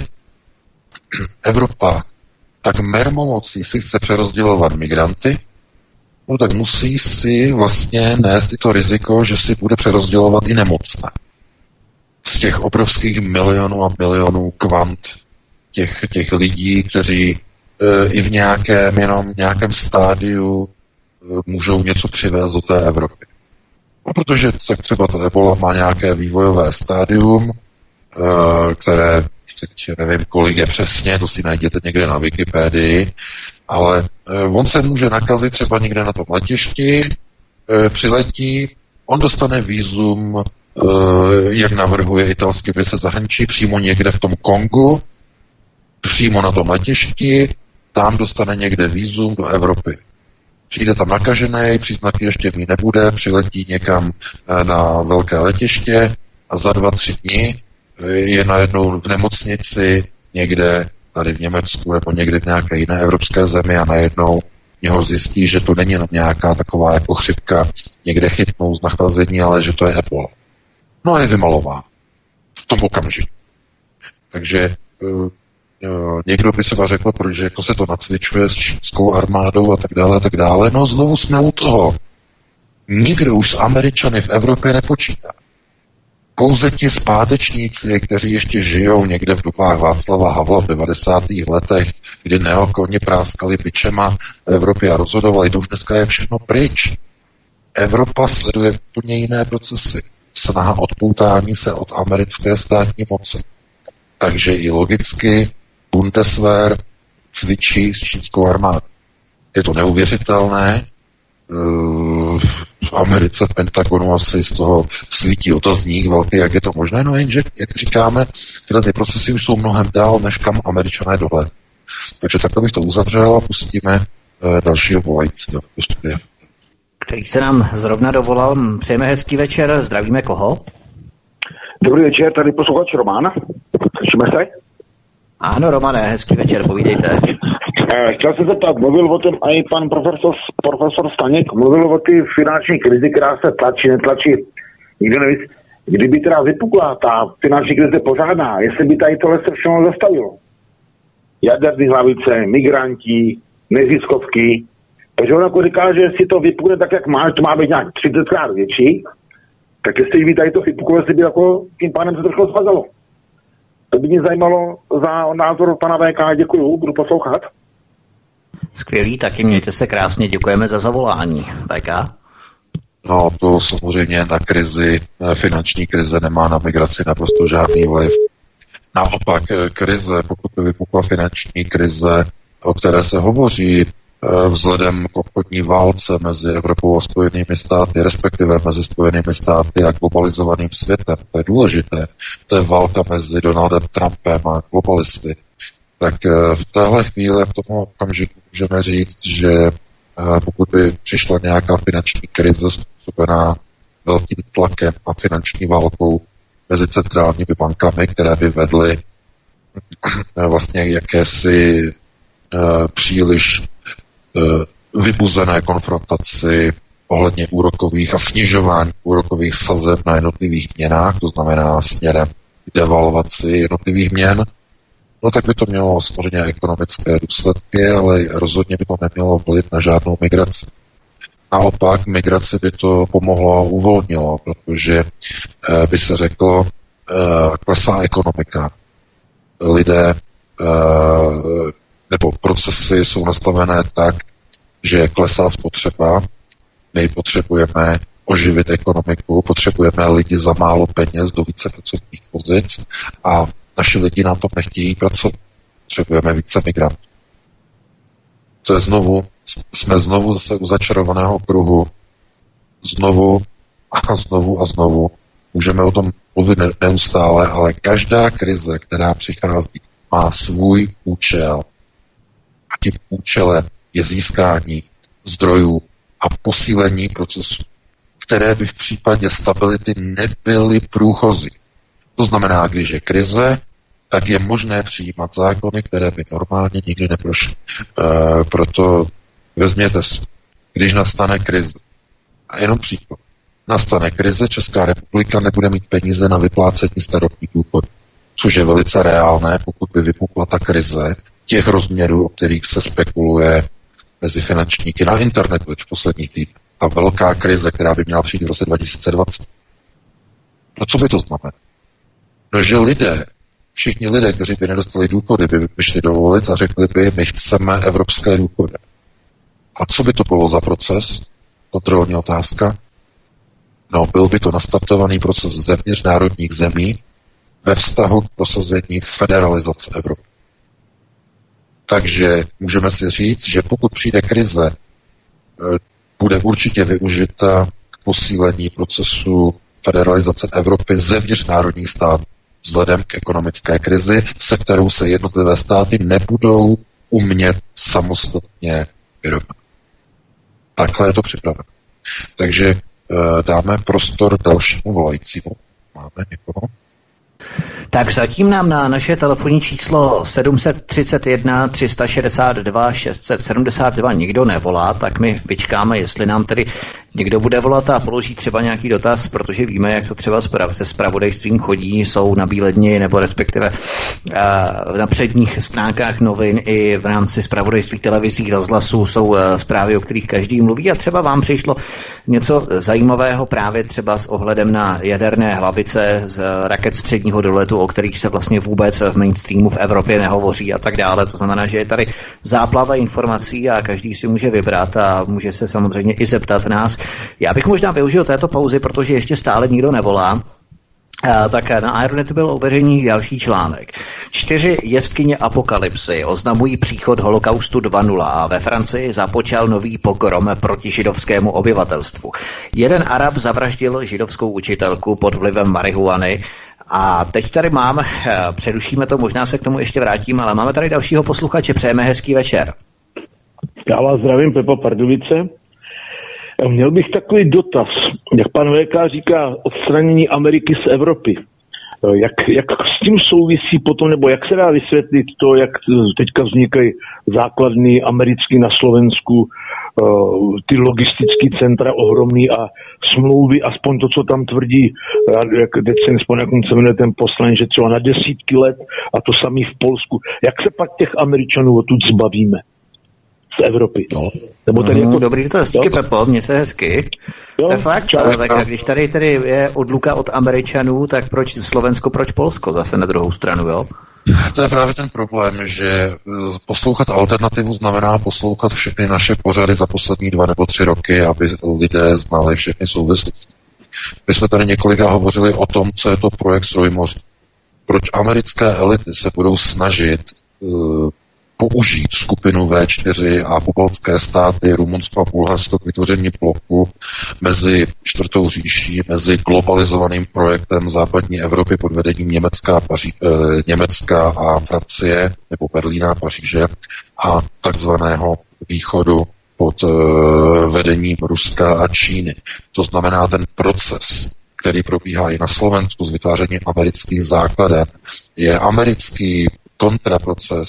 S3: Evropa tak mermomocí si chce přerozdělovat migranty, no tak musí si vlastně nést i to riziko, že si bude přerozdělovat i nemocné. Z těch obrovských milionů a milionů kvant těch lidí, kteří i v nějakém stádiu můžou něco přivést do té Evropy. No, protože tak třeba ta Ebola má nějaké vývojové stádium, které, teď nevím, kolik je přesně, to si najděte někde na Wikipedii, ale on se může nakazit třeba někde na tom letišti, přiletí, on dostane vízum, jak navrhuje italský ministr zahraničí, přímo někde v tom Kongu, přímo na tom letišti, tam dostane někde vízum do Evropy. Přijde tam nakažený, příznaky ještě mít nebude, přiletí někam na velké letiště a za 2-3 dny je najednou v nemocnici někde tady v Německu nebo někde v nějaké jiné evropské zemi a najednou něho zjistí, že to není jenom nějaká taková jako chřipka, někde chytnou z nachlazení, ale že to je Ebola. No a je vymalová v tom okamžiku. Takže někdo by se řekl, proč jako se to nacvičuje s čínskou armádou a tak dále. No znovu jsme u toho. Nikdo už s Američany v Evropě nepočítá. Pouze ti zpátečníci, kteří ještě žijou někde v dobách Václava Havla v 90. letech, kdy neokonni práskali bičema v Evropě a rozhodovali, to už dneska je všechno pryč. Evropa sleduje úplně jiné procesy. Snaha odpoutání se od americké státní moci. Takže i logicky Bundeswehr cvičí s čínskou armádou. Je to neuvěřitelné. V Americe, v Pentagonu asi z toho svítí otazník velký, jak je to možné. No jenže, jak říkáme, tyhle ty procesy už jsou mnohem dál, než kam Američané dohlédnou. Takže takto bych to uzavřel a pustíme dalšího volajícího do studia.
S1: Který se nám zrovna dovolal. Přejeme hezký večer, zdravíme koho?
S5: Dobrý večer, tady posluchač Roman. Slyšíme se?
S1: Ano, Romane, hezký večer, povídejte.
S5: Chtěl se zeptat, mluvil o tom i pan profesor Staněk, mluvil o ty finanční krizi, která se tlačí, netlačí. Nikdo neví, kdyby teda vypukla ta finanční krize pořádná, jestli by tady tohle se všechno zastavilo. Jaderní hlavice, migranti, neziskovky. Takže on jako říká, že si to vypukne tak, jak má, to má být nějak 30krát větší, tak jestli by tady to vypuklo, jestli by jako tím pánem se trošku svazalo. To by mě zajímalo za názor pana VK. Děkuju, budu poslouchat.
S1: Skvělý, taky mějte se krásně, děkujeme za zavolání. VK?
S3: No, to samozřejmě na krizi, finanční krize nemá na migraci naprosto žádný vliv. Naopak krize, pokud by vypukla finanční krize, o které se hovoří vzhledem k obchodní válce mezi Evropou a Spojenými státy, respektive mezi Spojenými státy a globalizovaným světem, to je důležité, to je válka mezi Donaldem Trumpem a globalisty, tak v téhle chvíli, v tom okamžiku můžeme říct, že pokud by přišla nějaká finanční krize způsobená velkým tlakem a finanční válkou mezi centrálními bankami, které by vedly vlastně jakési příliš vybuzené konfrontaci ohledně úrokových a snižování úrokových sazeb na jednotlivých měnách, to znamená směrem k devalvaci jednotlivých měn, no tak by to mělo samozřejmě ekonomické důsledky, ale rozhodně by to nemělo vliv na žádnou migraci. Naopak migraci by to pomohlo a uvolnilo, protože by se řeklo, klesá ekonomika. Lidé nebo procesy jsou nastavené tak, že klesá spotřeba, my potřebujeme oživit ekonomiku, potřebujeme lidi za málo peněz do více pracovních pozic a naši lidi nám to nechtějí pracovat. Potřebujeme více migrantů. To je jsme znovu zase u začarovaného kruhu. Znovu a znovu. Můžeme o tom mluvit neustále, ale každá krize, která přichází, má svůj účel. A tím účelem je získání zdrojů a posílení procesů, které by v případě stability nebyly průchozí. To znamená, když je krize, tak je možné přijímat zákony, které by normálně nikdy neprošly. Proto vezměte si, když nastane krize, a jenom příklad, nastane krize, Česká republika nebude mít peníze na vyplácení starobních důchodů, což je velice reálné, pokud by vypukla ta krize těch rozměrů, o kterých se spekuluje mezi finančníky na internetu v posledních týdnech. Ta velká krize, která by měla přijít v roce 2020. No co by to znamenalo? No, že všichni lidé, kteří by nedostali důchody, by vyšli do ulic a řekli by, my chceme evropské důchody. A co by to bylo za proces? Kontrolní otázka. No, byl by to nastartovaný proces zevnitř národních zemí ve vztahu k prosazení federalizace Evropy. Takže můžeme si říct, že pokud přijde krize, bude určitě využita k posílení procesu federalizace Evropy zevnitř národních států vzhledem k ekonomické krizi, se kterou se jednotlivé státy nebudou umět samostatně vyrovnat. Takhle je to připraveno. Takže dáme prostor dalšímu volajícímu. Máme někoho?
S1: Tak zatím nám na naše telefonní číslo 731 362 672 nikdo nevolá, tak my vyčkáme, jestli nám tedy někdo bude volat a položí třeba nějaký dotaz, protože víme, jak to třeba se zpravodajstvím chodí, jsou na Bíledni nebo respektive na předních stránkách novin i v rámci zpravodajství televizí, rozhlasů jsou zprávy, o kterých každý mluví a třeba vám přišlo něco zajímavého právě třeba s ohledem na jaderné hlavice z raket středního doletu, o kterých se vlastně vůbec v mainstreamu v Evropě nehovoří a tak dále. To znamená, že je tady záplava informací a každý si může vybrat a může se samozřejmě i zeptat nás. Já bych možná využil této pauzy, protože ještě stále nikdo nevolá. Tak na Aeronetu byl uveřejněný další článek. 4 jeskyně apokalypsy oznamují příchod holokaustu 2.0 a ve Francii započal nový pogrom proti židovskému obyvatelstvu. Jeden Arab zavraždil židovskou učitelku pod vlivem marihuany. A teď tady přerušíme to, možná se k tomu ještě vrátím, ale máme tady dalšího posluchače, přejeme hezký večer.
S6: Já vás zdravím, Pepa Pardubice. Měl bych takový dotaz, jak pan VK říká, odstranění Ameriky z Evropy. Jak s tím souvisí potom, nebo jak se dá vysvětlit to, jak teďka vznikají základny americký na Slovensku, ty logistické centra ohromný a smlouvy, aspoň to, co tam tvrdí, jak teď se nespomínám, jak se jmenuje ten poslanec, že třeba na desítky let a to samý v Polsku. Jak se pak těch Američanů odtud zbavíme? Z Evropy. No. Nebo tady jako...
S1: Dobrý dotaz, díky Pepo, mně se hezky. To je fakt, tak když tady je odluka od Američanů, tak proč Slovensko, proč Polsko zase na druhou stranu, jo?
S3: To je právě ten problém, že poslouchat alternativu znamená poslouchat všechny naše pořady za poslední 2 nebo 3 roky, aby lidé znali všechny souvislosti. My jsme tady několikrát hovořili o tom, co je to projekt Trojmoří. Proč americké elity se budou snažit použít skupinu V4 a pobaltské státy, Rumunsko a Bulharsko k vytvoření bloku mezi čtvrtou říší, mezi globalizovaným projektem západní Evropy pod vedením Německa a Francie, nebo Berlína a Paříže, a takzvaného východu pod vedením Ruska a Číny. To znamená ten proces, který probíhá i na Slovensku s vytvářením amerických základen, je americký kontraproces,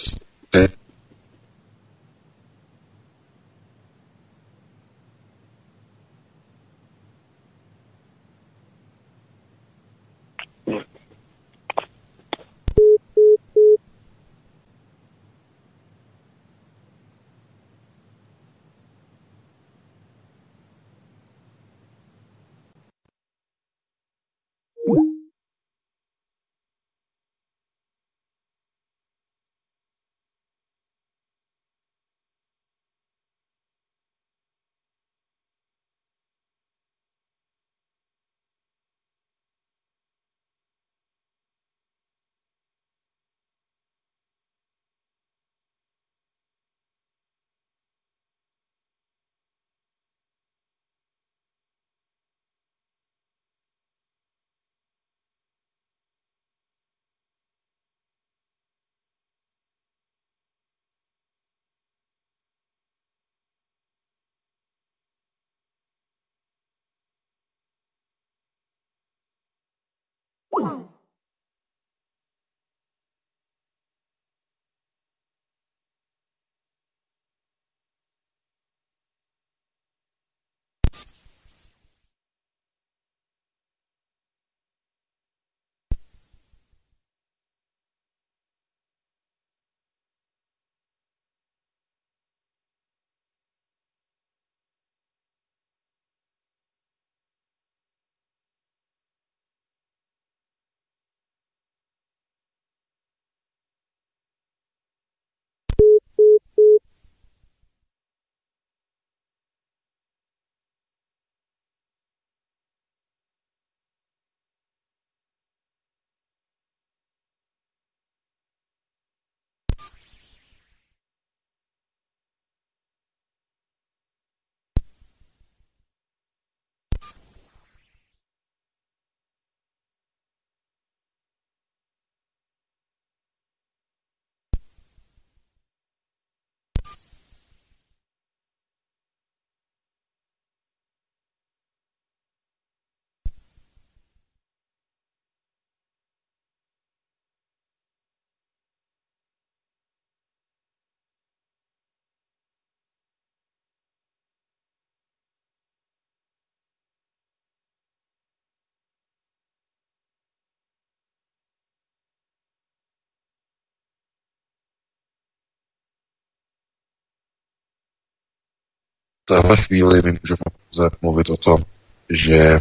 S3: téhle chvíli my můžeme mluvit o tom, že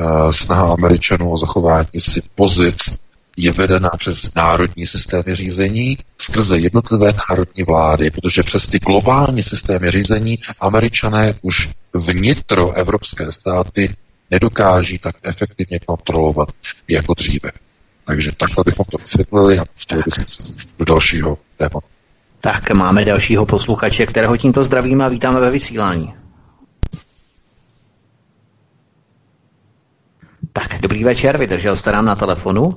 S3: snaha Američanů o zachování si pozic je vedena přes národní systémy řízení skrze jednotlivé národní vlády, protože přes ty globální systémy řízení Američané už vnitroevropské státy nedokáží tak efektivně kontrolovat jako dříve. Takže takhle bychom to vysvětlili a pustili bychom se do dalšího tématu.
S1: Tak máme dalšího posluchače, kterého tímto zdravíme a vítáme ve vysílání. Tak, dobrý večer, vydržel jste nám na telefonu?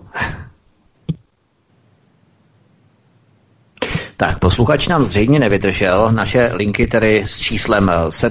S1: Tak, posluchač nám zřejmě nevydržel. Naše linky tedy s číslem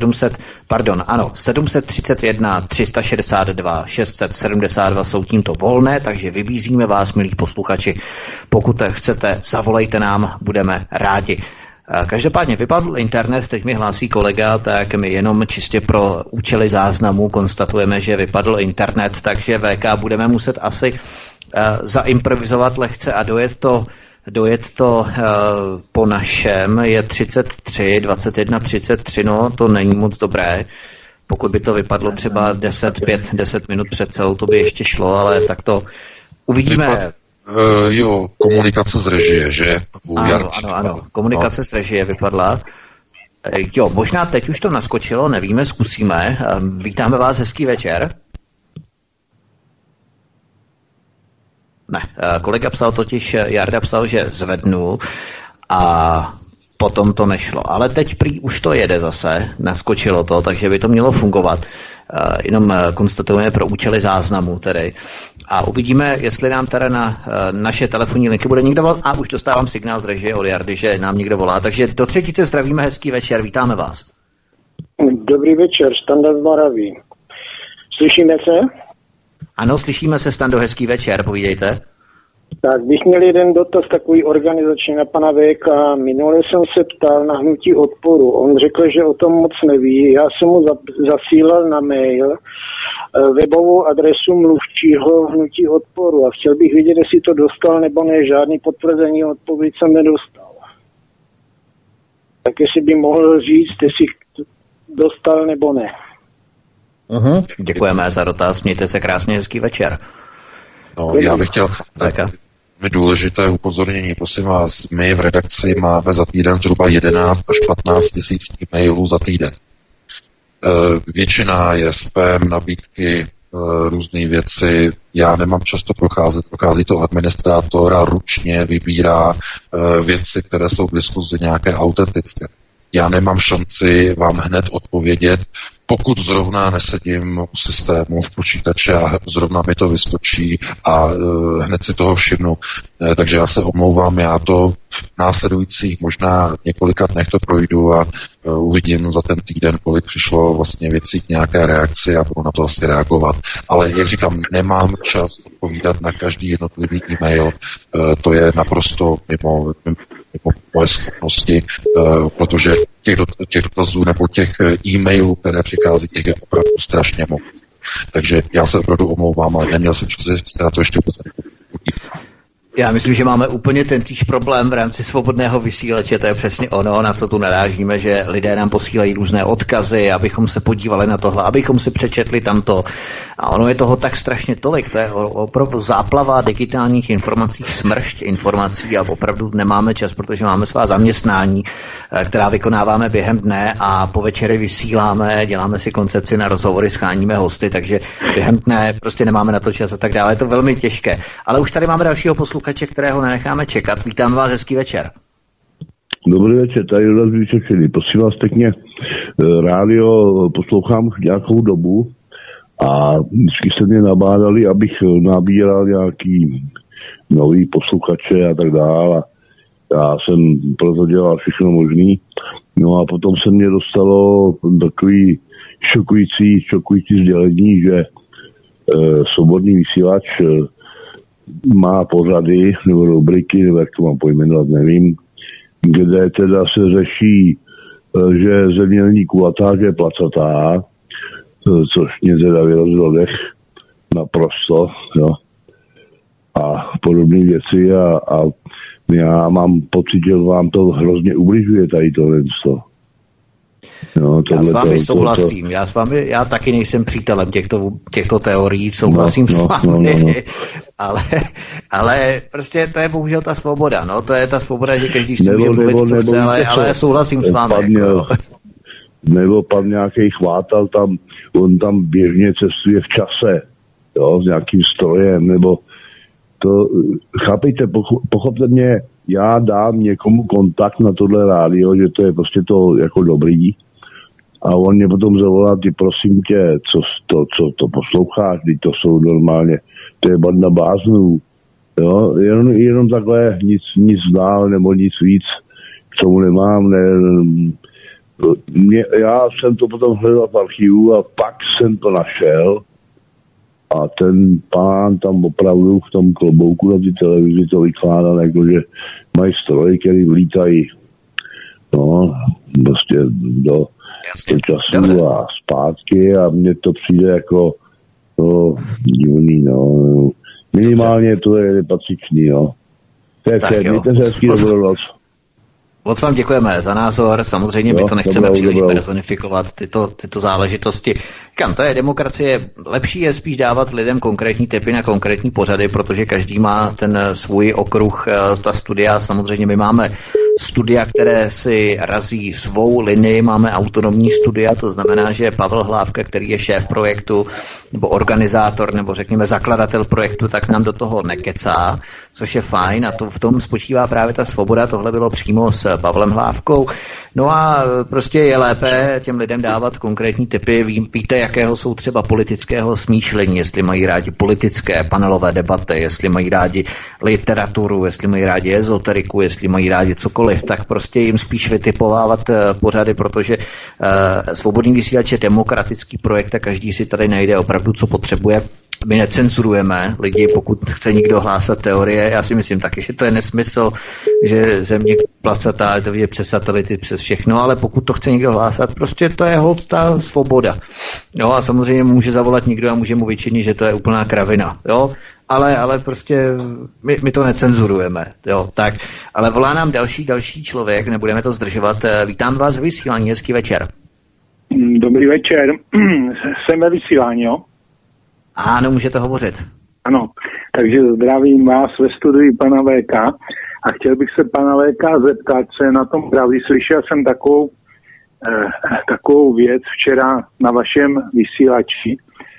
S1: 731 362 672 jsou tímto volné, takže vybízíme vás, milí posluchači. Pokud chcete, zavolejte nám, budeme rádi. Každopádně vypadl internet, teď mi hlásí kolega, tak my jenom čistě pro účely záznamu konstatujeme, že vypadl internet, takže VK budeme muset asi zaimprovizovat lehce a dojet to po našem, je 33, 21, 33, no to není moc dobré. Pokud by to vypadlo třeba 10 minut před celou, to by ještě šlo, ale tak to uvidíme.
S3: Jo, komunikace z režie, že?
S1: Ano, komunikace z režie vypadla. Jo, možná teď už to naskočilo, nevíme, zkusíme. Vítáme vás, hezký večer. Ne, kolega psal totiž, Jarda psal, že zvednul a potom to nešlo. Ale teď prý už to jede zase, naskočilo to, takže by to mělo fungovat. Jenom konstatujeme pro účely záznamu tedy. A uvidíme, jestli nám teda na naše telefonní linky bude někdo volat. A už dostávám signál z režie od Jardy, že nám někdo volá. Takže do třetice zdravíme, hezký večer, vítáme vás.
S7: Dobrý večer, Standa z Moraví. Slyšíme se?
S1: Ano, slyšíme se, Stando, hezký večer, povídejte.
S7: Tak bych měl jeden dotaz takový organizační na pana VK. Minule jsem se ptal na hnutí odporu. On řekl, že o tom moc neví. Já jsem mu zasílal na mail webovou adresu mluvčího hnutí odporu a chtěl bych vidět, jestli to dostal nebo ne. Žádný potvrzení odpověď jsem nedostal. Tak jestli by mohl říct, jestli dostal nebo ne.
S1: Děkujeme za dotaz, mějte se krásně, hezký večer.
S3: No, já bych chtěl mi důležité upozornění, prosím vás, my v redakci máme za týden zhruba 11 až 15 tisíc e-mailů za týden. Většina je spam, nabídky, různé věci. Já nemám často prochází to administrátor a ručně vybírá věci, které jsou v diskuzi nějaké autentické. Já nemám šanci vám hned odpovědět, pokud zrovna nesedím u systému v počítači a zrovna mi to vyskočí a hned si toho všimnu. Takže já se omlouvám, já to v následujících možná několika dnech to projdu a uvidím za ten týden, kolik přišlo vlastně věcí k nějaké reakci a budu na to asi reagovat. Ale jak říkám, nemám čas odpovídat na každý jednotlivý e-mail, to je naprosto mimo moje schopnosti, protože těch dotazů nebo těch e-mailů, které přichází, těch je opravdu strašně moc. Takže já se opravdu omlouvám, ale neměl jsem čas se na to ještě podívat.
S1: Já myslím, že máme úplně tentýž problém v rámci svobodného vysílače, to je přesně ono, na co tu narážíme, že lidé nám posílají různé odkazy, abychom se podívali na tohle, abychom si přečetli tamto. A ono je toho tak strašně tolik, to je opravdu záplava digitálních informací, smršť informací a opravdu nemáme čas, protože máme svá zaměstnání, která vykonáváme během dne a po večeri vysíláme, děláme si koncepci na rozhovory, scháníme hosty, takže během dne prostě nemáme na to čas a tak dále, je to velmi těžké. Ale už tady máme dalšího posluchače, kterého nenecháme čekat. Vítám vás, hezký večer.
S8: Dobrý večer, tady Jonas Vyčečený. Prosím vás pěkně, rádio poslouchám nějakou dobu a vždycky se mě nabádali, abych nabíral nějaký nový posluchače a tak dále. Já jsem proto dělal všechno možný. No a potom se mě dostalo takový šokující sdělení, že svobodný vysílač má pořady nebo rubriky, nebo jak to mám pojmenovat, nevím, kde teda se řeší, že země není kulatá, že je placatá, což mě teda vyrozilo dech naprosto, jo. A podobné věci a já mám pocit, že vám to hrozně ubližuje tady tohle.
S1: No, já s vámi souhlasím. Já taky nejsem přítelem těchto teorií, souhlasím s vámi. Ale prostě to je bohužel ta svoboda. No, to je ta svoboda, že každý si může mluvit, co chce, ale souhlasím s vámi.
S8: nebo pan nějaký chvátal tam, on tam běžně cestuje v čase, jo, s nějakým strojem, nebo to, chápejte, pochopte mě, já dám někomu kontakt na tohle rádio, že to je prostě to jako dobrý, a on mě potom zavolá, ty prosím tě, co to posloucháš, teď to jsou normálně, to je banda bláznů, jo, jenom takhle nic dál nebo nic víc, k tomu nemám, já jsem to potom hledal v archivu a pak jsem to našel a ten pán tam opravdu v tom klobouku na ty televizi to vykládal, jakože mají stroje, který vlítají prostě do času a zpátky a mně to přijde jako divný, minimálně to je nepatřičný, To je vše, mějte se hezký, dobrou noc.
S1: Moc vám děkujeme za názor, samozřejmě my to nechceme příliš personifikovat, tyto záležitosti. Kam to je demokracie, lepší je spíš dávat lidem konkrétní tipy na konkrétní pořady, protože každý má ten svůj okruh, ta studia, samozřejmě my máme studia, které si razí svou linii, máme autonomní studia, to znamená, že Pavel Hlávka, který je šéf projektu, nebo organizátor, nebo řekněme zakladatel projektu, tak nám do toho nekecá, což je fajn a to v tom spočívá právě ta svoboda, tohle bylo přímo s Pavlem Hlávkou. No a prostě je lépe těm lidem dávat konkrétní tipy, víte, jakého jsou třeba politického smýšlení, jestli mají rádi politické panelové debaty, jestli mají rádi literaturu, jestli mají rádi ezoteriku, jestli mají rádi cokoliv, tak prostě jim spíš vytipovávat pořady, protože Svobodný vysílač je demokratický projekt a každý si tady najde opravdu, co potřebuje. My necenzurujeme lidi, pokud chce někdo hlásat teorie, já si myslím taky, že to je nesmysl, že země placatá, to je přes satelity, přes všechno, ale pokud to chce někdo hlásat, prostě to je holt ta svoboda. Jo, a samozřejmě může zavolat někdo a může mu vyčinit, že to je úplná kravina, jo, ale prostě my to necenzurujeme, jo, tak, ale volá nám další člověk, nebudeme to zdržovat, vítám vás v vysílání, hezký večer.
S7: Dobrý večer, jsem ve vysílání, jo?
S1: Ano, můžete hovořit. Ano,
S7: takže zdravím vás ve studiu pana VK a chtěl bych se pana VK zeptat, co je na tom pravdy. Slyšel jsem takovou věc včera na vašem vysílači,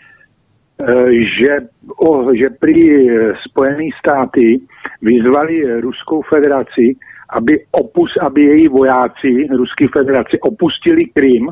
S7: že prý Spojené státy vyzvali Ruskou federaci, aby její vojáci Ruské federaci opustili Krym,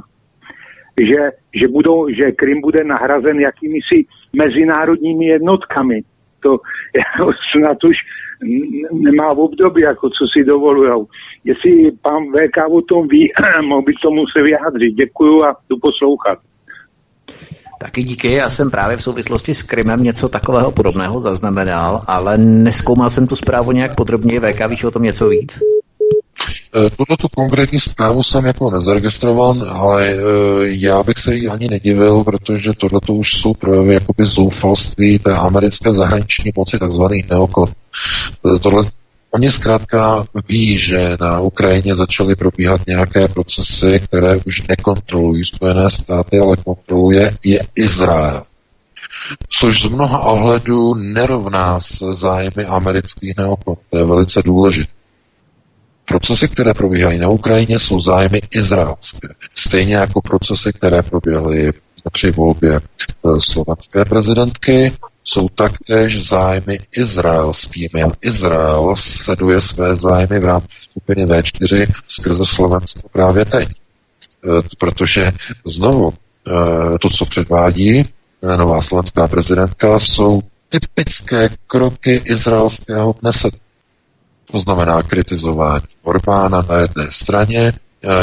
S7: že Krym bude nahrazen jakýmisi mezinárodními jednotkami. To snad už nemá v období, jako co si dovolujou. Jestli pan VK o tom ví, mohl by tomu se vyjádřit. Děkuju a jdu poslouchat.
S1: Taky díky, já jsem právě v souvislosti s Krymem něco takového podobného zaznamenal, ale nezkoumal jsem tu zprávu nějak podrobněji. VK, víš o tom něco víc?
S3: Tuto konkrétní zprávu jsem jako nezaregistroval, ale já bych se jí ani nedivil, protože tohleto už jsou projevy jakoby zoufalství té americké zahraniční moci, takzvaný neokon. Oni zkrátka ví, že na Ukrajině začaly probíhat nějaké procesy, které už nekontrolují Spojené státy, ale kontroluje je Izrael. Což z mnoha ohledů nerovná se zájmy amerických neokon. To je velice důležité. Procesy, které probíhají na Ukrajině, jsou zájmy izraelské. Stejně jako procesy, které proběhly při volbě slovenské prezidentky, jsou taktéž zájmy izraelskými. A Izrael sleduje své zájmy v rámci skupiny V4 skrze Slovensko právě teď. Protože znovu to, co předvádí nová slovenská prezidentka, jsou typické kroky izraelského Knesetu. To znamená kritizování Orbána na jedné straně,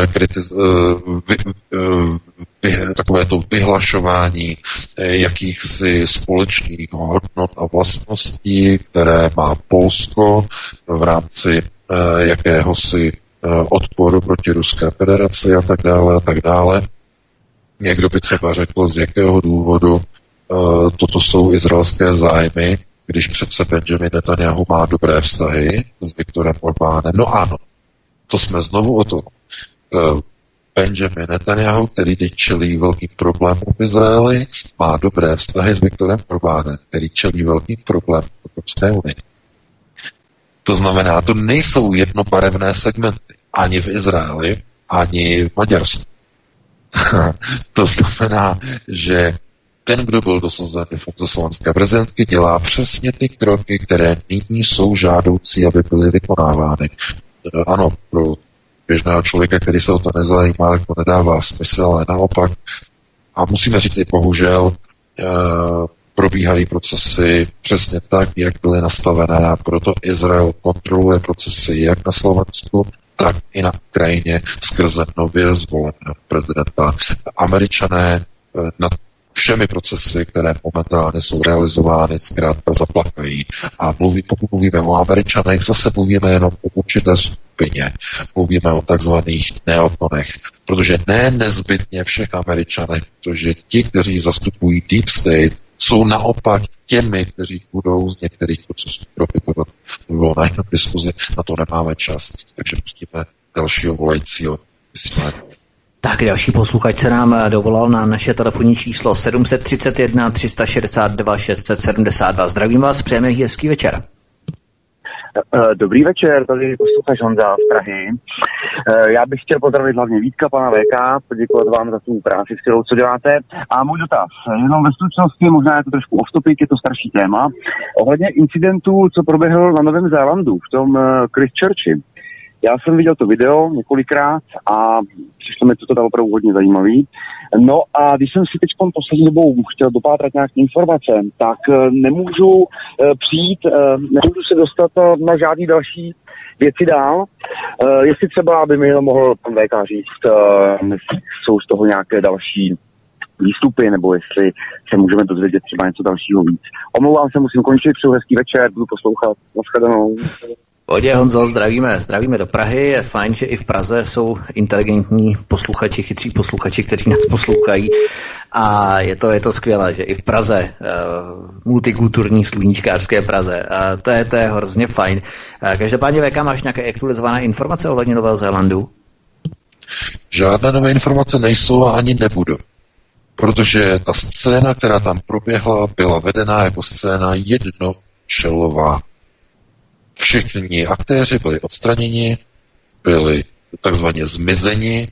S3: takovéto vyhlašování jakýchsi společných hodnot a vlastností, které má Polsko v rámci jakéhosi odporu proti Ruské federaci a tak dále a tak dále. Někdo by třeba řekl, z jakého důvodu toto jsou izraelské zájmy, když přece Benjamin Netanyahu má dobré vztahy s Viktorem Orbánem. No ano, to jsme znovu o tom. Benjamin Netanyahu, který teď čelí velkým problémům v Izraeli, má dobré vztahy s Viktorem Orbánem, který čelí velkým problémům v Evropské unii. To znamená, to nejsou jednobarevné segmenty. Ani v Izraeli, ani v Maďarsku. To znamená, že ten, kdo byl dosazen do funkce slovenské prezidentky, dělá přesně ty kroky, které nyní jsou žádoucí, aby byly vykonávány. Ano, pro běžného člověka, který se o to nezajímá, tak to nedává smysl, ale naopak. A musíme říct, že bohužel probíhají procesy přesně tak, jak byly nastavené, a proto Izrael kontroluje procesy jak na Slovensku, tak i na Ukrajině skrze nově zvoleného prezidenta. Američané nad všemi procesy, které momentálně jsou realizovány, zkrátka zaplakají. A pokud mluvíme o Američanech, zase mluvíme jenom o určité skupině. Mluvíme o takzvaných neokonech. Protože ne nezbytně všech Američanech, protože ti, kteří zastupují Deep State, jsou naopak těmi, kteří budou z některých procesů profitovat. To bylo na jednu diskuzi, na to nemáme čas. Takže pustíme dalšího volajícího vysílání.
S1: Tak další posluchač se nám dovolal na naše telefonní číslo 731 362 672. Zdravím vás, přejeme hezký večer.
S9: Dobrý večer, tady posluchač Honza z Prahy. Já bych chtěl pozdravit hlavně Vítka, pana VK, poděkovat vám za tu práci skvělou, co děláte. A můj dotaz, jenom ve stručnosti, možná je to trošku off-topic, je to starší téma, ohledně incidentu, co proběhl na Novém Zélandu, v tom Christchurchi. Já jsem viděl to video několikrát a přišlo mi to opravdu hodně zajímavý. No a když jsem si teď poslední dobou chtěl dopátrat nějaké informace, tak nemůžu nemůžu se dostat na žádný další věci dál. Jestli třeba by mi jenom mohl pan VK říct, jsou z toho nějaké další výstupy, nebo jestli se můžeme dozvědět třeba něco dalšího víc. Omlouvám se, musím končit, přeju hezký večer, budu poslouchat. Nashledanou.
S1: Pohodě, Honzo, zdravíme do Prahy. Je fajn, že i v Praze jsou inteligentní posluchači, chytří posluchači, kteří nás poslouchají. A je to skvělé, že i v Praze, multikulturní sluníčkářské Praze. A to je hrozně fajn. Každopádně, VK, máš nějaké aktualizované informace ohledně Nového Zélandu?
S3: Žádné nové informace nejsou a ani nebudou. Protože ta scéna, která tam proběhla, byla vedená jako scéna jednočelová. Všichni aktéři byli odstraněni, byli takzvaně zmizeni,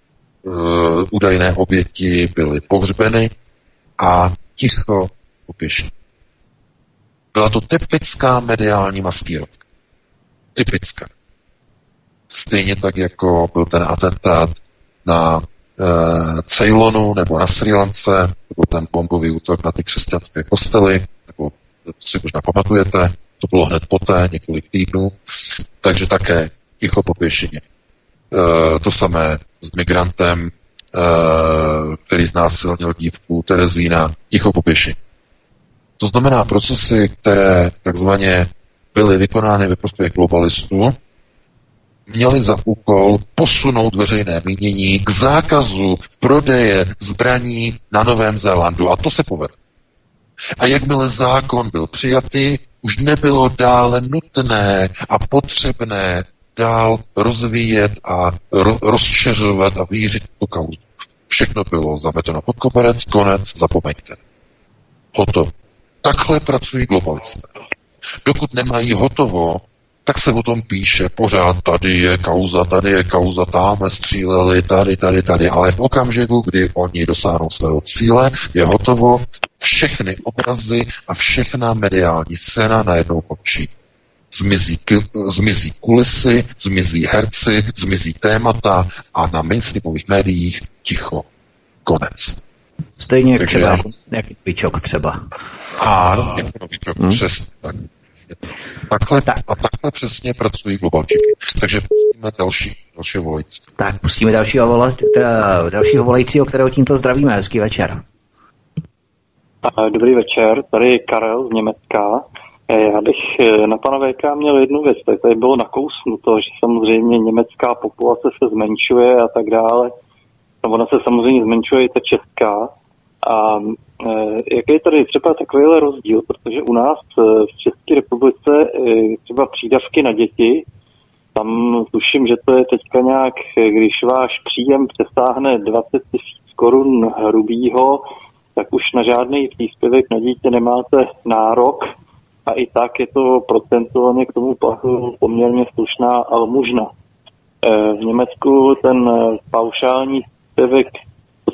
S3: údajné oběti byly pohřbeny a ticho upěšení. Byla to typická mediální maskírovka. Typická. Stejně tak, jako byl ten atentát na Ceylonu nebo na Srí Lance, nebo ten bombový útok na ty křesťanské kostely, nebo to si možná pamatujete, to bylo hned poté, několik týdnů, takže také ticho po pěšině. To samé s migrantem, který znásilnil dívku Terezína, ticho po pěšině. To znamená procesy, které takzvaně byly vykonány ve prospěch globalistů, měli za úkol posunout veřejné mínění k zákazu prodeje zbraní na Novém Zélandu. A to se povedlo. A jakmile zákon byl přijatý, už nebylo dále nutné a potřebné dál rozvíjet a rozšiřovat a vířit tu kauzu. Všechno bylo zameteno pod koberec, konec, zapomeňte. Hotovo. Takhle pracují globalisté. Dokud nemají hotovo, tak se o tom píše pořád, tady je kauza, tam stříleli, tady, ale v okamžiku, kdy oni dosáhnou svého cíle, je hotovo, všechny obrazy a všechna mediální scéna najednou končí. Zmizí kulisy, zmizí herci, zmizí témata a na mainstreamových médiích ticho. Konec.
S1: Stejně jak třeba nějaký Novičok třeba.
S3: Ano, jako Novičok, přesně tak. Takhle přesně pracují globalčiky. Takže pustíme dalšího volající.
S1: Tak, pustíme dalšího volajícího, kterého tímto zdravíme. Hezký večer.
S10: Dobrý večer, tady je Karel z Německa. Já bych na pana VK měl jednu věc, tak tady bylo nakousnuto, že samozřejmě německá populace se zmenšuje a tak dále. Ona se samozřejmě zmenšuje i ta česká. A jaký je tady třeba takovýhle rozdíl, protože u nás v České republice třeba přídavky na děti, tam tuším, že to je teďka nějak, když váš příjem přesáhne 20 000 korun hrubýho, tak už na žádný příspěvek na dítě nemáte nárok a i tak je to procentuálně k tomu poměrně slušná almužna. V Německu ten paušální příspěvek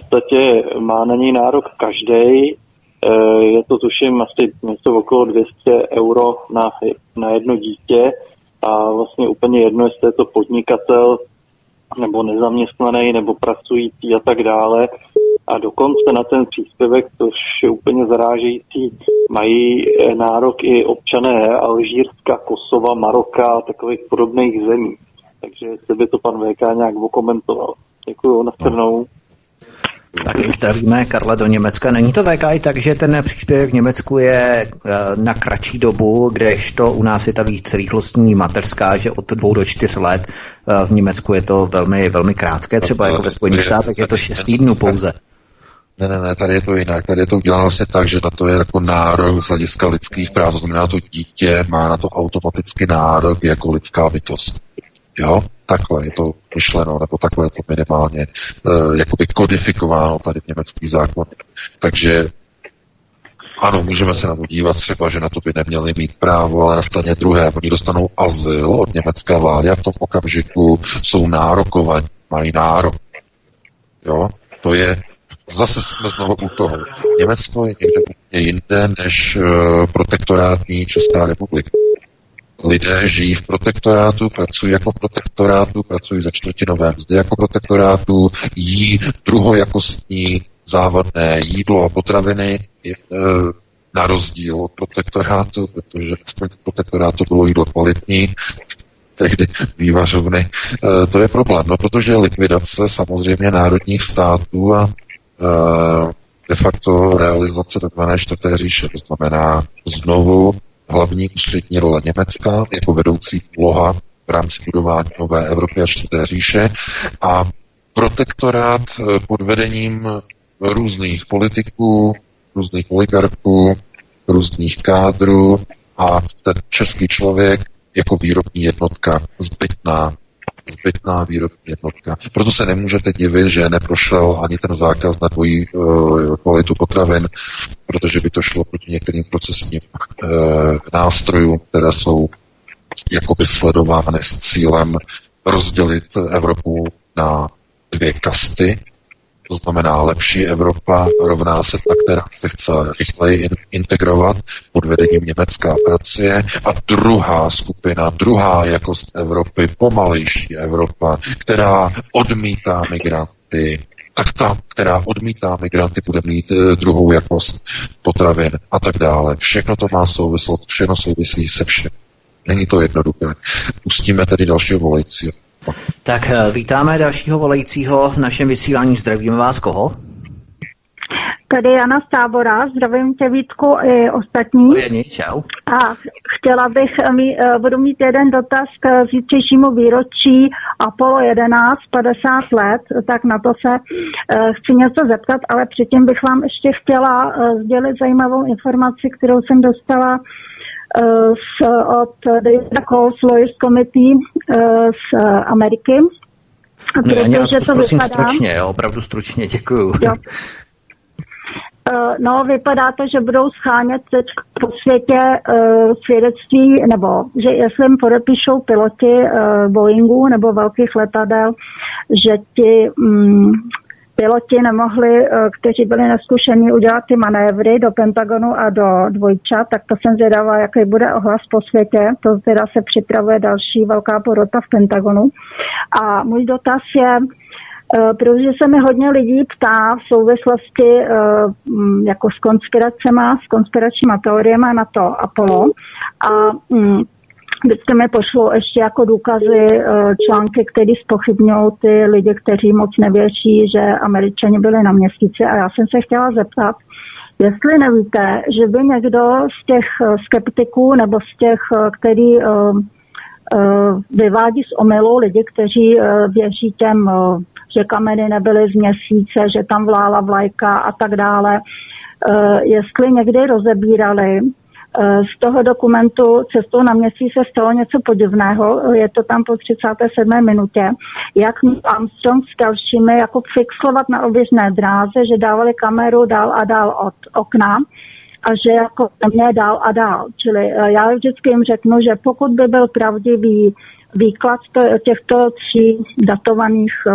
S10: podstatě má na něj nárok každý. Je to tuším asi něco okolo 200 euro na jedno dítě a vlastně úplně jedno, jestli je to podnikatel nebo nezaměstnaný nebo pracující a tak dále. A dokonce na ten příspěvek, což je úplně zarážející, mají nárok i občané Alžírska, Kosova, Maroka a takových podobných zemí. Takže jestli by to pan VK nějak okomentoval. Děkuju, nashledanou.
S1: Taky zdravíme Karla do Německa. Není to VK i tak, že ten příspěvek v Německu je na kratší dobu, kdežto u nás je ta vícerychlostní mateřská, že od 2 do 4 let. V Německu je to velmi, velmi krátké, třeba jako ve Spojených státech je to 6 týdnů pouze.
S3: Ne, tady je to jinak. Tady je to uděláno vlastně tak, že na to je jako nárok z hlediska lidských práv. To znamená, to dítě má na to automaticky nárok jako lidská bytost. Jo? Takhle je to myšleno, nebo takhle je to minimálně jakoby kodifikováno tady v německý zákon. Takže ano, můžeme se na to dívat třeba, že na to by neměli mít právo, ale na straně druhé, oni dostanou azyl od německé vlády a v tom okamžiku jsou nárokovaní, mají nárok. Jo? To je, zase jsme znovu u toho. Německo je někde úplně jinde než protektorátní Česká republika. Lidé žijí v protektorátu, pracují jako v protektorátu, pracují za čtvrtinové mzdy jako protektorátu, jí druhojakostní závadné jídlo a potraviny na rozdíl od protektorátu, protože v protektorátu bylo jídlo kvalitní, tehdy vývařovny. To je problém, no, protože likvidace samozřejmě národních států a de facto realizace tzv. Čtvrté říše, to znamená znovu hlavní ústřední role Německa jako vedoucí úloha v rámci budování nové Evropy a čtvrté říše a protektorát pod vedením různých politiků, různých oligarchů, různých kádrů a ten český člověk jako výrobní jednotka, zbytná výrobní jednotka. Proto se nemůžete divit, že neprošel ani ten zákaz na dvojí kvalitu potravin, protože by to šlo proti některým procesním nástrojům, které jsou jakoby sledovány s cílem rozdělit Evropu na 2 kasty. To znamená, lepší Evropa rovná se ta, která se chce rychleji integrovat pod vedením Německa a Francie. A druhá skupina, druhá jakost Evropy, pomalejší Evropa, která odmítá migranty, tak ta, která odmítá migranty, bude mít druhou jakost potravin a tak dále. Všechno to má souvislost, všechno souvisí se všem. Není to jednoduché. Pustíme tedy dalšího volajícího.
S1: Tak vítáme dalšího volajícího v našem vysílání. Zdravíme vás, koho?
S11: Tady Jana z Tábora, zdravím tě, Vítku, i ostatní.
S1: Jení, čau.
S11: A chtěla bych, budu mít jeden dotaz k zítřejšímu výročí Apollo 11, 50 let, tak na to se chci něco zeptat, ale předtím bych vám ještě chtěla sdělit zajímavou informaci, kterou jsem dostala od Davida Coles Lawyers Committee z Ameriky.
S1: Protože to prosím vypadá stručně, jo, opravdu stručně, děkuju. Jo.
S11: No, vypadá to, že budou schánět teď po světě svědectví, nebo že jestli jim podepíšou piloti Boeingu nebo velkých letadel, že ti piloti nemohli, kteří byli neskušení, udělat ty manévry do Pentagonu a do dvojčat, tak to jsem zvědavá, jaký bude ohlas po světě. To teda se připravuje další velká porota v Pentagonu. A můj dotaz je, protože se mi hodně lidí ptá v souvislosti jako s konspiracema, s konspiračníma teoriema na to Apollo a vždycky mi pošlou ještě jako důkazy články, které zpochybňují ty lidi, kteří moc nevěří, že Američani byli na měsíci. A já jsem se chtěla zeptat, jestli nevíte, že by někdo z těch skeptiků nebo z těch, který vyvádí z omylu lidi, kteří věří těm, že kameny nebyly z měsíce, že tam vlála vlajka a tak dále, jestli někdy rozebírali z toho dokumentu Cestou na měsíc se stalo něco podivného, je to tam po 37. minutě, jak Armstrong s dalšími jako fixovat na oběžné dráze, že dávali kameru dál a dál od okna a že jako mě dál a dál. Čili já vždycky jim řeknu, že pokud by byl pravdivý výklad těchto 3 datovaných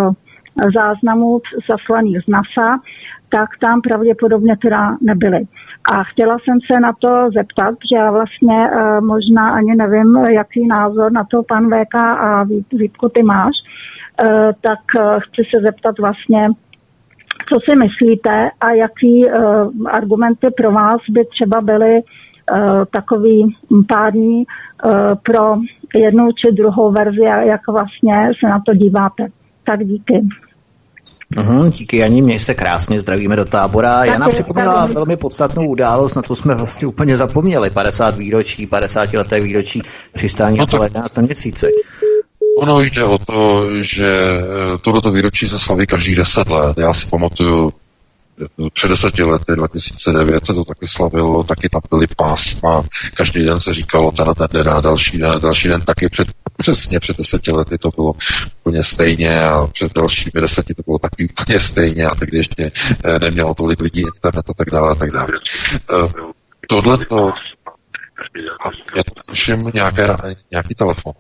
S11: záznamů zaslaných z NASA, tak tam pravděpodobně teda nebyly. A chtěla jsem se na to zeptat, že já vlastně možná ani nevím, jaký názor na to pan VK a Vítku ty máš, tak chci se zeptat vlastně, co si myslíte a jaký argumenty pro vás by třeba byly takový pádný pro jednu či druhou verzi, jak vlastně se na to díváte. Tak díky.
S1: Díky, Janí, měj se krásně, zdravíme do Tábora. Jana připomněla velmi podstatnou událost, na to jsme vlastně úplně zapomněli, 50-leté výročí přistání Apollo 11 na měsíci.
S3: Ono jde o to, že tohleto výročí se slaví každých 10 let. Já si pamatuju, před 10 lety, 2009 se to taky slavilo, taky tam byly pásma, každý den se říkalo ten den a další den taky přesně před 10 lety to bylo úplně stejně a před dalšími 10 to bylo taky úplně stejně a tehdy ještě nemělo tolik lidí internet a tak dále a tak dále. Tohleto, a já to slyším nějaký telefon.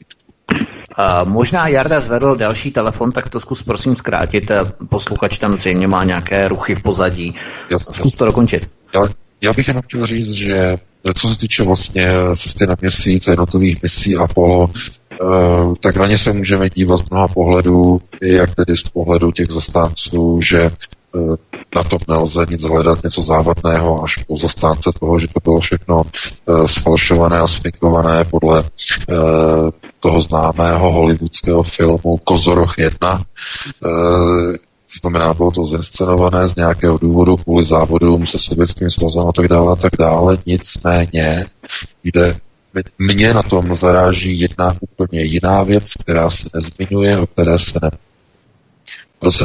S1: Možná Jarda zvedl další telefon, tak to zkus prosím zkrátit. Posluchač tam zřejmě má nějaké ruchy v pozadí. Zkus to dokončit.
S3: Já bych jenom chtěl říct, že co se týče vlastně cesty na měsíc a jednotlivých misí Apollo, tak na ně se můžeme dívat z mnoha pohledů, jak tedy z pohledu těch zastánců, že na tom nelze nic hledat, něco závadného, až po zastánce toho, že to bylo všechno sfalšované a sfikované podle toho známého hollywoodského filmu Kozoroch 1. Znamená, bylo to zinscenované z nějakého důvodu kvůli závodům se Sovětským svazem a tak dále. Nicméně mě na tom zaráží jedna úplně jiná věc, která se nezmiňuje, o které se ne. V roce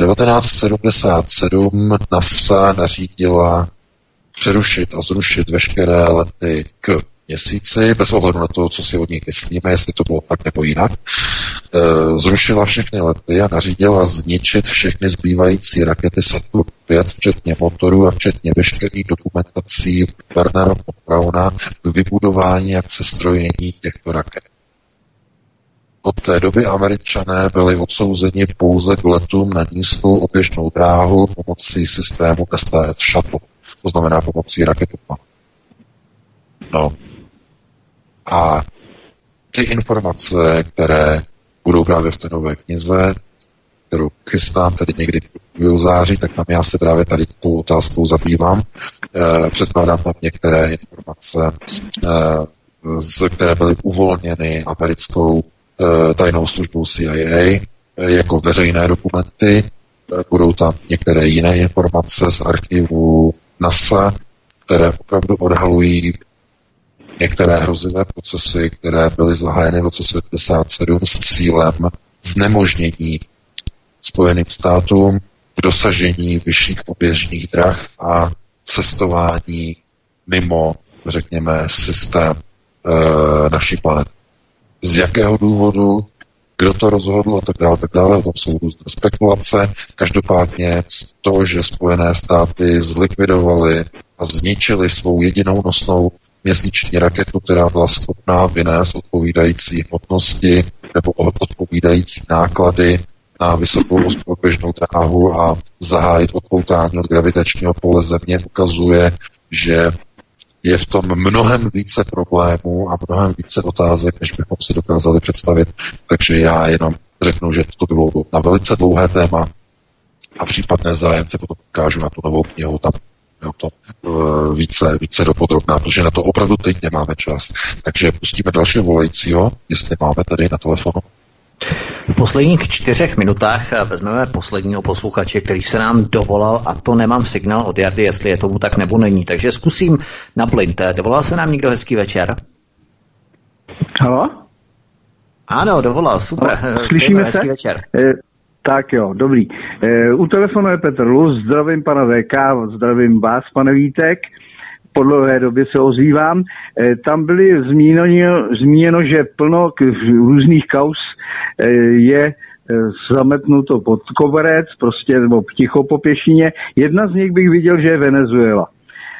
S3: 1977 NASA nařídila přerušit a zrušit veškeré lety k měsíci, bez ohledu na to, co si od nich myslíme, jestli to bylo tak nebo jinak. Zrušila všechny lety a nařídila zničit všechny zbývající rakety Saturn 5, včetně motorů a včetně veškerých dokumentací Wernera von Brauna k vybudování a k sestrojení těchto raket. Od té doby Američané byli odsouzeni pouze k letům na nízkou oběžnou dráhu pomocí systému STS Shuttle, to znamená pomocí raketoplánů. No. A ty informace, které budou právě v té nové knize, kterou chystám tedy někdy v září, tak tam já se právě tady tou otázkou zabývám. Předkládám tam některé informace, které byly uvolněny americkou tajnou službou CIA jako veřejné dokumenty. Budou tam některé jiné informace z archivu NASA, které opravdu odhalují některé hrozivé procesy, které byly zahájeny v roce 1977 s cílem znemožnění Spojeným státům k dosažení vyšších oběžných drah a cestování mimo, řekněme, systém naší planety. Z jakého důvodu, kdo to rozhodl a tak dále, o tom jsou různé spekulace. Každopádně to, že Spojené státy zlikvidovaly a zničily svou jedinou nosnou měsíční raketu, která byla schopná vynést odpovídající hmotnosti nebo odpovídající náklady na vysokou oběžnou dráhu a zahájit odpoutání od gravitačního pole Země, ukazuje, že je v tom mnohem více problémů a mnohem více otázek, než bychom si dokázali představit. Takže já jenom řeknu, že to bylo na velice dlouhé téma a případné zájemce potom ukážu na tu novou knihu, tam to více dopodrobná, protože na to opravdu teď nemáme čas. Takže pustíme dalšího volajícího, jestli máme tady na telefonu.
S1: V posledních 4 minutách vezmeme posledního posluchače, který se nám dovolal, a to nemám signál od Jardy, jestli je tomu tak nebo není. Takže zkusím na plyn. Dovolal se nám někdo? Hezký večer.
S12: Halo?
S1: Ano, dovolal, super.
S12: Slyšíme se?
S1: Hezký večer.
S12: Tak jo, dobrý. U telefonu je Petr Luz, zdravím pana VK, zdravím vás, pane Vítek. Po dlouhé době se ozývám. Tam byly zmíněno, že plno různých kauz je zametnuto pod koberec, prostě nebo ticho po pěšině. Jedna z nich bych viděl, že je Venezuela.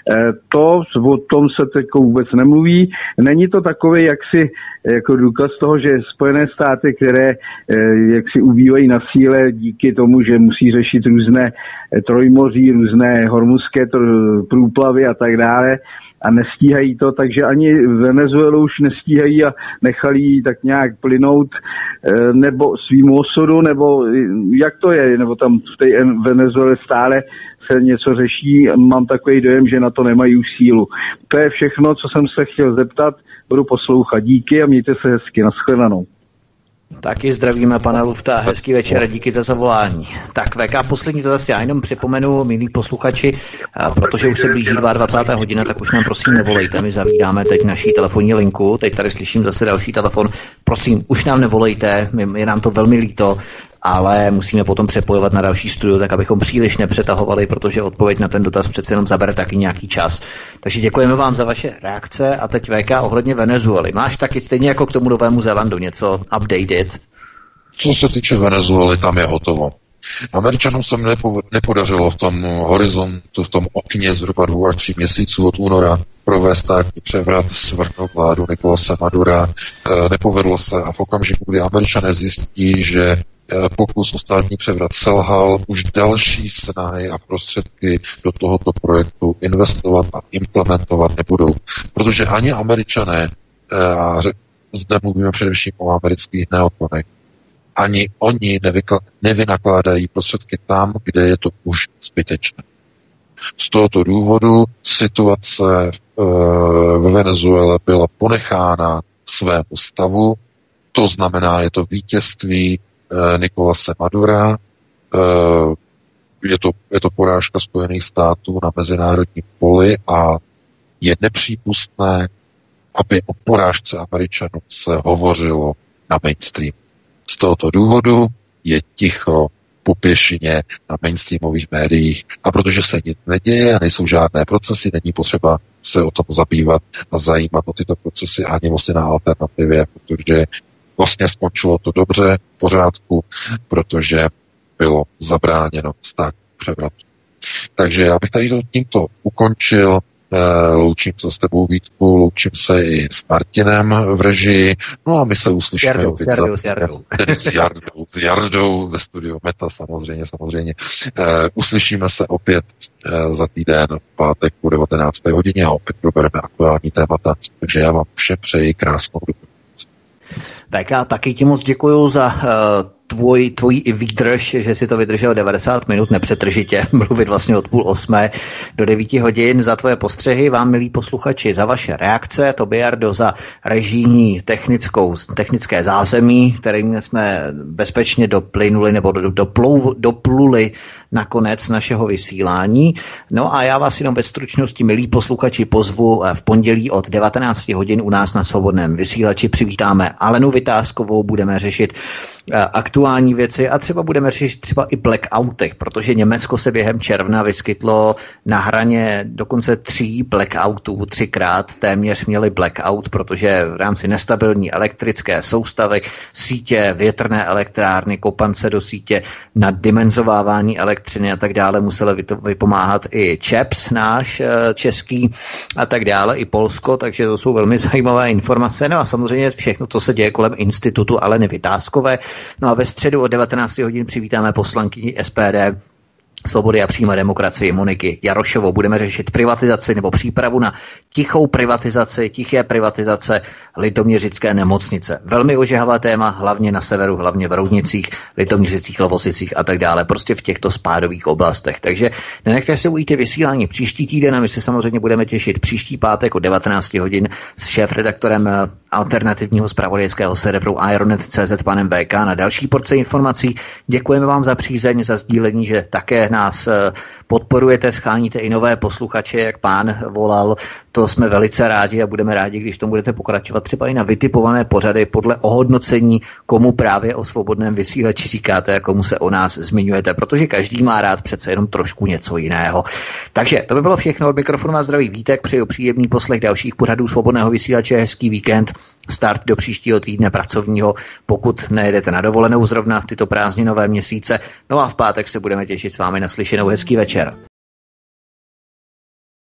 S12: O tom se teď vůbec nemluví. Není to takové jaksi jako důkaz toho, že Spojené státy, které jaksi ubývají na síle díky tomu, že musí řešit různé trojmoří, různé hormuzské průplavy a tak dále, a nestíhají to, takže ani Venezuelu už nestíhají a nechali ji tak nějak plynout nebo svým osudu, nebo jak to je, nebo tam v té Venezuele stále se něco řeší, mám takový dojem, že na to nemají už sílu. To je všechno, co jsem se chtěl zeptat, budu poslouchat. Díky a mějte se hezky, nashledanou.
S1: Taky zdravíme pana Lufta, hezký večer a díky za zavolání. Tak VK, poslední dotaz, já jenom připomenu, milí posluchači, protože už se blíží 22. hodina, tak už nám prosím nevolejte, my zavíráme teď naší telefonní linku, teď tady slyším zase další telefon, prosím, už nám nevolejte, je nám to velmi líto, ale musíme potom přepojovat na další studio, tak abychom příliš nepřetahovali, protože odpověď na ten dotaz přece jenom zabere taky nějaký čas. Takže děkujeme vám za vaše reakce a teď VK ohledně Venezuely. Máš taky stejně jako k tomu Novému Zélandu něco updated?
S3: Co se týče Venezuely, tam je hotovo. Američanům se nepodařilo v tom horizontu, v tom okně zhruba 2 až 3 měsíců od února provést státní převrat, svrhnout vládu Nicolase Madura. Nepovedlo se a v okamžiku, kdy Američané zjistí, že pokus o státní převrat selhal, už další snahy a prostředky do tohoto projektu investovat a implementovat nebudou. Protože ani Američané, a zde mluvíme především o amerických neokonech, ani oni nevynakládají prostředky tam, kde je to už zbytečné. Z tohoto důvodu situace ve Venezuele byla ponechána svému stavu, to znamená, je to vítězství Nicolase Madura, je to porážka Spojených států na mezinárodním poli a je nepřípustné, aby o porážce Američanů se hovořilo na mainstream. Z tohoto důvodu je ticho po pěšině na mainstreamových médiích a protože se nic neděje a nejsou žádné procesy, není potřeba se o tom zabývat a zajímat o tyto procesy ani vlastně na alternativě, protože vlastně skončilo to dobře, v pořádku, protože bylo zabráněno státní převratu. Takže já bych tady to tímto ukončil. Loučím se s tebou, Vítku, loučím se i s Martinem v režii, no a my se uslyšíme s Jardou ve studiu Meta, samozřejmě. Uslyšíme se opět za týden v pátek po 19. hodině a opět probereme aktuální témata, takže já vám všem přeji krásnou dobu.
S1: Tak já taky ti moc děkuju za tvojí i výdrž, že si to vydržel 90 minut nepřetržitě, mluvit vlastně od 7:30 do 9 hodin, za tvoje postřehy, vám milí posluchači, za vaše reakce, tobě Jardo za režijní technické zázemí, kterým jsme bezpečně doplynuli nebo dopluli na konec našeho vysílání. No a já vás jenom ve stručnosti, milí posluchači, pozvu v pondělí od 19 hodin u nás na Svobodném vysílači. Přivítáme Alenu Vytázkovou, budeme řešit aktuální věci a třeba budeme řešit třeba i blackoutech, protože Německo se během června vyskytlo na hraně dokonce 3 blackoutů, 3krát téměř měli blackout, protože v rámci nestabilní elektrické soustavy, sítě, větrné elektrárny, kopance do sítě, naddimenzovávání elektřiny a tak dále museli vypomáhat i ČEPS náš český a tak dále, i Polsko, takže to jsou velmi zajímavé informace. No a samozřejmě všechno to se děje kolem institutu Aleny Vytázkové. No a ve středu od 19 hodin přivítáme poslankyni SPD Svobody a přímé demokracie Moniky Jarošovou. Budeme řešit privatizaci nebo přípravu na tiché privatizace Litoměřické nemocnice. Velmi ožehavé téma, hlavně na severu, hlavně v Roudnicích, Litoměřicích, Lovosicích a tak dále. Prostě v těchto spádových oblastech. Takže nenechte se ujít vysílání příští týden a my se samozřejmě budeme těšit příští pátek od 19 hodin s šéfredaktorem alternativního zpravodajského serveru Ironet.cz panem VK na další porce informací. Děkujeme vám za přízeň, za sdílení, že také nás podporujete, scháníte i nové posluchače, jak pán volal. To jsme velice rádi a budeme rádi, když tomu budete pokračovat třeba i na vytipované pořady podle ohodnocení, komu právě o Svobodném vysílači říkáte a komu se o nás zmiňujete, protože každý má rád přece jenom trošku něco jiného. Takže to by bylo všechno od mikrofonu a zdravý Vítek, přeju příjemný poslech dalších pořadů Svobodného vysílače, hezký víkend, start do příštího týdne pracovního, pokud nejedete na dovolenou zrovna v tyto prázdninové měsíce. No a v pátek se budeme těšit s vámi na slyšenou, hezký večer.